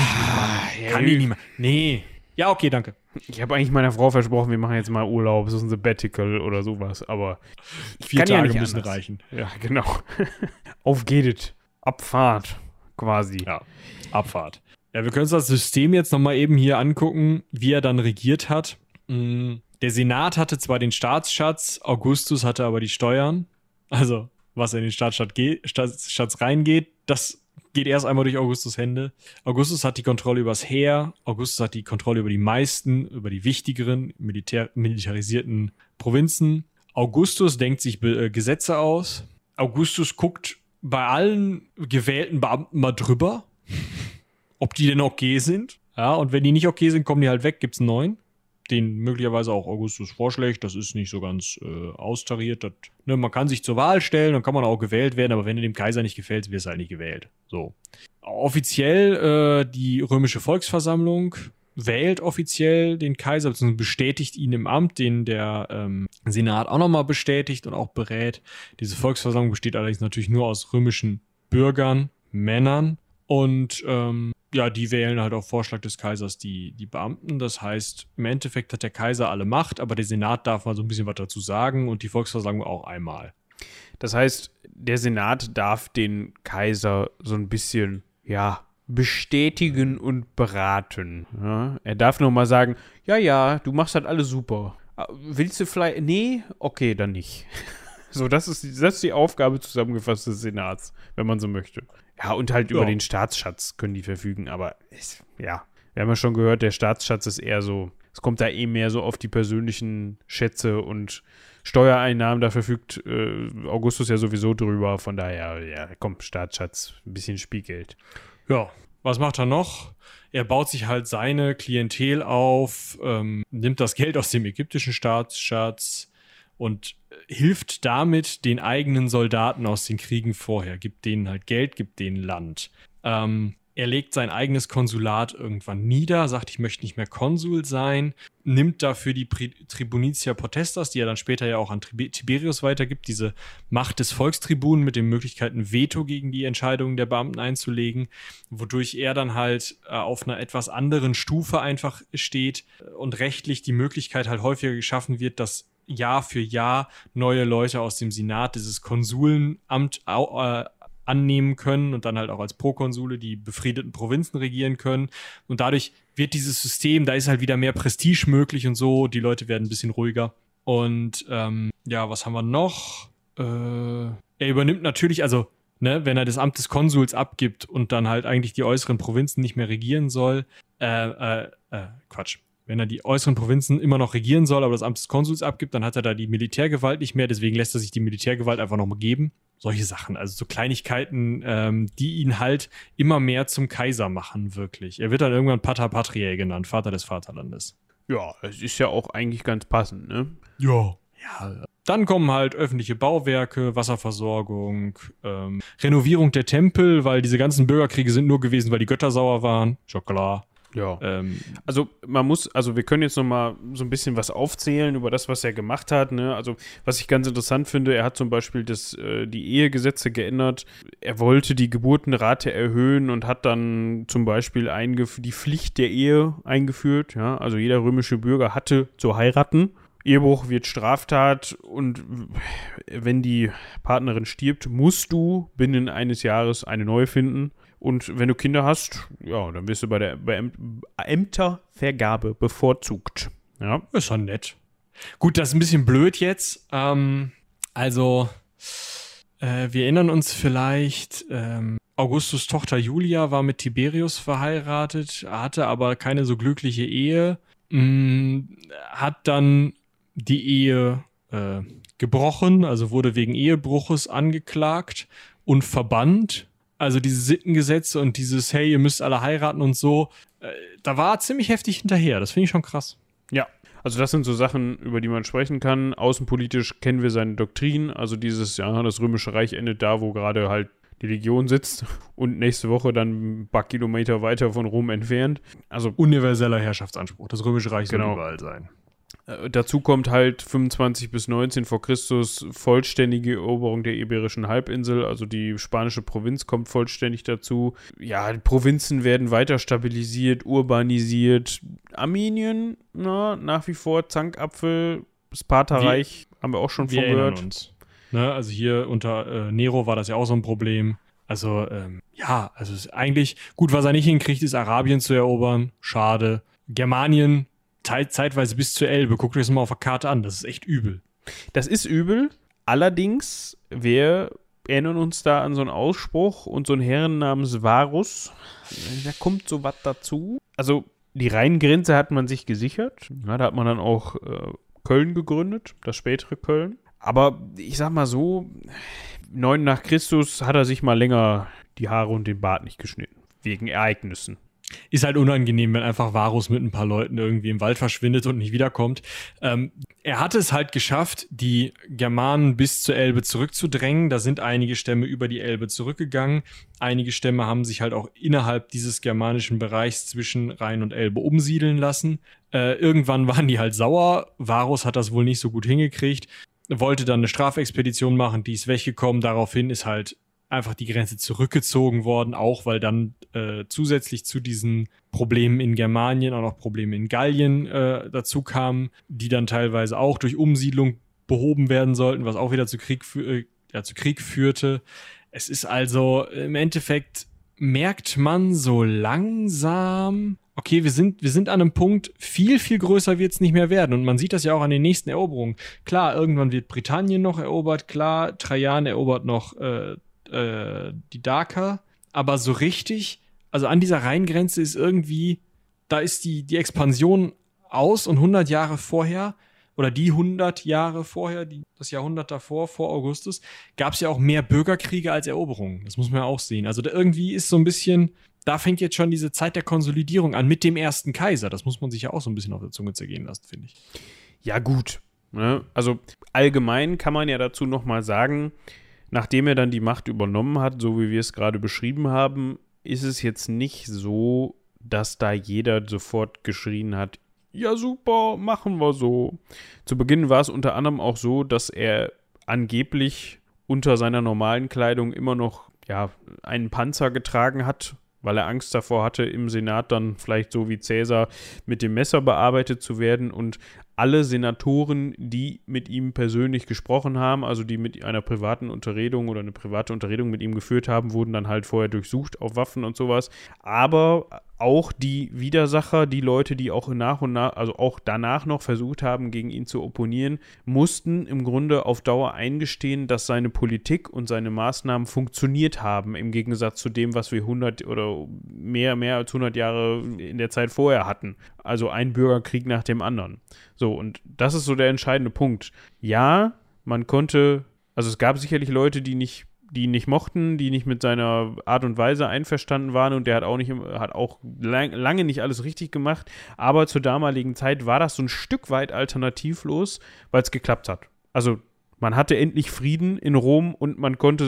Kann ich nicht mehr. Nee. Ja, okay, danke. Ich habe eigentlich meiner Frau versprochen, wir machen jetzt mal Urlaub, so ein Sabbatical oder sowas, aber 4 kann ja Tage nicht müssen anders. reichen. Ja, genau. Auf geht es. Abfahrt, quasi. Ja, Abfahrt. Ja, wir können uns das System jetzt nochmal eben hier angucken, wie er dann regiert hat. Der Senat hatte zwar den Staatsschatz, Augustus hatte aber die Steuern. Also, was in den Staatsschatz reingeht, das geht erst einmal durch Augustus' Hände. Augustus hat die Kontrolle über das Heer. Augustus hat die Kontrolle über die meisten, über die wichtigeren, militarisierten Provinzen. Augustus denkt sich Gesetze aus. Augustus guckt bei allen gewählten Beamten mal drüber, ob die denn okay sind. Ja, und wenn die nicht okay sind, kommen die halt weg, gibt's einen neuen, den möglicherweise auch Augustus vorschlägt. Das ist nicht so ganz austariert. Man kann sich zur Wahl stellen, dann kann man auch gewählt werden, aber wenn du dem Kaiser nicht gefällst, wirst du halt nicht gewählt. So. Offiziell die römische Volksversammlung wählt offiziell den Kaiser, beziehungsweise bestätigt ihn im Amt, den der Senat auch nochmal bestätigt und auch berät. Diese Volksversammlung besteht allerdings natürlich nur aus römischen Bürgern, Männern und die wählen halt auf Vorschlag des Kaisers die Beamten. Das heißt, im Endeffekt hat der Kaiser alle Macht, aber der Senat darf mal so ein bisschen was dazu sagen und die Volksversammlung auch einmal. Das heißt, der Senat darf den Kaiser so ein bisschen, bestätigen und beraten. Ja? Er darf nur mal sagen, ja, du machst halt alles super. Willst du vielleicht, nee? Okay, dann nicht. So, das ist die Aufgabe zusammengefasst des Senats, wenn man so möchte. Ja, und halt über den Staatsschatz können die verfügen, aber wir haben ja schon gehört, der Staatsschatz ist eher so, es kommt da mehr so auf die persönlichen Schätze und Steuereinnahmen, da verfügt Augustus ja sowieso drüber, von daher, Staatsschatz, ein bisschen Spielgeld. Ja, was macht er noch? Er baut sich halt seine Klientel auf, nimmt das Geld aus dem ägyptischen Staatsschatz und hilft damit den eigenen Soldaten aus den Kriegen vorher, gibt denen halt Geld, gibt denen Land. Er legt sein eigenes Konsulat irgendwann nieder, sagt, ich möchte nicht mehr Konsul sein, nimmt dafür die Tribunitia Potestas, die er dann später ja auch an Tiberius weitergibt, diese Macht des Volkstribunen mit den Möglichkeiten, Veto gegen die Entscheidungen der Beamten einzulegen, wodurch er dann halt auf einer etwas anderen Stufe einfach steht und rechtlich die Möglichkeit halt häufiger geschaffen wird, dass Jahr für Jahr neue Leute aus dem Senat dieses Konsulenamt annehmen können und dann halt auch als Prokonsule die befriedeten Provinzen regieren können. Und dadurch wird dieses System, da ist halt wieder mehr Prestige möglich und so, die Leute werden ein bisschen ruhiger. Und was haben wir noch? Er übernimmt natürlich, also wenn er das Amt des Konsuls abgibt und dann halt eigentlich die äußeren Provinzen nicht mehr regieren soll, wenn er die äußeren Provinzen immer noch regieren soll, aber das Amt des Konsuls abgibt, dann hat er da die Militärgewalt nicht mehr, deswegen lässt er sich die Militärgewalt einfach nochmal geben. Solche Sachen, also so Kleinigkeiten, die ihn halt immer mehr zum Kaiser machen, wirklich. Er wird dann irgendwann Pater Patriae genannt, Vater des Vaterlandes. Ja, es ist ja auch eigentlich ganz passend, ne? Ja. Dann kommen halt öffentliche Bauwerke, Wasserversorgung, Renovierung der Tempel, weil diese ganzen Bürgerkriege sind nur gewesen, weil die Götter sauer waren. Schon klar. Ja. Wir können jetzt noch mal so ein bisschen was aufzählen über das, was er gemacht hat, ne? Also, was ich ganz interessant finde, er hat zum Beispiel die Ehegesetze geändert. Er wollte die Geburtenrate erhöhen und hat dann zum Beispiel die Pflicht der Ehe eingeführt, ja? Also, jeder römische Bürger hatte zu heiraten. Ehebruch wird Straftat und wenn die Partnerin stirbt, musst du binnen eines Jahres eine neue finden. Und wenn du Kinder hast, dann wirst du bei Ämtervergabe bevorzugt. Ja. Ist ja nett. Gut, das ist ein bisschen blöd jetzt. Wir erinnern uns vielleicht, Augustus' Tochter Julia war mit Tiberius verheiratet, hatte aber keine so glückliche Ehe, hat dann die Ehe gebrochen, also wurde wegen Ehebruches angeklagt und verbannt. Also diese Sittengesetze und dieses, hey, ihr müsst alle heiraten und so, da war er ziemlich heftig hinterher. Das finde ich schon krass. Ja, also das sind so Sachen, über die man sprechen kann. Außenpolitisch kennen wir seine Doktrin, also dieses, ja, das Römische Reich endet da, wo gerade halt die Legion sitzt und nächste Woche dann ein paar Kilometer weiter von Rom entfernt. Also universeller Herrschaftsanspruch. Das Römische Reich soll genau überall sein. Dazu kommt halt 25 bis 19 vor Christus vollständige Eroberung der Iberischen Halbinsel, also die spanische Provinz kommt vollständig dazu. Ja, die Provinzen werden weiter stabilisiert, urbanisiert. Armenien, nach wie vor Zankapfel, Sparta-Reich, haben wir auch schon von gehört. Uns. Ne, also hier unter Nero war das ja auch so ein Problem. Also, also ist eigentlich gut, was er nicht hinkriegt, ist Arabien zu erobern. Schade. Germanien zeitweise bis zur Elbe. Guckt euch das mal auf der Karte an. Das ist echt übel. Das ist übel. Allerdings, wir erinnern uns da an so einen Ausspruch und so einen Herren namens Varus. Da kommt so was dazu. Also, die Rheingrenze hat man sich gesichert. Ja, da hat man dann auch Köln gegründet, das spätere Köln. Aber ich sag mal so, 9 nach Christus hat er sich mal länger die Haare und den Bart nicht geschnitten. Wegen Ereignissen. Ist halt unangenehm, wenn einfach Varus mit ein paar Leuten irgendwie im Wald verschwindet und nicht wiederkommt. Er hat es halt geschafft, die Germanen bis zur Elbe zurückzudrängen. Da sind einige Stämme über die Elbe zurückgegangen. Einige Stämme haben sich halt auch innerhalb dieses germanischen Bereichs zwischen Rhein und Elbe umsiedeln lassen. Irgendwann waren die halt sauer. Varus hat das wohl nicht so gut hingekriegt. Wollte dann eine Strafexpedition machen, die ist weggekommen. Daraufhin ist halt einfach die Grenze zurückgezogen worden, auch weil dann zusätzlich zu diesen Problemen in Germanien auch noch Probleme in Gallien dazu kamen, die dann teilweise auch durch Umsiedlung behoben werden sollten, was auch wieder zu Krieg führte. Es ist also im Endeffekt, merkt man so langsam, okay, wir sind an einem Punkt, viel, viel größer wird es nicht mehr werden. Und man sieht das ja auch an den nächsten Eroberungen. Klar, irgendwann wird Britannien noch erobert, klar, Trajan erobert noch die Daker, aber so richtig, also an dieser Rheingrenze ist irgendwie, da ist die Expansion aus und 100 Jahre vorher, oder die 100 Jahre vorher, das Jahrhundert davor, vor Augustus, gab es ja auch mehr Bürgerkriege als Eroberungen. Das muss man ja auch sehen. Also da irgendwie ist so ein bisschen, da fängt jetzt schon diese Zeit der Konsolidierung an mit dem ersten Kaiser. Das muss man sich ja auch so ein bisschen auf der Zunge zergehen lassen, finde ich. Ja, gut. Ne? Also allgemein kann man ja dazu nochmal sagen, nachdem er dann die Macht übernommen hat, so wie wir es gerade beschrieben haben, ist es jetzt nicht so, dass da jeder sofort geschrien hat, ja super, machen wir so. Zu Beginn war es unter anderem auch so, dass er angeblich unter seiner normalen Kleidung immer noch einen Panzer getragen hat, weil er Angst davor hatte, im Senat dann vielleicht so wie Cäsar mit dem Messer bearbeitet zu werden, und alle Senatoren, die mit ihm persönlich gesprochen haben, also die mit einer privaten Unterredung oder eine private Unterredung mit ihm geführt haben, wurden dann halt vorher durchsucht auf Waffen und sowas. Aber auch die Widersacher, die Leute, die auch nach und nach, also auch danach noch versucht haben, gegen ihn zu opponieren, mussten im Grunde auf Dauer eingestehen, dass seine Politik und seine Maßnahmen funktioniert haben, im Gegensatz zu dem, was wir 100 oder mehr als 100 Jahre in der Zeit vorher hatten. Also ein Bürgerkrieg nach dem anderen. So, und das ist so der entscheidende Punkt. Ja, man konnte, also es gab sicherlich Leute, die ihn nicht mochten, die nicht mit seiner Art und Weise einverstanden waren, und der hat auch lange nicht alles richtig gemacht, aber zur damaligen Zeit war das so ein Stück weit alternativlos, weil es geklappt hat. Also man hatte endlich Frieden in Rom und man konnte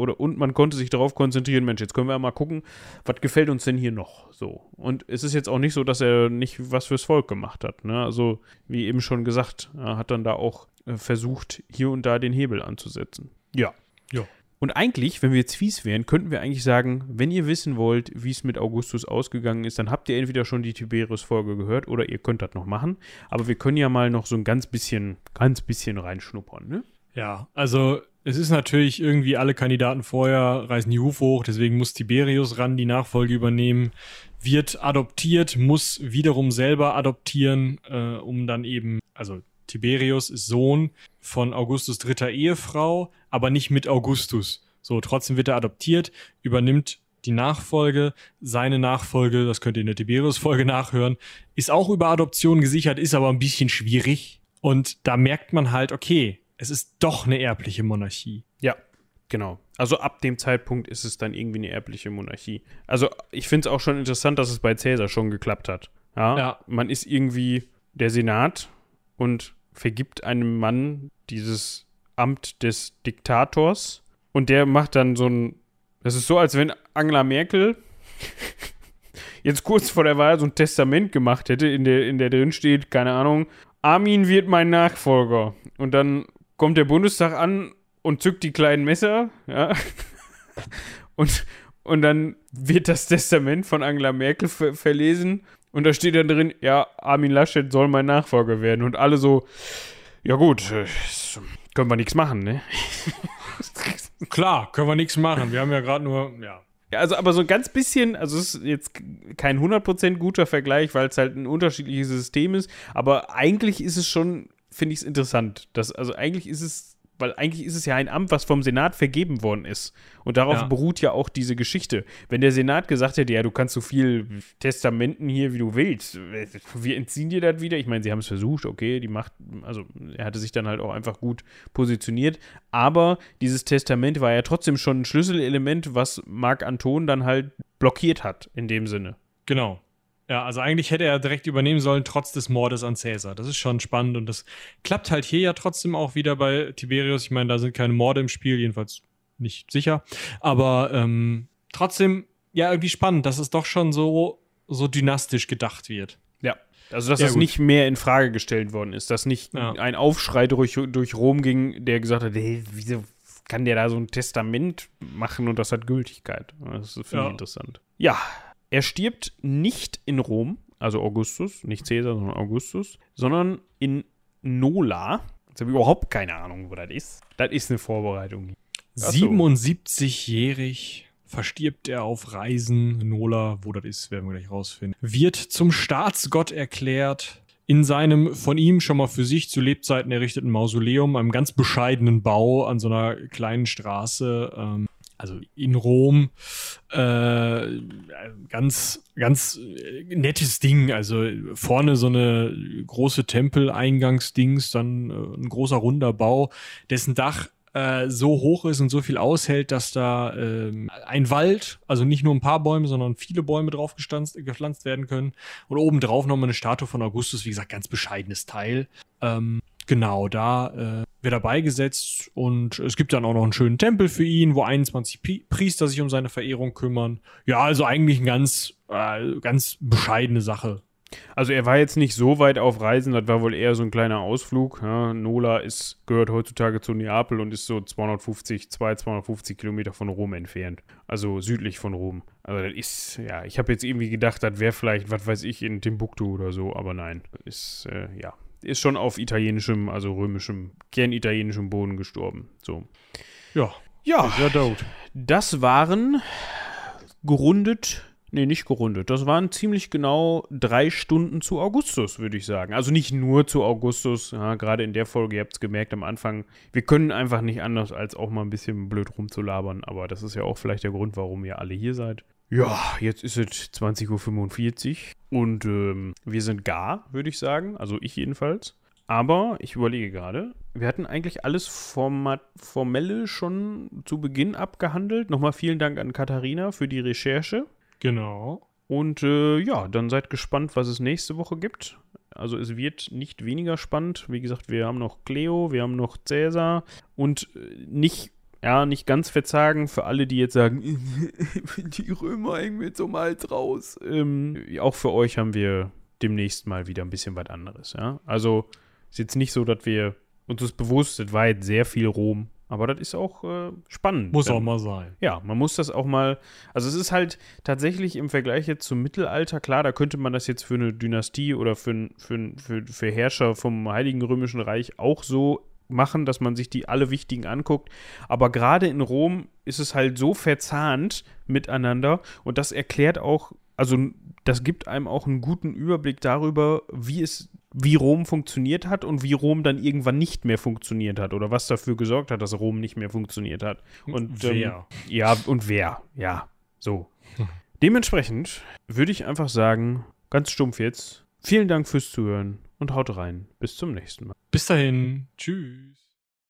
sich darauf konzentrieren, Mensch, jetzt können wir mal gucken, was gefällt uns denn hier noch so. Und es ist jetzt auch nicht so, dass er nicht was fürs Volk gemacht hat, ne? Also wie eben schon gesagt, er hat dann da auch versucht, hier und da den Hebel anzusetzen. Ja. Und eigentlich, wenn wir jetzt fies wären, könnten wir eigentlich sagen, wenn ihr wissen wollt, wie es mit Augustus ausgegangen ist, dann habt ihr entweder schon die Tiberius-Folge gehört oder ihr könnt das noch machen. Aber wir können ja mal noch so ein ganz bisschen reinschnuppern, ne? Ja, also es ist natürlich irgendwie, alle Kandidaten vorher reißen die Hufe hoch, deswegen muss Tiberius ran, die Nachfolge übernehmen, wird adoptiert, muss wiederum selber adoptieren, um dann eben, also Tiberius ist Sohn von Augustus' dritter Ehefrau, aber nicht mit Augustus. So, trotzdem wird er adoptiert, übernimmt die Nachfolge. Seine Nachfolge, das könnt ihr in der Tiberius-Folge nachhören, ist auch über Adoption gesichert, ist aber ein bisschen schwierig. Und da merkt man halt, okay, es ist doch eine erbliche Monarchie. Ja. Genau. Also ab dem Zeitpunkt ist es dann irgendwie eine erbliche Monarchie. Also ich finde es auch schon interessant, dass es bei Cäsar schon geklappt hat. Ja? Man ist irgendwie der Senat und vergibt einem Mann dieses Amt des Diktators und der macht dann so ein, das ist so, als wenn Angela Merkel jetzt kurz vor der Wahl so ein Testament gemacht hätte, in der drin steht, keine Ahnung, Armin wird mein Nachfolger. Und dann kommt der Bundestag an und zückt die kleinen Messer, ja, und dann wird das Testament von Angela Merkel verlesen und da steht dann drin, ja, Armin Laschet soll mein Nachfolger werden. Und alle so, ja gut, können wir nichts machen, ne? Klar, können wir nichts machen. Wir haben ja gerade nur, ja. Ja, also aber so ein ganz bisschen, also es ist jetzt kein 100% guter Vergleich, weil es halt ein unterschiedliches System ist, aber eigentlich ist es schon, finde ich es interessant, also eigentlich ist es ja ein Amt, was vom Senat vergeben worden ist. Und darauf beruht ja auch diese Geschichte. Wenn der Senat gesagt hätte, ja, du kannst so viel Testamenten hier, wie du willst, wir entziehen dir das wieder. Ich meine, sie haben es versucht, okay, die Macht, also er hatte sich dann halt auch einfach gut positioniert. Aber dieses Testament war ja trotzdem schon ein Schlüsselelement, was Marc Anton dann halt blockiert hat, in dem Sinne. Genau. Ja, also eigentlich hätte er direkt übernehmen sollen, trotz des Mordes an Cäsar. Das ist schon spannend und das klappt halt hier ja trotzdem auch wieder bei Tiberius. Ich meine, da sind keine Morde im Spiel, jedenfalls nicht sicher. Aber trotzdem, ja, irgendwie spannend, dass es doch schon so dynastisch gedacht wird. Ja, also dass das nicht mehr in Frage gestellt worden ist, dass nicht ein Aufschrei durch Rom ging, der gesagt hat, hey, wieso kann der da so ein Testament machen und das hat Gültigkeit? Das finde ich interessant. Ja. Er stirbt nicht in Rom, also Augustus, nicht Cäsar, sondern Augustus, sondern in Nola. Jetzt habe ich überhaupt keine Ahnung, wo das ist. Das ist eine Vorbereitung. 77-jährig verstirbt er auf Reisen. Nola, wo das ist, werden wir gleich rausfinden. Wird zum Staatsgott erklärt. In seinem von ihm schon mal für sich zu Lebzeiten errichteten Mausoleum, einem ganz bescheidenen Bau an so einer kleinen Straße, also in Rom, ganz nettes Ding. Also vorne so eine große Tempeleingangsdings, dann ein großer runder Bau, dessen Dach so hoch ist und so viel aushält, dass da ein Wald, also nicht nur ein paar Bäume, sondern viele Bäume drauf gepflanzt werden können. Und obendrauf nochmal eine Statue von Augustus, wie gesagt, ganz bescheidenes Teil. Genau, da wird er beigesetzt und es gibt dann auch noch einen schönen Tempel für ihn, wo 21 Priester sich um seine Verehrung kümmern. Ja, also eigentlich eine ganz bescheidene Sache. Also er war jetzt nicht so weit auf Reisen, das war wohl eher so ein kleiner Ausflug. Ja, Nola gehört heutzutage zu Neapel und ist so 250 Kilometer von Rom entfernt. Also südlich von Rom. Also das ist, ja, ich habe jetzt irgendwie gedacht, das wäre vielleicht, was weiß ich, in Timbuktu oder so, aber nein. Ist schon auf italienischem, also römischem, kernitalienischem Boden gestorben. So. Ja. Das waren das waren ziemlich genau 3 Stunden zu Augustus, würde ich sagen. Also nicht nur zu Augustus, ja, gerade in der Folge, ihr habt es gemerkt am Anfang, wir können einfach nicht anders, als auch mal ein bisschen blöd rumzulabern, aber das ist ja auch vielleicht der Grund, warum ihr alle hier seid. Ja, jetzt ist es 20:45 Uhr und wir sind gar, würde ich sagen, also ich jedenfalls. Aber ich überlege gerade, wir hatten eigentlich alles Formelle schon zu Beginn abgehandelt. Nochmal vielen Dank an Katharina für die Recherche. Genau. Und dann seid gespannt, was es nächste Woche gibt. Also es wird nicht weniger spannend. Wie gesagt, wir haben noch Cleo, wir haben noch Cäsar und nicht ganz verzagen für alle, die jetzt sagen, die Römer hängen mir zum Hals raus. Auch für euch haben wir demnächst mal wieder ein bisschen was anderes. Ja? Also ist jetzt nicht so, dass wir uns das bewusst, es war jetzt sehr viel Rom. Aber das ist auch spannend. Muss auch mal sein. Ja, man muss das auch mal, also es ist halt tatsächlich im Vergleich jetzt zum Mittelalter, klar, da könnte man das jetzt für eine Dynastie oder für Herrscher vom Heiligen Römischen Reich auch so machen, dass man sich die alle wichtigen anguckt. Aber gerade in Rom ist es halt so verzahnt miteinander und das erklärt auch, also das gibt einem auch einen guten Überblick darüber, wie Rom funktioniert hat und wie Rom dann irgendwann nicht mehr funktioniert hat oder was dafür gesorgt hat, dass Rom nicht mehr funktioniert hat. Und wer. So. Dementsprechend würde ich einfach sagen, ganz stumpf jetzt, vielen Dank fürs Zuhören und haut rein. Bis zum nächsten Mal. Bis dahin. Tschüss.